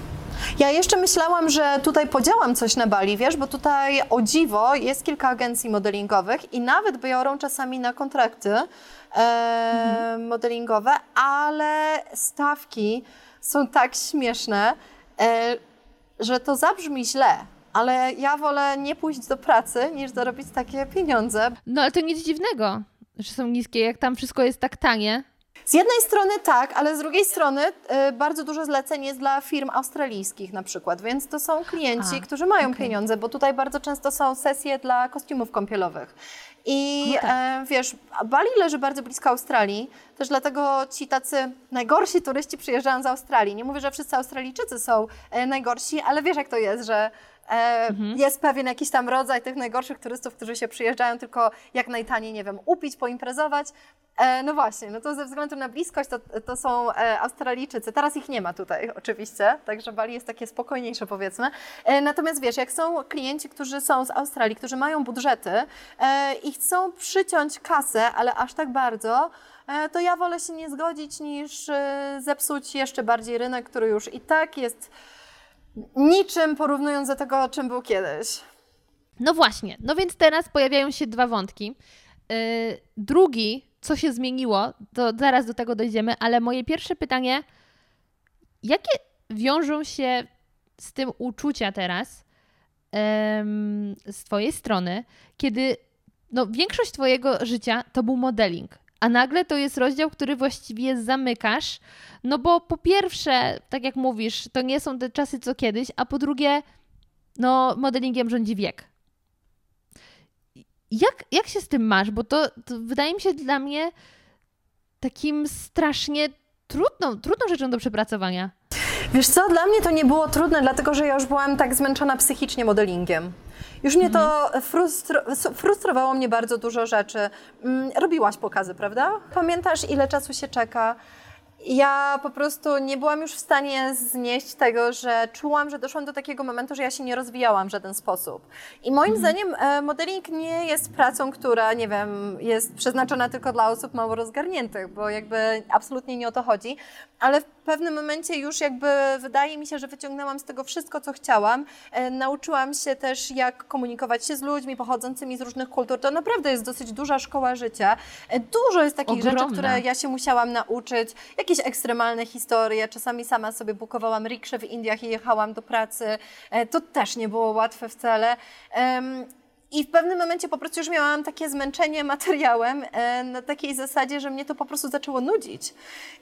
Ja jeszcze myślałam, że tutaj podziałam coś na Bali, wiesz, bo tutaj o dziwo jest kilka agencji modelingowych i nawet biorą czasami na kontrakty e, mhm. modelingowe, ale stawki są tak śmieszne, e, że to zabrzmi źle. Ale ja wolę nie pójść do pracy, niż zarobić takie pieniądze. No ale to nic dziwnego, że są niskie, jak tam wszystko jest tak tanie. Z jednej strony tak, ale z drugiej strony y, bardzo dużo zleceń jest dla firm australijskich na przykład, więc to są klienci, A, którzy mają okay. pieniądze, bo tutaj bardzo często są sesje dla kostiumów kąpielowych. I no tak. e, wiesz, Bali leży bardzo blisko Australii, też dlatego ci tacy najgorsi turyści przyjeżdżają z Australii. Nie mówię, że wszyscy Australijczycy są e, najgorsi, ale wiesz jak to jest, że E, mhm. jest pewien jakiś tam rodzaj tych najgorszych turystów, którzy się przyjeżdżają tylko jak najtaniej, nie wiem, upić, poimprezować. E, no właśnie, no to ze względu na bliskość to, to są e, Australijczycy. Teraz ich nie ma tutaj oczywiście, także Bali jest takie spokojniejsze powiedzmy. E, natomiast wiesz, jak są klienci, którzy są z Australii, którzy mają budżety e, i chcą przyciąć kasę, ale aż tak bardzo, e, to ja wolę się nie zgodzić niż e, zepsuć jeszcze bardziej rynek, który już i tak jest niczym porównując do tego, czym był kiedyś. No właśnie, no więc teraz pojawiają się dwa wątki. Yy, drugi, co się zmieniło, to zaraz do tego dojdziemy, ale moje pierwsze pytanie, jakie wiążą się z tym uczucia teraz yy, z twojej strony, kiedy no, większość twojego życia to był modeling, a nagle to jest rozdział, który właściwie zamykasz, no bo po pierwsze, tak jak mówisz, to nie są te czasy co kiedyś, a po drugie, no modelingiem rządzi wiek. Jak, jak się z tym masz? Bo to, to wydaje mi się dla mnie takim strasznie trudną, trudną rzeczą do przepracowania. Wiesz co, dla mnie to nie było trudne, dlatego że ja już byłam tak zmęczona psychicznie modelingiem. Już mnie to frustro- frustrowało mnie bardzo dużo rzeczy. Robiłaś pokazy, prawda? Pamiętasz, ile czasu się czeka? Ja po prostu nie byłam już w stanie znieść tego, że czułam, że doszłam do takiego momentu, że ja się nie rozwijałam w żaden sposób. I moim mhm. zdaniem e, modeling nie jest pracą, która, nie wiem, jest przeznaczona tylko dla osób mało rozgarniętych, bo jakby absolutnie nie o to chodzi, ale w pewnym momencie już jakby wydaje mi się, że wyciągnęłam z tego wszystko, co chciałam. E, nauczyłam się też, jak komunikować się z ludźmi pochodzącymi z różnych kultur. To naprawdę jest dosyć duża szkoła życia. E, dużo jest takich Ogromna. rzeczy, które ja się musiałam nauczyć. Jakieś ekstremalne historie. Czasami sama sobie bukowałam rikszę w Indiach i jechałam do pracy. E, to też nie było łatwe wcale. E, I w pewnym momencie po prostu już miałam takie zmęczenie materiałem e, na takiej zasadzie, że mnie to po prostu zaczęło nudzić.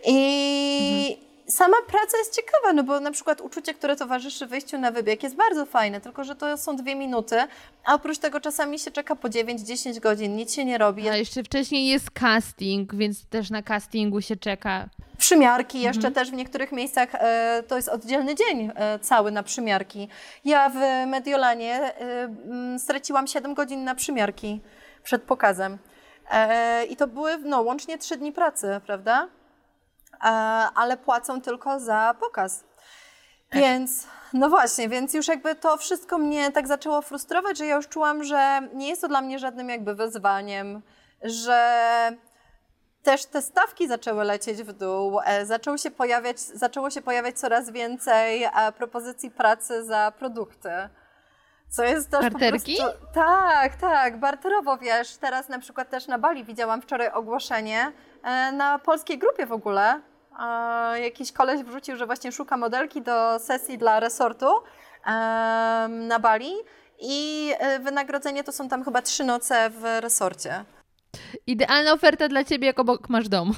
I mhm. sama praca jest ciekawa, no bo na przykład uczucie, które towarzyszy wyjściu na wybieg jest bardzo fajne, tylko że to są dwie minuty, a oprócz tego czasami się czeka po dziewięć dziesięć godzin, nic się nie robi. A jeszcze wcześniej jest casting, więc też na castingu się czeka. Przymiarki jeszcze mhm. też w niektórych miejscach e, to jest oddzielny dzień e, cały na przymiarki. Ja w Mediolanie e, m, straciłam siedem godzin na przymiarki przed pokazem. E, I to były no, łącznie trzy dni pracy, prawda? E, ale płacą tylko za pokaz. Tak. Więc, no właśnie, więc już jakby to wszystko mnie tak zaczęło frustrować, że ja już czułam, że nie jest to dla mnie żadnym jakby wyzwaniem, że też te stawki zaczęły lecieć w dół, e, zaczęło się pojawiać, zaczęło się pojawiać coraz więcej e, propozycji pracy za produkty. Co jest też Barterki? Po prostu, tak, tak, barterowo, wiesz. Teraz na przykład też na Bali widziałam wczoraj ogłoszenie e, na polskiej grupie w ogóle. E, jakiś koleś wrzucił, że właśnie szuka modelki do sesji dla resortu e, na Bali i e, wynagrodzenie to są tam chyba trzy noce w resorcie. Idealna oferta dla ciebie, jak obok masz dom.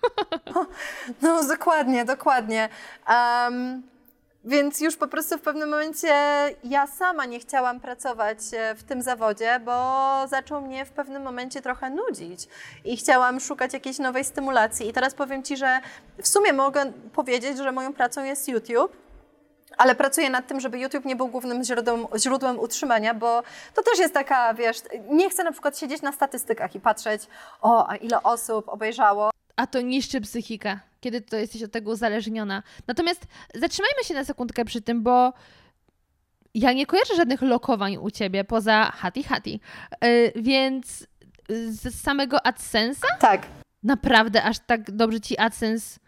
No dokładnie, dokładnie. Um, więc już po prostu w pewnym momencie ja sama nie chciałam pracować w tym zawodzie, bo zaczął mnie w pewnym momencie trochę nudzić i chciałam szukać jakiejś nowej stymulacji. I teraz powiem Ci, że w sumie mogę powiedzieć, że moją pracą jest YouTube. Ale pracuję nad tym, żeby YouTube nie był głównym źródłem, źródłem utrzymania, bo to też jest taka, wiesz, nie chcę na przykład siedzieć na statystykach i patrzeć, o, a ile osób obejrzało. A to niszczy psychikę, kiedy to jesteś od tego uzależniona. Natomiast zatrzymajmy się na sekundkę przy tym, bo ja nie kojarzę żadnych lokowań u ciebie poza Hati Hati, yy, więc z samego AdSense'a? Tak. Naprawdę aż tak dobrze ci AdSense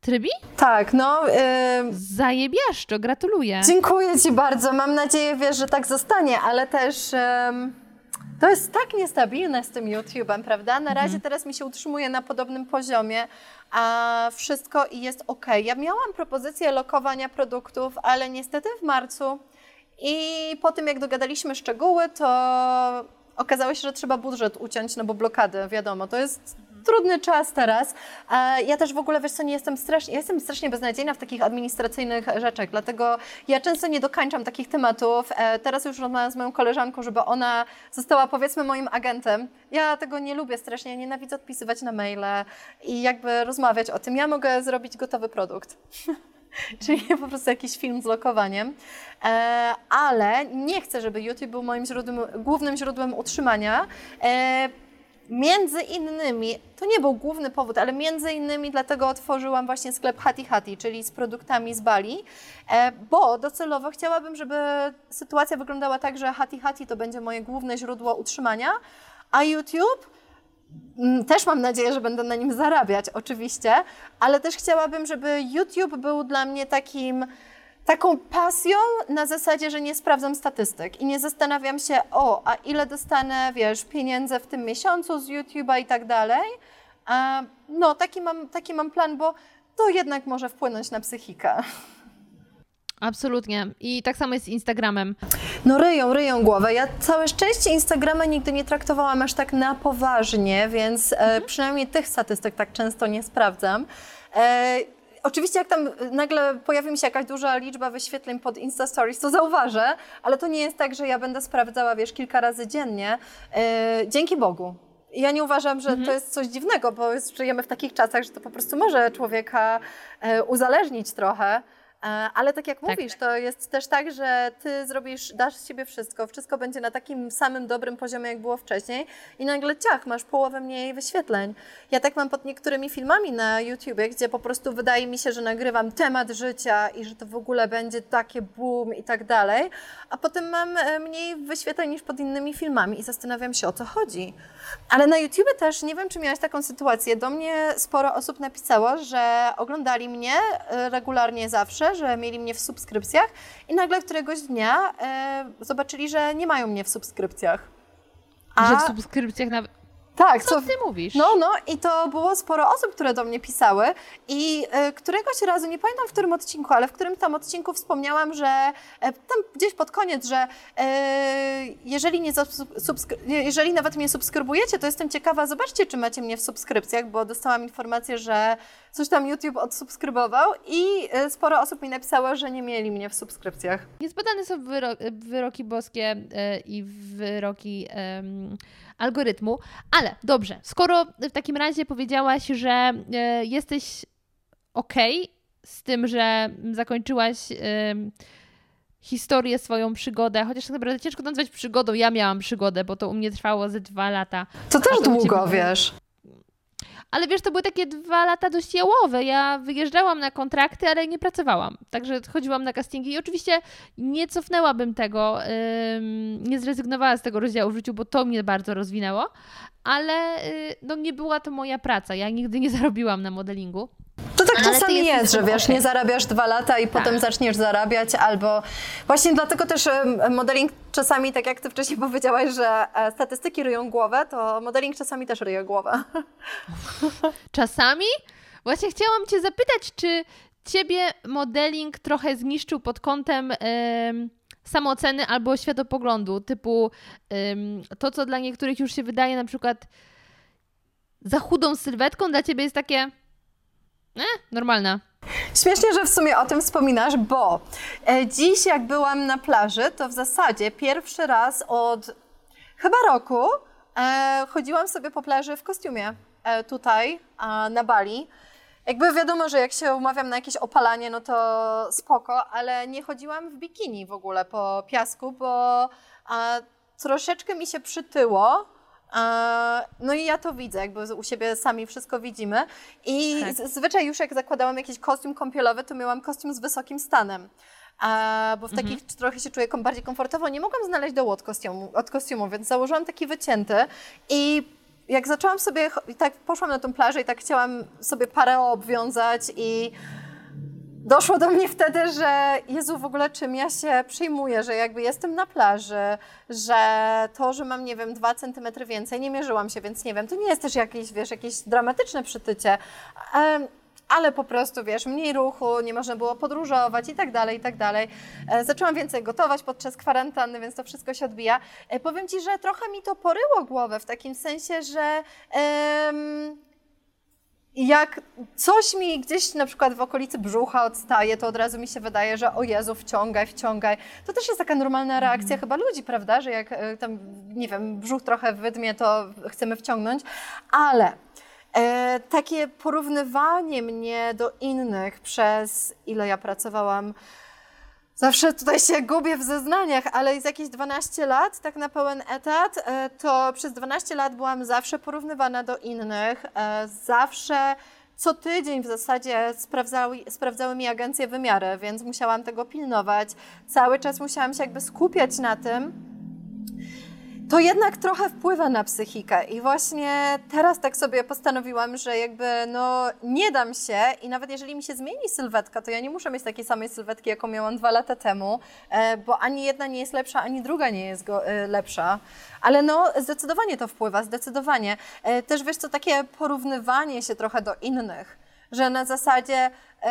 Trybi? Tak, no... Yy... Zajebiaszczo, gratuluję. Dziękuję Ci bardzo. Mam nadzieję, wiesz, że tak zostanie, ale też... Yy... To jest tak niestabilne z tym YouTube'em, prawda? Na razie teraz mi się utrzymuje na podobnym poziomie, a wszystko jest ok. Ja miałam propozycję lokowania produktów, ale niestety w marcu i po tym jak dogadaliśmy szczegóły, to okazało się, że trzeba budżet uciąć, no bo blokady, wiadomo, to jest trudny czas teraz. Ja też w ogóle, wiesz co, nie jestem strasznie, jestem strasznie beznadziejna w takich administracyjnych rzeczach, dlatego ja często nie dokańczam takich tematów. Teraz już rozmawiam z moją koleżanką, żeby ona została, powiedzmy, moim agentem. Ja tego nie lubię strasznie, ja nienawidzę odpisywać na maile i jakby rozmawiać o tym. Ja mogę zrobić gotowy produkt. Czyli po prostu jakiś film z lokowaniem, e, ale nie chcę, żeby YouTube był moim źródłem, głównym źródłem utrzymania. E, między innymi, to nie był główny powód, ale między innymi dlatego otworzyłam właśnie sklep Hati Hati, czyli z produktami z Bali, e, bo docelowo chciałabym, żeby sytuacja wyglądała tak, że Hati Hati to będzie moje główne źródło utrzymania, a YouTube też mam nadzieję, że będę na nim zarabiać, oczywiście, ale też chciałabym, żeby YouTube był dla mnie takim, taką pasją na zasadzie, że nie sprawdzam statystyk i nie zastanawiam się, o, a ile dostanę, wiesz, pieniędzy w tym miesiącu z YouTube'a i tak dalej. No, taki mam, taki mam plan, bo to jednak może wpłynąć na psychikę. Absolutnie. I tak samo jest z Instagramem. No ryją, ryją głowę. Ja całe szczęście Instagrama nigdy nie traktowałam aż tak na poważnie, więc mhm. e, przynajmniej tych statystyk tak często nie sprawdzam. E, oczywiście jak tam nagle pojawi mi się jakaś duża liczba wyświetleń pod Insta Stories, to zauważę, ale to nie jest tak, że ja będę sprawdzała, wiesz, kilka razy dziennie. E, dzięki Bogu. Ja nie uważam, że mhm. to jest coś dziwnego, bo żyjemy w takich czasach, że to po prostu może człowieka e, uzależnić trochę. Ale tak jak tak, mówisz, tak. to jest też tak, że ty zrobisz, dasz z siebie wszystko, wszystko będzie na takim samym dobrym poziomie, jak było wcześniej i nagle ciach, masz połowę mniej wyświetleń. Ja tak mam pod niektórymi filmami na YouTubie, gdzie po prostu wydaje mi się, że nagrywam temat życia i że to w ogóle będzie takie boom i tak dalej, a potem mam mniej wyświetleń niż pod innymi filmami i zastanawiam się, o co chodzi. Ale na YouTubie też, nie wiem, czy miałaś taką sytuację, do mnie sporo osób napisało, że oglądali mnie regularnie zawsze, że mieli mnie w subskrypcjach i nagle któregoś dnia e, zobaczyli, że nie mają mnie w subskrypcjach. A... Że w subskrypcjach nawet... Tak, co ty mówisz? No, no i to było sporo osób, które do mnie pisały i y, któregoś razu, nie pamiętam w którym odcinku, ale w którym tam odcinku wspomniałam, że y, tam gdzieś pod koniec, że y, jeżeli, nie jeżeli nawet mnie subskrybujecie, to jestem ciekawa, zobaczcie, czy macie mnie w subskrypcjach, bo dostałam informację, że coś tam YouTube odsubskrybował i y, sporo osób mi napisało, że nie mieli mnie w subskrypcjach. Niezbadane są wyro wyroki boskie y, i wyroki y, algorytmu, ale dobrze, skoro w takim razie powiedziałaś, że y, jesteś okej okay z tym, że zakończyłaś y, historię, swoją przygodę, chociaż tak naprawdę ciężko to nazwać przygodą, ja miałam przygodę, bo to u mnie trwało ze dwa lata. To też długo, ciebie... wiesz. Ale wiesz, to były takie dwa lata dość jałowe. Ja wyjeżdżałam na kontrakty, ale nie pracowałam. Także chodziłam na castingi i oczywiście nie cofnęłabym tego, ym, nie zrezygnowała z tego rozdziału w życiu, bo to mnie bardzo rozwinęło, ale yy, no, nie była to moja praca. Ja nigdy nie zarobiłam na modelingu. To tak czasami jest, jest, że wiesz, okay. nie zarabiasz dwa lata i tak. potem zaczniesz zarabiać, albo właśnie dlatego też modeling czasami, tak jak ty wcześniej powiedziałaś, że statystyki ryją głowę, to modeling czasami też ryje głowę. Czasami? Właśnie chciałam cię zapytać, czy ciebie modeling trochę zniszczył pod kątem ym, samooceny albo światopoglądu, typu ym, to, co dla niektórych już się wydaje na przykład za chudą sylwetką, dla ciebie jest takie E, normalna. Śmiesznie, że w sumie o tym wspominasz, bo e, dziś jak byłam na plaży, to w zasadzie pierwszy raz od chyba roku e, chodziłam sobie po plaży w kostiumie e, tutaj a, na Bali. Jakby wiadomo, że jak się umawiam na jakieś opalanie, no to spoko, ale nie chodziłam w bikini w ogóle po piasku, bo a, troszeczkę mi się przytyło. No i ja to widzę, jakby u siebie sami wszystko widzimy i tak. zazwyczaj już jak zakładałam jakiś kostium kąpielowy, to miałam kostium z wysokim stanem, a, bo w mhm. takich trochę się czuję bardziej komfortowo. Nie mogłam znaleźć dołu od kostiumu, od kostiumu, więc założyłam taki wycięty i jak zaczęłam sobie, i tak poszłam na tą plażę i tak chciałam sobie pareo obwiązać i doszło do mnie wtedy, że Jezu, w ogóle czym ja się przyjmuję, że jakby jestem na plaży, że to, że mam, nie wiem, dwa centymetry więcej, nie mierzyłam się, więc nie wiem, to nie jest też jakieś, wiesz, jakieś dramatyczne przytycie, ale po prostu, wiesz, mniej ruchu, nie można było podróżować i tak dalej, i tak dalej. Zaczęłam więcej gotować podczas kwarantanny, więc to wszystko się odbija. Powiem Ci, że trochę mi to poryło głowę w takim sensie, że um, jak coś mi gdzieś na przykład w okolicy brzucha odstaje, to od razu mi się wydaje, że o Jezu, wciągaj, wciągaj. To też jest taka normalna reakcja mm. chyba ludzi, prawda, że jak tam, nie wiem, brzuch trochę wydmie, to chcemy wciągnąć, ale E, takie porównywanie mnie do innych przez ile ja pracowałam, zawsze tutaj się gubię w zeznaniach, ale jest jakieś dwanaście lat, tak na pełen etat, e, to przez dwanaście lat byłam zawsze porównywana do innych, e, zawsze co tydzień w zasadzie sprawdzały, sprawdzały mi agencje wymiary, więc musiałam tego pilnować, cały czas musiałam się jakby skupiać na tym. To jednak trochę wpływa na psychikę i właśnie teraz tak sobie postanowiłam, że jakby no nie dam się i nawet jeżeli mi się zmieni sylwetka, to ja nie muszę mieć takiej samej sylwetki, jaką miałam dwa lata temu, bo ani jedna nie jest lepsza, ani druga nie jest go, lepsza, ale no zdecydowanie to wpływa, zdecydowanie. Też wiesz co, takie porównywanie się trochę do innych, że na zasadzie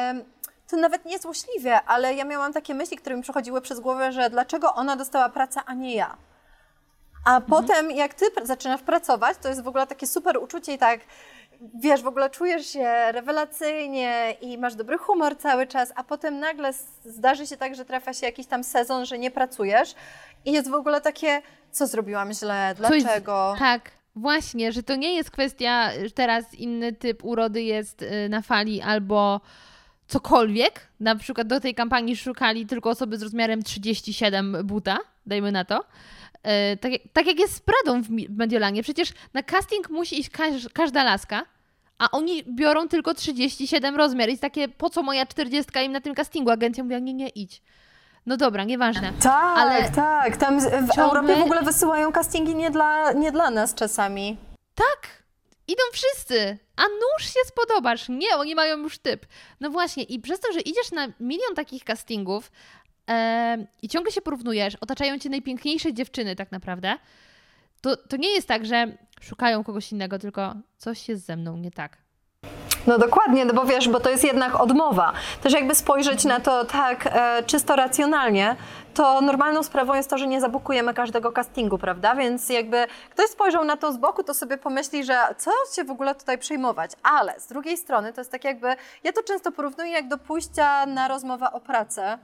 to nawet nie złośliwie, ale ja miałam takie myśli, które mi przechodziły przez głowę, że dlaczego ona dostała pracę, a nie ja. A mhm. potem jak ty zaczynasz pracować, to jest w ogóle takie super uczucie i tak, wiesz, w ogóle czujesz się rewelacyjnie i masz dobry humor cały czas, a potem nagle zdarzy się tak, że trafia się jakiś tam sezon, że nie pracujesz i jest w ogóle takie, co zrobiłam źle, dlaczego? Coś, tak, właśnie, że to nie jest kwestia, że teraz inny typ urody jest na fali albo cokolwiek. Na przykład do tej kampanii szukali tylko osoby z rozmiarem trzydzieści siedem buta, dajmy na to. Tak, tak jak jest z Pradą w Mediolanie. Przecież na casting musi iść każ, każda laska, a oni biorą tylko trzydzieści siedem rozmiar. I jest takie, po co moja czterdziestka im na tym castingu? Agencja mówi, nie, nie, idź. No dobra, nieważne. Tak, ale tak. Tam w ciągle... Europie w ogóle wysyłają castingi nie dla, nie dla nas czasami. Tak. Idą wszyscy. A nuż się spodobasz. Nie, oni mają już typ. No właśnie. I przez to, że idziesz na milion takich castingów, i ciągle się porównujesz, otaczają cię najpiękniejsze dziewczyny tak naprawdę, to, to nie jest tak, że szukają kogoś innego, tylko coś jest ze mną nie tak. No dokładnie, no bo wiesz, bo to jest jednak odmowa. Też jakby spojrzeć na to tak e, czysto racjonalnie, to normalną sprawą jest to, że nie zabukujemy każdego castingu, prawda? Więc jakby ktoś spojrzał na to z boku, to sobie pomyśli, że co się w ogóle tutaj przejmować. Ale z drugiej strony to jest tak jakby, ja to często porównuję jak do pójścia na rozmowę o pracę.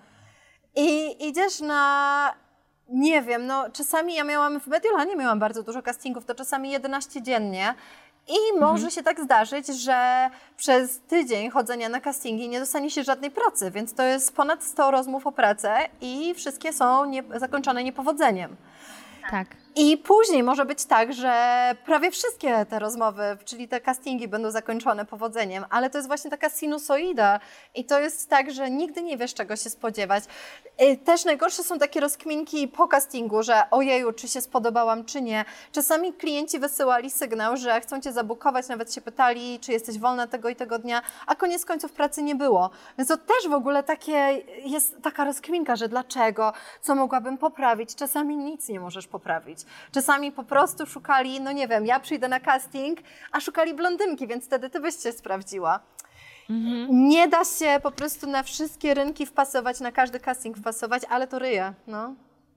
I idziesz na, nie wiem, no czasami ja miałam, w Mediolanie miałam bardzo dużo castingów, to czasami jedenaście dziennie i może mhm. się tak zdarzyć, że przez tydzień chodzenia na castingi nie dostanie się żadnej pracy, więc to jest ponad sto rozmów o pracę i wszystkie są nie, zakończone niepowodzeniem. Tak. I później może być tak, że prawie wszystkie te rozmowy, czyli te castingi będą zakończone powodzeniem, ale to jest właśnie taka sinusoida i to jest tak, że nigdy nie wiesz, czego się spodziewać. Też najgorsze są takie rozkminki po castingu, że ojeju, czy się spodobałam, czy nie. Czasami klienci wysyłali sygnał, że chcą cię zabukować, nawet się pytali, czy jesteś wolna tego i tego dnia, a koniec końców pracy nie było. Więc to też w ogóle takie, jest taka rozkminka, że dlaczego, co mogłabym poprawić. Czasami nic nie możesz poprawić. Czasami po prostu szukali, no nie wiem, ja przyjdę na casting, a szukali blondynki, więc wtedy ty byś się sprawdziła. Mhm. Nie da się po prostu na wszystkie rynki wpasować, na każdy casting wpasować, ale to ryje, no.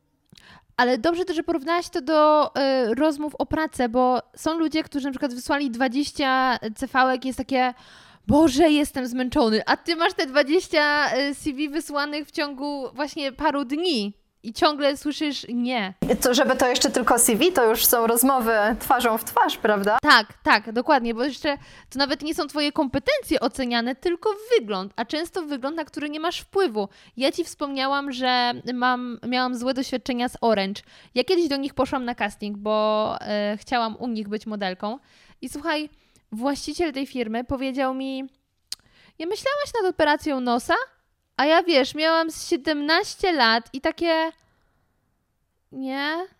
Ale dobrze też, że porównałaś to do y, rozmów o pracę, bo są ludzie, którzy na przykład wysłali dwadzieścia cefałek i jest takie, Boże, jestem zmęczony, a ty masz te dwadzieścia C V wysłanych w ciągu właśnie paru dni. I ciągle słyszysz nie. To, żeby to jeszcze tylko C V, to już są rozmowy twarzą w twarz, prawda? Tak, tak, dokładnie, bo jeszcze to nawet nie są twoje kompetencje oceniane, tylko wygląd, a często wygląd, na który nie masz wpływu. Ja ci wspomniałam, że mam, miałam złe doświadczenia z Orange. Ja kiedyś do nich poszłam na casting, bo e, chciałam u nich być modelką i słuchaj, właściciel tej firmy powiedział mi, ja myślałaś nad operacją nosa? A ja wiesz, miałam siedemnaście lat i takie, nie,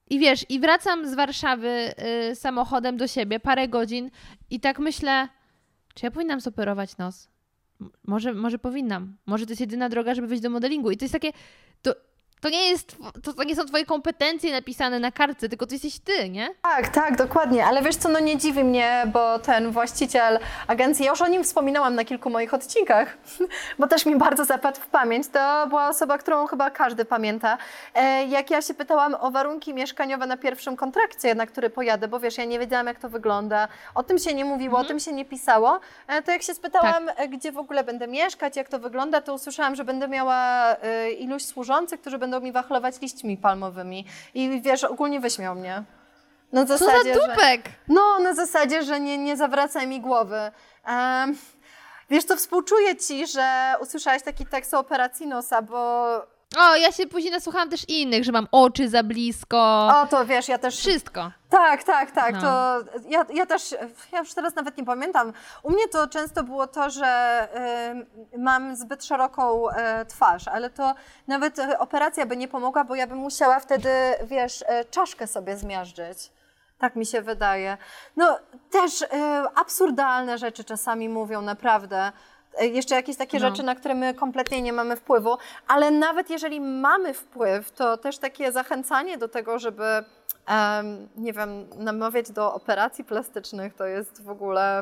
I wiesz, i wracam z Warszawy y, samochodem do siebie parę godzin i tak myślę, czy ja powinnam zoperować nos? M- Może, może powinnam. Może to jest jedyna droga, żeby wejść do modelingu. I to jest takie, to, to nie jest, to, to nie są twoje kompetencje napisane na kartce, tylko to jesteś ty, nie? Tak, tak, dokładnie, ale wiesz co, no nie dziwi mnie, bo ten właściciel agencji, ja już o nim wspominałam na kilku moich odcinkach, bo też mi bardzo zapadł w pamięć, to była osoba, którą chyba każdy pamięta. E, jak ja się pytałam o warunki mieszkaniowe na pierwszym kontrakcie, na który pojadę, bo wiesz, ja nie wiedziałam, jak to wygląda, o tym się nie mówiło, Mhm. o tym się nie pisało, e, to jak się spytałam, e, gdzie w ogóle będę mieszkać, jak to wygląda, to usłyszałam, że będę miała e, iluś służących, którzy będą mi wachlować liśćmi palmowymi i wiesz, ogólnie wyśmiał mnie. Na Co za zasadzie, że, dupek! no, na zasadzie, że nie, nie zawracaj mi głowy. Um, wiesz, to współczuję ci, że usłyszałaś taki tekst o operacji nosa, bo O, ja się później nasłuchałam też innych, że mam oczy za blisko. o, to wiesz, ja też... Wszystko. Tak, tak, tak, No. to ja, ja też, ja już teraz nawet nie pamiętam. U mnie to często było to, że y, mam zbyt szeroką y, twarz, ale to nawet y, operacja by nie pomogła, bo ja bym musiała wtedy, wiesz, y, czaszkę sobie zmiażdżyć. Tak mi się wydaje. No też y, absurdalne rzeczy czasami mówią, naprawdę. Y, Jeszcze jakieś takie No. rzeczy, na które my kompletnie nie mamy wpływu, ale nawet jeżeli mamy wpływ, to też takie zachęcanie do tego, żeby em, nie wiem, namawiać do operacji plastycznych, to jest w ogóle...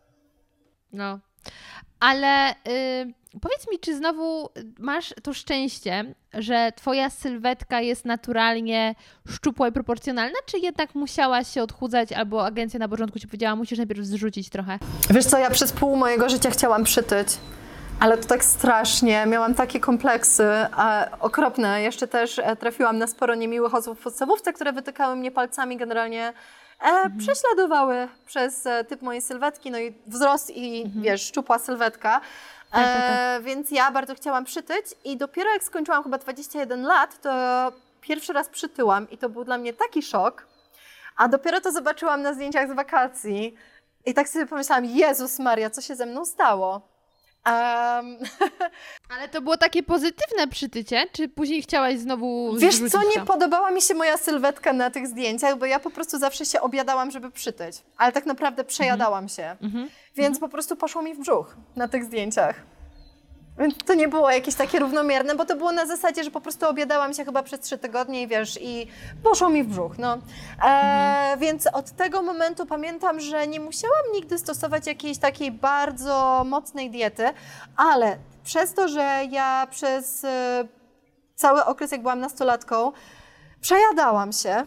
No. Ale y, powiedz mi, czy znowu masz to szczęście, że twoja sylwetka jest naturalnie szczupła i proporcjonalna, czy jednak musiałaś się odchudzać, albo agencja na początku ci powiedziała, musisz najpierw zrzucić trochę? Wiesz co, ja przez pół mojego życia chciałam przytyć, ale to tak strasznie, miałam takie kompleksy e, okropne. Jeszcze też e, trafiłam na sporo niemiłych osób w podstawówce, które wytykały mnie palcami, generalnie e, prześladowały przez e, typ mojej sylwetki, no i wzrost i wiesz, szczupła sylwetka. Tak, tak, E, więc ja bardzo chciałam przytyć i dopiero jak skończyłam chyba dwadzieścia jeden lat, to pierwszy raz przytyłam i to był dla mnie taki szok, a dopiero to zobaczyłam na zdjęciach z wakacji i tak sobie pomyślałam, Jezus Maria, co się ze mną stało? Um, Ale to było takie pozytywne przytycie, czy później chciałaś znowu wiesz zrzucić co, nie to? podobała mi się moja sylwetka na tych zdjęciach, bo ja po prostu zawsze się obiadałam, żeby przytyć, ale tak naprawdę przejadałam się, Mhm. więc po prostu poszło mi w brzuch na tych zdjęciach. Więc to nie było jakieś takie równomierne, bo to było na zasadzie, że po prostu obiadałam się chyba przez trzy tygodnie i wiesz, i poszło mi w brzuch, no. E, Więc od tego momentu pamiętam, że nie musiałam nigdy stosować jakiejś takiej bardzo mocnej diety, ale przez to, że ja przez e, cały okres, jak byłam nastolatką, przejadałam się,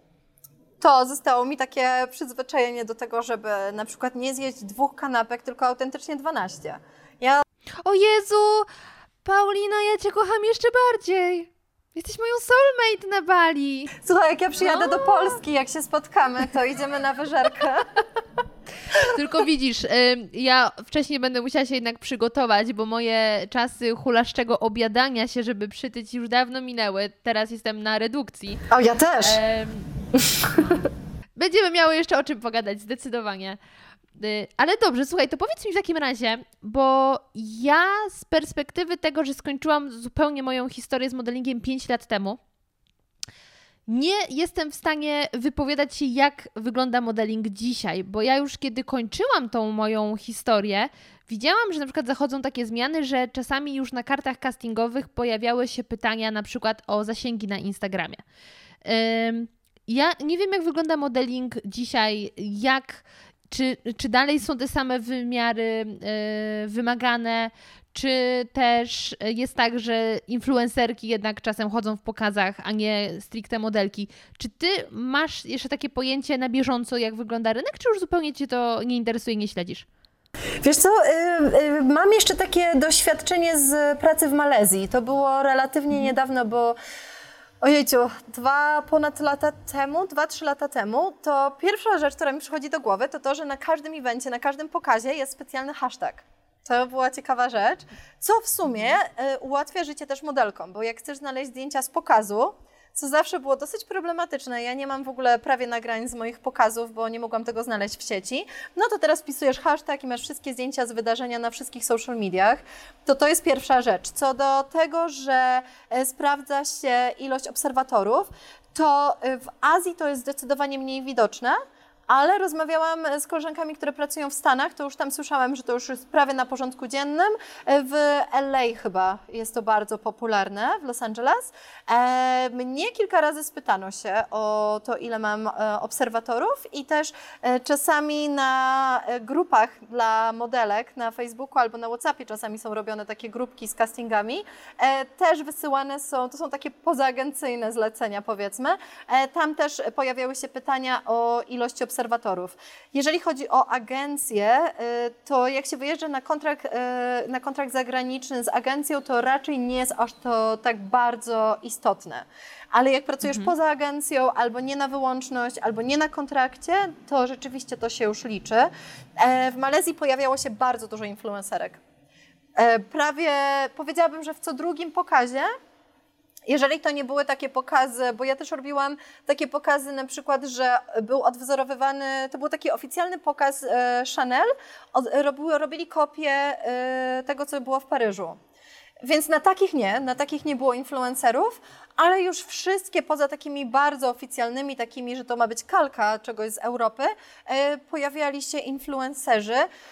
to zostało mi takie przyzwyczajenie do tego, żeby na przykład nie zjeść dwóch kanapek, tylko autentycznie dwanaście. Ja O Jezu! Paulina, ja cię kocham jeszcze bardziej! Jesteś moją soulmate na Bali! Słuchaj, jak ja przyjadę No. do Polski, jak się spotkamy, to idziemy na wyżerkę. Tylko widzisz, ym, ja wcześniej będę musiała się jednak przygotować, bo moje czasy hulaszczego obiadania się, żeby przytyć, już dawno minęły. Teraz jestem na redukcji. O, ja też. Em, Będziemy miały jeszcze o czym pogadać, zdecydowanie. Y, Ale dobrze, słuchaj, to powiedz mi w takim razie, bo ja z perspektywy tego, że skończyłam zupełnie moją historię z modelingiem pięć lat temu, nie jestem w stanie wypowiadać się, jak wygląda modeling dzisiaj, bo ja już kiedy kończyłam tą moją historię, widziałam, że na przykład zachodzą takie zmiany, że czasami już na kartach castingowych pojawiały się pytania na przykład o zasięgi na Instagramie. Ym, Ja nie wiem, jak wygląda modeling dzisiaj, jak, czy, czy dalej są te same wymiary yy, wymagane, czy też jest tak, że influencerki jednak czasem chodzą w pokazach, a nie stricte modelki. Czy ty masz jeszcze takie pojęcie na bieżąco, jak wygląda rynek, czy już zupełnie cię to nie interesuje, nie śledzisz? Wiesz co, y, y, mam jeszcze takie doświadczenie z pracy w Malezji. To było relatywnie niedawno, bo ojejciu, dwa ponad lata temu, dwa, trzy lata temu, to pierwsza rzecz, która mi przychodzi do głowy, to to, że na każdym evencie, na każdym pokazie jest specjalny hashtag. To była ciekawa rzecz, co w sumie y, ułatwia życie też modelkom, bo jak chcesz znaleźć zdjęcia z pokazu, co zawsze było dosyć problematyczne, ja nie mam w ogóle prawie nagrań z moich pokazów, bo nie mogłam tego znaleźć w sieci, no to teraz wpisujesz hashtag i masz wszystkie zdjęcia z wydarzenia na wszystkich social mediach, to to jest pierwsza rzecz. Co do tego, że e, sprawdza się ilość obserwatorów, to w Azji to jest zdecydowanie mniej widoczne, ale rozmawiałam z koleżankami, które pracują w Stanach, to już tam słyszałam, że to już jest prawie na porządku dziennym. W L A chyba jest to bardzo popularne, w Los Angeles. E, mnie kilka razy spytano się o to, ile mam e, obserwatorów i też e, czasami na grupach dla modelek na Facebooku albo na WhatsAppie czasami są robione takie grupki z castingami. E, też wysyłane są, to są takie pozaagencyjne zlecenia, powiedzmy. E, tam też pojawiały się pytania o ilość obserwatorów. obserwatorów. Jeżeli chodzi o agencje, to jak się wyjeżdża na kontrakt, na kontrakt zagraniczny z agencją, to raczej nie jest aż to tak bardzo istotne. Ale jak pracujesz mhm. poza agencją, albo nie na wyłączność, albo nie na kontrakcie, to rzeczywiście to się już liczy. W Malezji pojawiało się bardzo dużo influencerek. Prawie powiedziałabym, że w co drugim pokazie, jeżeli to nie były takie pokazy, bo ja też robiłam takie pokazy na przykład, że był odwzorowywany, to był taki oficjalny pokaz e, Chanel, od, robiły, robili kopię e, tego, co było w Paryżu. Więc na takich nie, na takich nie było influencerów, ale już wszystkie poza takimi bardzo oficjalnymi, takimi, że to ma być kalka czegoś z Europy, e, pojawiali się influencerzy,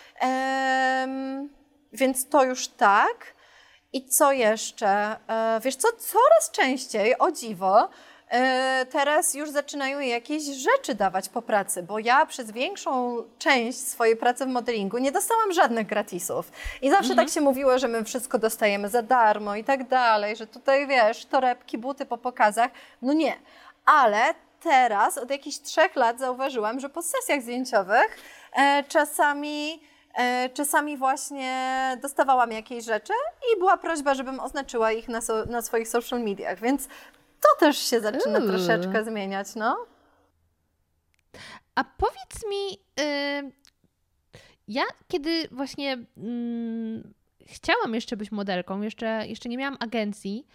e, więc to już tak. I co jeszcze? Wiesz co, coraz częściej, o dziwo, teraz już zaczynają jakieś rzeczy dawać po pracy, bo ja przez większą część swojej pracy w modelingu nie dostałam żadnych gratisów. I zawsze mhm. tak się mówiło, że my wszystko dostajemy za darmo i tak dalej, że tutaj wiesz, torebki, buty po pokazach. No nie, ale teraz od jakichś trzech lat zauważyłam, że po sesjach zdjęciowych e, czasami... Czasami właśnie dostawałam jakieś rzeczy i była prośba, żebym oznaczyła ich na, so, na swoich social mediach, więc to też się zaczyna Uuu. troszeczkę zmieniać, no. A powiedz mi, yy, ja kiedy właśnie yy, chciałam jeszcze być modelką, jeszcze, jeszcze nie miałam agencji,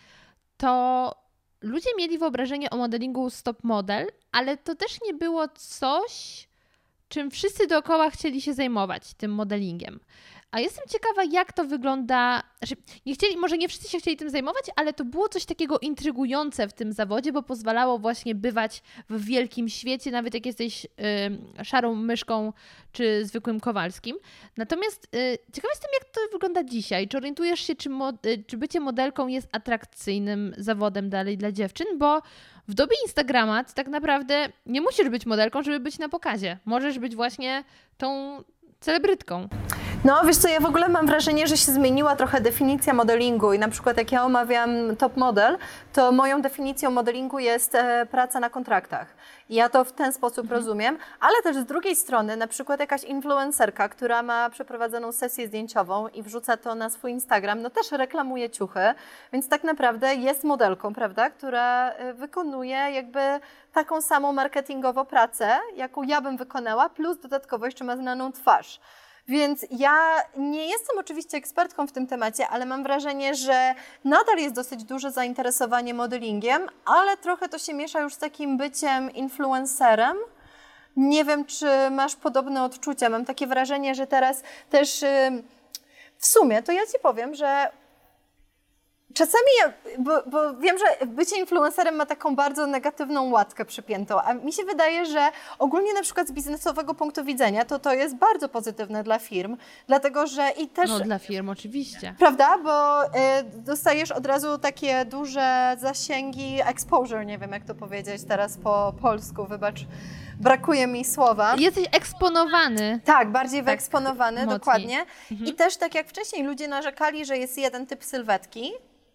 to ludzie mieli wyobrażenie o modelingu stop model, ale to też nie było coś, czym wszyscy dookoła chcieli się zajmować, tym modelingiem. A jestem ciekawa, jak to wygląda, znaczy, nie chcieli, może nie wszyscy się chcieli tym zajmować, ale to było coś takiego intrygujące w tym zawodzie, bo pozwalało właśnie bywać w wielkim świecie, nawet jak jesteś y, szarą myszką czy zwykłym Kowalskim. Natomiast y, ciekawa jestem, jak to wygląda dzisiaj. Czy orientujesz się, czy, mod, y, czy bycie modelką jest atrakcyjnym zawodem dalej dla dziewczyn, bo w dobie Instagrama to tak naprawdę nie musisz być modelką, żeby być na pokazie. Możesz być właśnie tą celebrytką. No, wiesz co, ja w ogóle mam wrażenie, że się zmieniła trochę definicja modelingu i na przykład jak ja omawiam top model, to moją definicją modelingu jest e, praca na kontraktach. I ja to w ten sposób mhm. rozumiem, ale też z drugiej strony na przykład jakaś influencerka, która ma przeprowadzoną sesję zdjęciową i wrzuca to na swój Instagram, no też reklamuje ciuchy, więc tak naprawdę jest modelką, prawda, która wykonuje jakby taką samą marketingowo pracę, jaką ja bym wykonała, plus dodatkowo jeszcze ma znaną twarz. Więc ja nie jestem oczywiście ekspertką w tym temacie, ale mam wrażenie, że nadal jest dosyć duże zainteresowanie modelingiem, ale trochę to się miesza już z takim byciem influencerem. Nie wiem, czy masz podobne odczucia. Mam takie wrażenie, że teraz też w sumie, to ja Ci powiem, że czasami, ja, bo, bo wiem, że bycie influencerem ma taką bardzo negatywną łatkę przypiętą, a mi się wydaje, że ogólnie na przykład z biznesowego punktu widzenia to to jest bardzo pozytywne dla firm, dlatego że i też... No dla firm oczywiście. Prawda, bo y, dostajesz od razu takie duże zasięgi, exposure, nie wiem jak to powiedzieć teraz po polsku, wybacz. Brakuje mi słowa. Jesteś eksponowany. Tak, bardziej wyeksponowany, mocniej. Dokładnie. Mhm. I też tak jak wcześniej ludzie narzekali, że jest jeden typ sylwetki,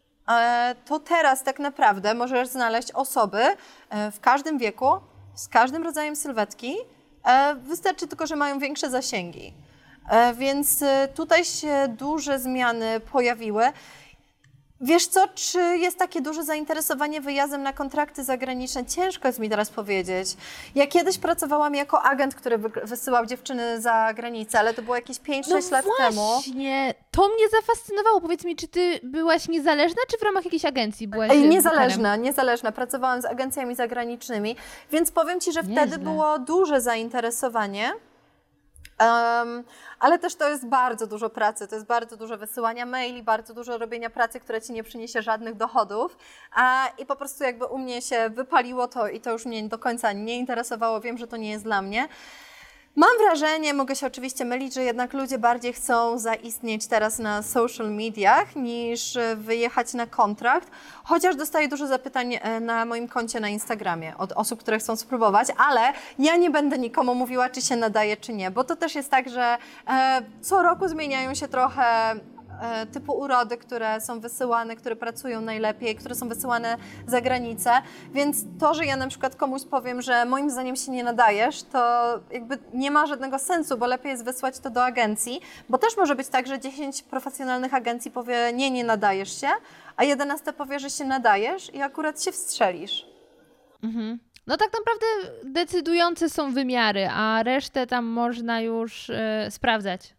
to teraz tak naprawdę możesz znaleźć osoby w każdym wieku, z każdym rodzajem sylwetki. Wystarczy tylko, że mają większe zasięgi. Więc tutaj się duże zmiany pojawiły. Wiesz co, czy jest takie duże zainteresowanie wyjazdem na kontrakty zagraniczne? Ciężko jest mi teraz powiedzieć. Ja kiedyś pracowałam jako agent, który wysyłał dziewczyny za granicę, ale to było jakieś pięć sześć no lat temu. Właśnie, to mnie zafascynowało. Powiedz mi, czy ty byłaś niezależna, czy w ramach jakiejś agencji byłaś? Ej, niezależna, niezależna. Pracowałam z agencjami zagranicznymi, więc powiem Ci, że Nieźle. wtedy było duże zainteresowanie. Um, ale też to jest bardzo dużo pracy, to jest bardzo dużo wysyłania maili, bardzo dużo robienia pracy, która ci nie przyniesie żadnych dochodów a, i po prostu jakby u mnie się wypaliło to i to już mnie do końca nie interesowało, wiem, że to nie jest dla mnie. Mam wrażenie, mogę się oczywiście mylić, że jednak ludzie bardziej chcą zaistnieć teraz na social mediach niż wyjechać na kontrakt, chociaż dostaję dużo zapytań na moim koncie na Instagramie od osób, które chcą spróbować, ale ja nie będę nikomu mówiła, czy się nadaje, czy nie, bo to też jest tak, że e, co roku zmieniają się trochę typu urody, które są wysyłane, które pracują najlepiej, które są wysyłane za granicę, więc to, że ja na przykład komuś powiem, że moim zdaniem się nie nadajesz, to jakby nie ma żadnego sensu, bo lepiej jest wysłać to do agencji, bo też może być tak, że dziesięć profesjonalnych agencji powie nie, nie nadajesz się, a jedenaste powie, że się nadajesz i akurat się wstrzelisz. Mhm. No tak naprawdę decydujące są wymiary, a resztę tam można już yy, sprawdzać.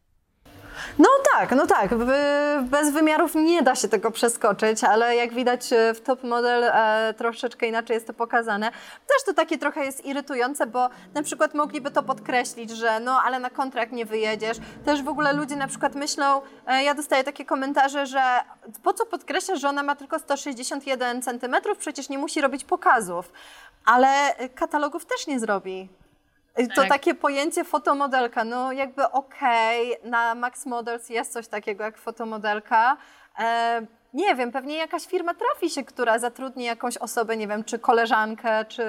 No tak, no tak. Bez wymiarów nie da się tego przeskoczyć, ale jak widać w Top Model e, troszeczkę inaczej jest to pokazane. Też to takie trochę jest irytujące, bo na przykład mogliby to podkreślić, że no ale na kontrakt nie wyjedziesz. Też w ogóle ludzie na przykład myślą, e, ja dostaję takie komentarze, że po co podkreślasz, że ona ma tylko sto sześćdziesiąt jeden centymetrów, przecież nie musi robić pokazów. Ale katalogów też nie zrobi. To tak. Takie pojęcie fotomodelka, no jakby okej, okay, na Max Models jest coś takiego jak fotomodelka. E, nie wiem, pewnie jakaś firma trafi się, która zatrudni jakąś osobę, nie wiem, czy koleżankę, czy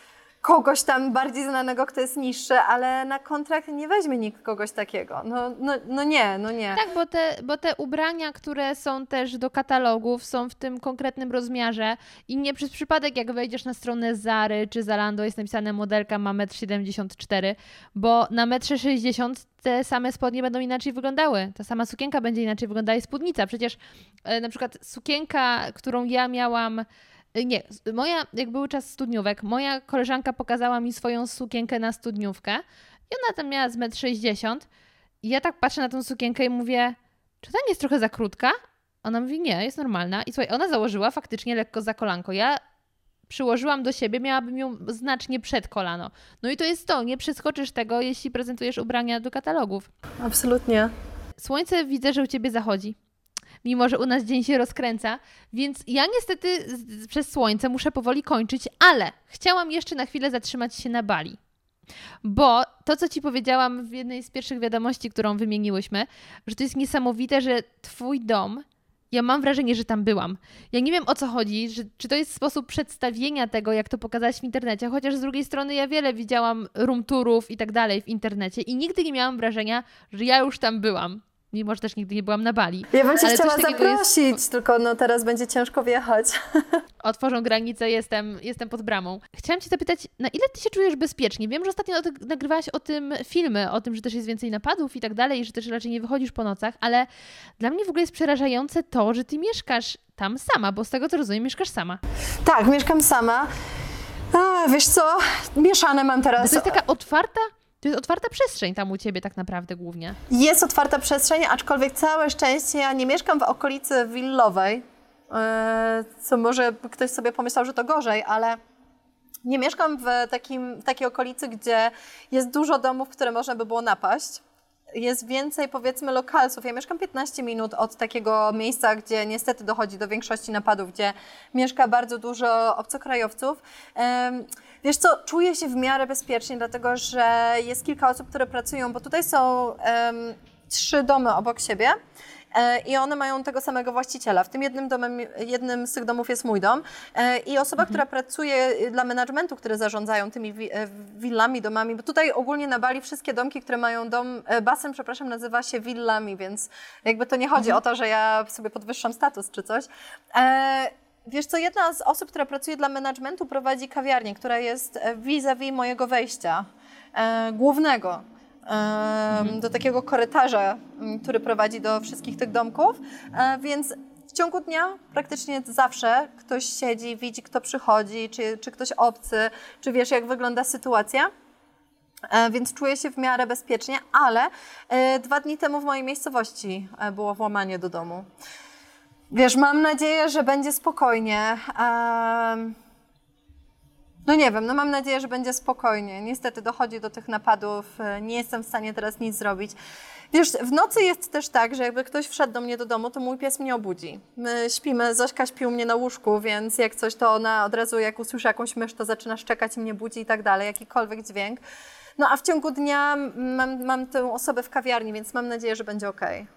kogoś tam bardziej znanego, kto jest niższy, ale na kontrakt nie weźmie nikt kogoś takiego. No, no, no nie, no nie. Tak, bo te, bo te ubrania, które są też do katalogów, są w tym konkretnym rozmiarze i nie przez przypadek, jak wejdziesz na stronę Zary czy Zalando, jest napisane modelka ma metr siedemdziesiąt cztery, bo na metr sześćdziesiąt te same spodnie będą inaczej wyglądały. Ta sama sukienka będzie inaczej wyglądała i spódnica. Przecież e, na przykład sukienka, którą ja miałam Nie, moja, jak był czas studniówek, moja koleżanka pokazała mi swoją sukienkę na studniówkę i ona tam miała z metr sześćdziesiąt i ja tak patrzę na tą sukienkę i mówię, czy ta nie jest trochę za krótka? Ona mówi, nie, jest normalna. I słuchaj, ona założyła faktycznie lekko za kolanko. Ja przyłożyłam do siebie, miałabym ją znacznie przed kolano. No i to jest to, nie przeskoczysz tego, jeśli prezentujesz ubrania do katalogów. Absolutnie. Słońce widzę, że u ciebie zachodzi. Mimo że u nas dzień się rozkręca, więc ja niestety z, przez słońce muszę powoli kończyć, ale chciałam jeszcze na chwilę zatrzymać się na Bali. Bo to, co ci powiedziałam w jednej z pierwszych wiadomości, którą wymieniłyśmy, że to jest niesamowite, że twój dom, ja mam wrażenie, że tam byłam. Ja nie wiem, o co chodzi, że, czy to jest sposób przedstawienia tego, jak to pokazałaś w internecie, chociaż z drugiej strony ja wiele widziałam room tourów i tak dalej w internecie i nigdy nie miałam wrażenia, że ja już tam byłam. Mimo że też nigdy nie byłam na Bali. Ja bym cię ale chciała zaprosić, jest... tylko no teraz będzie ciężko wjechać. Otworzą granicę, jestem, jestem pod bramą. Chciałam cię zapytać, na ile ty się czujesz bezpiecznie? Wiem, że ostatnio nagrywałaś o tym filmy, o tym, że też jest więcej napadów i tak dalej, i że też raczej nie wychodzisz po nocach, ale dla mnie w ogóle jest przerażające to, że ty mieszkasz tam sama, bo z tego co rozumiem, mieszkasz sama. Tak, mieszkam sama. A, wiesz co, mieszane mam teraz. Bo to jest taka otwarta... To jest otwarta przestrzeń tam u ciebie tak naprawdę głównie. Jest otwarta przestrzeń, aczkolwiek całe szczęście ja nie mieszkam w okolicy willowej, co może ktoś sobie pomyślał, że to gorzej, ale nie mieszkam w, takim, w takiej okolicy, gdzie jest dużo domów, w które można by było napaść. Jest więcej, powiedzmy, lokalców. Ja mieszkam piętnaście minut od takiego miejsca, gdzie niestety dochodzi do większości napadów, gdzie mieszka bardzo dużo obcokrajowców. Wiesz co, czuję się w miarę bezpiecznie, dlatego że jest kilka osób, które pracują, bo tutaj są um, trzy domy obok siebie e, i one mają tego samego właściciela. W tym jednym, domem, jednym z tych domów jest mój dom e, i osoba, mhm. która pracuje dla managementu, które zarządzają tymi wi, e, willami, domami, bo tutaj ogólnie na Bali wszystkie domki, które mają dom, e, basen, przepraszam, nazywa się willami, więc jakby to nie chodzi mhm. o to, że ja sobie podwyższam status czy coś. E, Wiesz co, jedna z osób, która pracuje dla managementu, prowadzi kawiarnię, która jest vis-a-vis mojego wejścia e, głównego, e, mhm. do takiego korytarza, który prowadzi do wszystkich tych domków, e, więc w ciągu dnia praktycznie zawsze ktoś siedzi, widzi, kto przychodzi, czy, czy ktoś obcy, czy wiesz, jak wygląda sytuacja. E, więc czuję się w miarę bezpiecznie, ale e, dwa dni temu w mojej miejscowości e, było włamanie do domu. Wiesz, mam nadzieję, że będzie spokojnie. Um, No nie wiem, no mam nadzieję, że będzie spokojnie. Niestety dochodzi do tych napadów, nie jestem w stanie teraz nic zrobić. Wiesz, w nocy jest też tak, że jakby ktoś wszedł do mnie do domu, to mój pies mnie obudzi. My śpimy, Zośka śpi u mnie na łóżku, więc jak coś, to ona od razu jak usłyszy jakąś mysz, to zaczyna szczekać i mnie budzi i tak dalej, jakikolwiek dźwięk. No a w ciągu dnia mam, mam tę osobę w kawiarni, więc mam nadzieję, że będzie okej.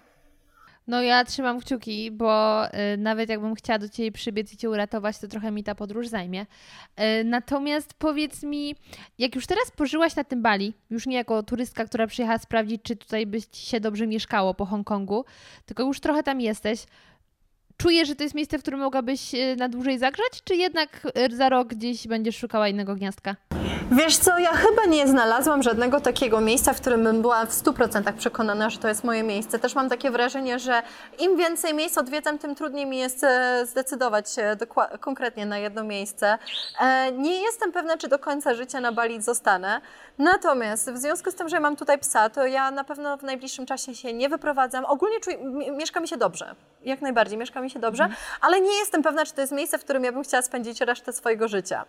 No ja trzymam kciuki, bo y, nawet jakbym chciała do Ciebie przybiec i Cię uratować, to trochę mi ta podróż zajmie. Y, natomiast powiedz mi, jak już teraz pożyłaś na tym Bali, już nie jako turystka, która przyjechała sprawdzić, czy tutaj by Ci się dobrze mieszkało po Hongkongu, tylko już trochę tam jesteś, czujesz, że to jest miejsce, w którym mogłabyś y, na dłużej zagrzać, czy jednak y, za rok gdzieś będziesz szukała innego gniazdka? Wiesz co, ja chyba nie znalazłam żadnego takiego miejsca, w którym bym była w stu procentach przekonana, że to jest moje miejsce. Też mam takie wrażenie, że im więcej miejsc odwiedzam, tym trudniej mi jest zdecydować się konkretnie na jedno miejsce. Nie jestem pewna, czy do końca życia na Bali zostanę. Natomiast w związku z tym, że mam tutaj psa, to ja na pewno w najbliższym czasie się nie wyprowadzam. Ogólnie czuję, mieszka mi się dobrze. Jak najbardziej, mieszka mi się dobrze, mm. ale nie jestem pewna, czy to jest miejsce, w którym ja bym chciała spędzić resztę swojego życia.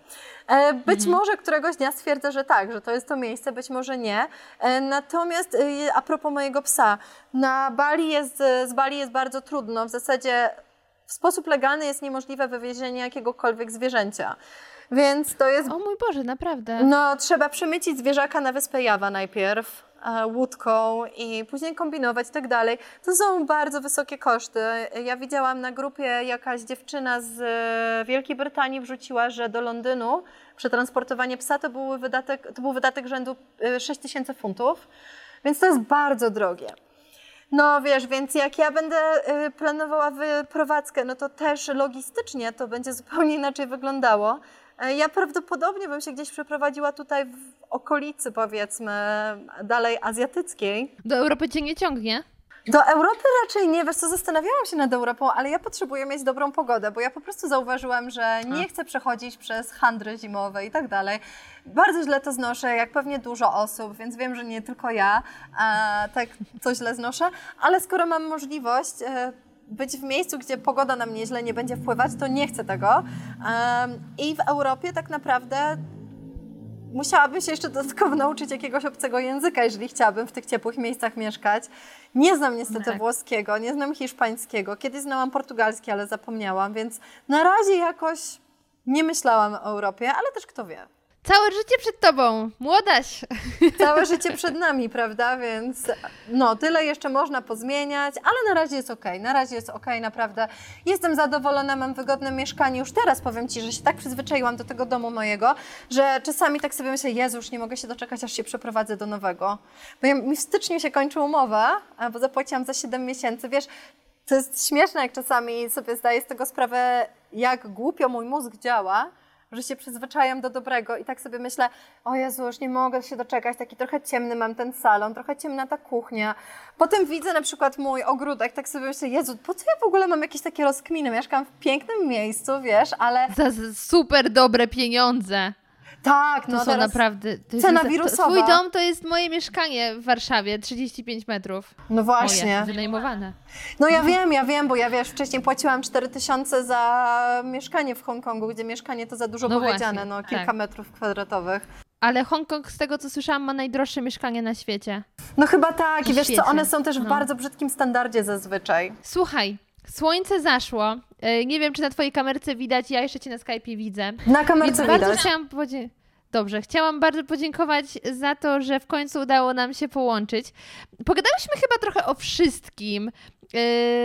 Być mm. może któregoś dnia stwierdzę, że tak, że to jest to miejsce, być może nie. Natomiast a propos mojego psa, na Bali jest, z Bali jest bardzo trudno. W zasadzie w sposób legalny jest niemożliwe wywiezienie jakiegokolwiek zwierzęcia. Więc to jest... O mój Boże, naprawdę. No, trzeba przemycić zwierzaka na wyspę Jawa najpierw łódką i później kombinować i tak dalej. To są bardzo wysokie koszty. Ja widziałam na grupie, jakaś dziewczyna z Wielkiej Brytanii wrzuciła, że do Londynu przetransportowanie psa to był wydatek, to był wydatek rzędu sześć tysięcy funtów, więc to jest bardzo drogie. No wiesz, więc jak ja będę planowała wyprowadzkę, no to też logistycznie to będzie zupełnie inaczej wyglądało. Ja prawdopodobnie bym się gdzieś przeprowadziła tutaj w okolicy, powiedzmy, dalej azjatyckiej. Do Europy cię nie ciągnie? Do Europy raczej nie, wiesz co, zastanawiałam się nad Europą, ale ja potrzebuję mieć dobrą pogodę, bo ja po prostu zauważyłam, że nie chcę przechodzić przez handry zimowe i tak dalej. Bardzo źle to znoszę, jak pewnie dużo osób, więc wiem, że nie tylko ja a, tak to źle znoszę, ale skoro mam możliwość e, być w miejscu, gdzie pogoda na mnie źle nie będzie wpływać, to nie chcę tego. Um, I w Europie tak naprawdę musiałabym się jeszcze dodatkowo nauczyć jakiegoś obcego języka, jeżeli chciałabym w tych ciepłych miejscach mieszkać. Nie znam niestety tak. włoskiego, nie znam hiszpańskiego. Kiedyś znałam portugalski, ale zapomniałam, więc na razie jakoś nie myślałam o Europie, ale też kto wie. Całe życie przed tobą, młodaś. Całe życie przed nami, prawda? Więc no, tyle jeszcze można pozmieniać, ale na razie jest okej. Na razie jest okej, naprawdę. Jestem zadowolona, mam wygodne mieszkanie. Już teraz powiem Ci, że się tak przyzwyczaiłam do tego domu mojego, że czasami tak sobie myślę, Jezu, już nie mogę się doczekać, aż się przeprowadzę do nowego. Bo ja, mi w styczniu się kończy umowa, bo zapłaciłam za siedem miesięcy. Wiesz, to jest śmieszne, jak czasami sobie zdaję z tego sprawę, jak głupio mój mózg działa, że się przyzwyczajam do dobrego i tak sobie myślę, o Jezu, już nie mogę się doczekać, taki trochę ciemny mam ten salon, trochę ciemna ta kuchnia. Potem widzę na przykład mój ogródek, tak sobie myślę, Jezu, po co ja w ogóle mam jakieś takie rozkminy? Mieszkam w pięknym miejscu, wiesz, ale... Za super dobre pieniądze. Tak, to no są teraz naprawdę... To cena jest, wirusowa. Twój dom to jest moje mieszkanie w Warszawie, trzydzieści pięć metrów. No właśnie. Moje, wynajmowane. No ja wiem, ja wiem, bo ja wiesz, wcześniej płaciłam cztery tysiące za mieszkanie w Hongkongu, gdzie mieszkanie to za dużo no powiedziane, właśnie, no kilka tak. metrów kwadratowych. Ale Hongkong, z tego co słyszałam, ma najdroższe mieszkanie na świecie. No chyba tak i wiesz świecie. co, one są też w no. bardzo brzydkim standardzie zazwyczaj. Słuchaj, słońce zaszło. Nie wiem, czy na twojej kamerce widać, ja jeszcze cię na Skype'ie widzę. Na kamerce Więc widać. Bardzo chciałam podzie- Dobrze, chciałam bardzo podziękować za to, że w końcu udało nam się połączyć. Pogadałyśmy chyba trochę o wszystkim. Yy,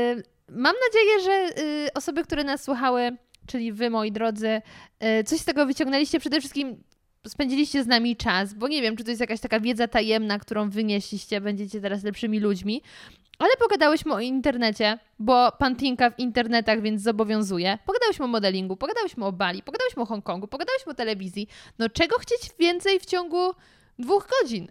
mam nadzieję, że yy, osoby, które nas słuchały, czyli wy, moi drodzy, yy, coś z tego wyciągnęliście. Przede wszystkim spędziliście z nami czas, bo nie wiem, czy to jest jakaś taka wiedza tajemna, którą wynieśliście, będziecie teraz lepszymi ludźmi. Ale pogadałyśmy o internecie, bo pan Tinka w internetach, więc zobowiązuje. Pogadałyśmy o modelingu, pogadałyśmy o Bali, pogadałyśmy o Hongkongu, pogadałyśmy o telewizji. No czego chcieć więcej w ciągu dwóch godzin?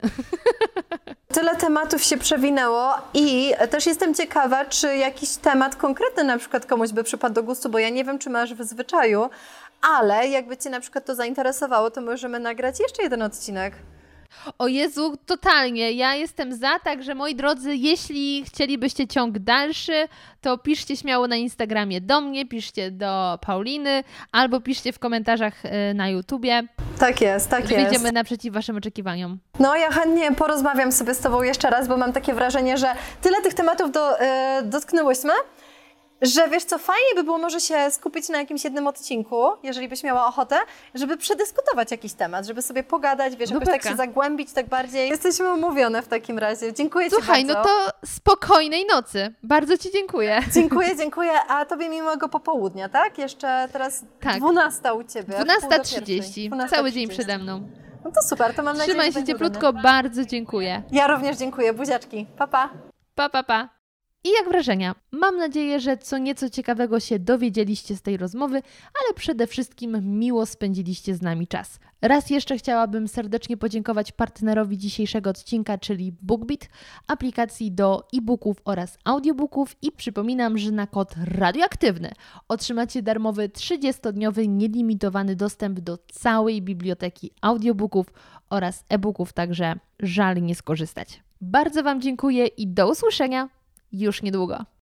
Tyle tematów się przewinęło i też jestem ciekawa, czy jakiś temat konkretny na przykład komuś by przypadł do gustu, bo ja nie wiem, czy masz w zwyczaju, ale jakby Cię na przykład to zainteresowało, to możemy nagrać jeszcze jeden odcinek. O Jezu, totalnie. Ja jestem za, także moi drodzy, jeśli chcielibyście ciąg dalszy, to piszcie śmiało na Instagramie do mnie, piszcie do Pauliny, albo piszcie w komentarzach y, na YouTubie. Tak jest, tak jest. Wyjdziemy naprzeciw waszym oczekiwaniom. No ja chętnie porozmawiam sobie z Tobą jeszcze raz, bo mam takie wrażenie, że tyle tych tematów do, e, dotknęłyśmy, że wiesz co, fajnie by było może się skupić na jakimś jednym odcinku, jeżeli byś miała ochotę, żeby przedyskutować jakiś temat, żeby sobie pogadać, wiesz, No jakoś tak beka. się zagłębić tak bardziej. Jesteśmy umówione w takim razie. Dziękuję Słuchaj, Ci no bardzo. to spokojnej nocy. Bardzo Ci dziękuję. Dziękuję, dziękuję. A Tobie miłego popołudnia, tak? Jeszcze teraz Tak. dwunasta u Ciebie. dwunasta trzydzieści. dwunasta Cały dzień trzydzieści. przede mną. No to super, to mam nadzieję, Trzymaj że się będzie cieplutko, udane. bardzo dziękuję. Ja również dziękuję. Buziaczki. Pa, pa. Pa, pa, pa. I jak wrażenia? Mam nadzieję, że co nieco ciekawego się dowiedzieliście z tej rozmowy, ale przede wszystkim miło spędziliście z nami czas. Raz jeszcze chciałabym serdecznie podziękować partnerowi dzisiejszego odcinka, czyli BookBeat, aplikacji do e-booków oraz audiobooków i przypominam, że na kod radioaktywny otrzymacie darmowy trzydziestodniowy nielimitowany dostęp do całej biblioteki audiobooków oraz e-booków, także żal nie skorzystać. Bardzo Wam dziękuję i do usłyszenia już niedługo.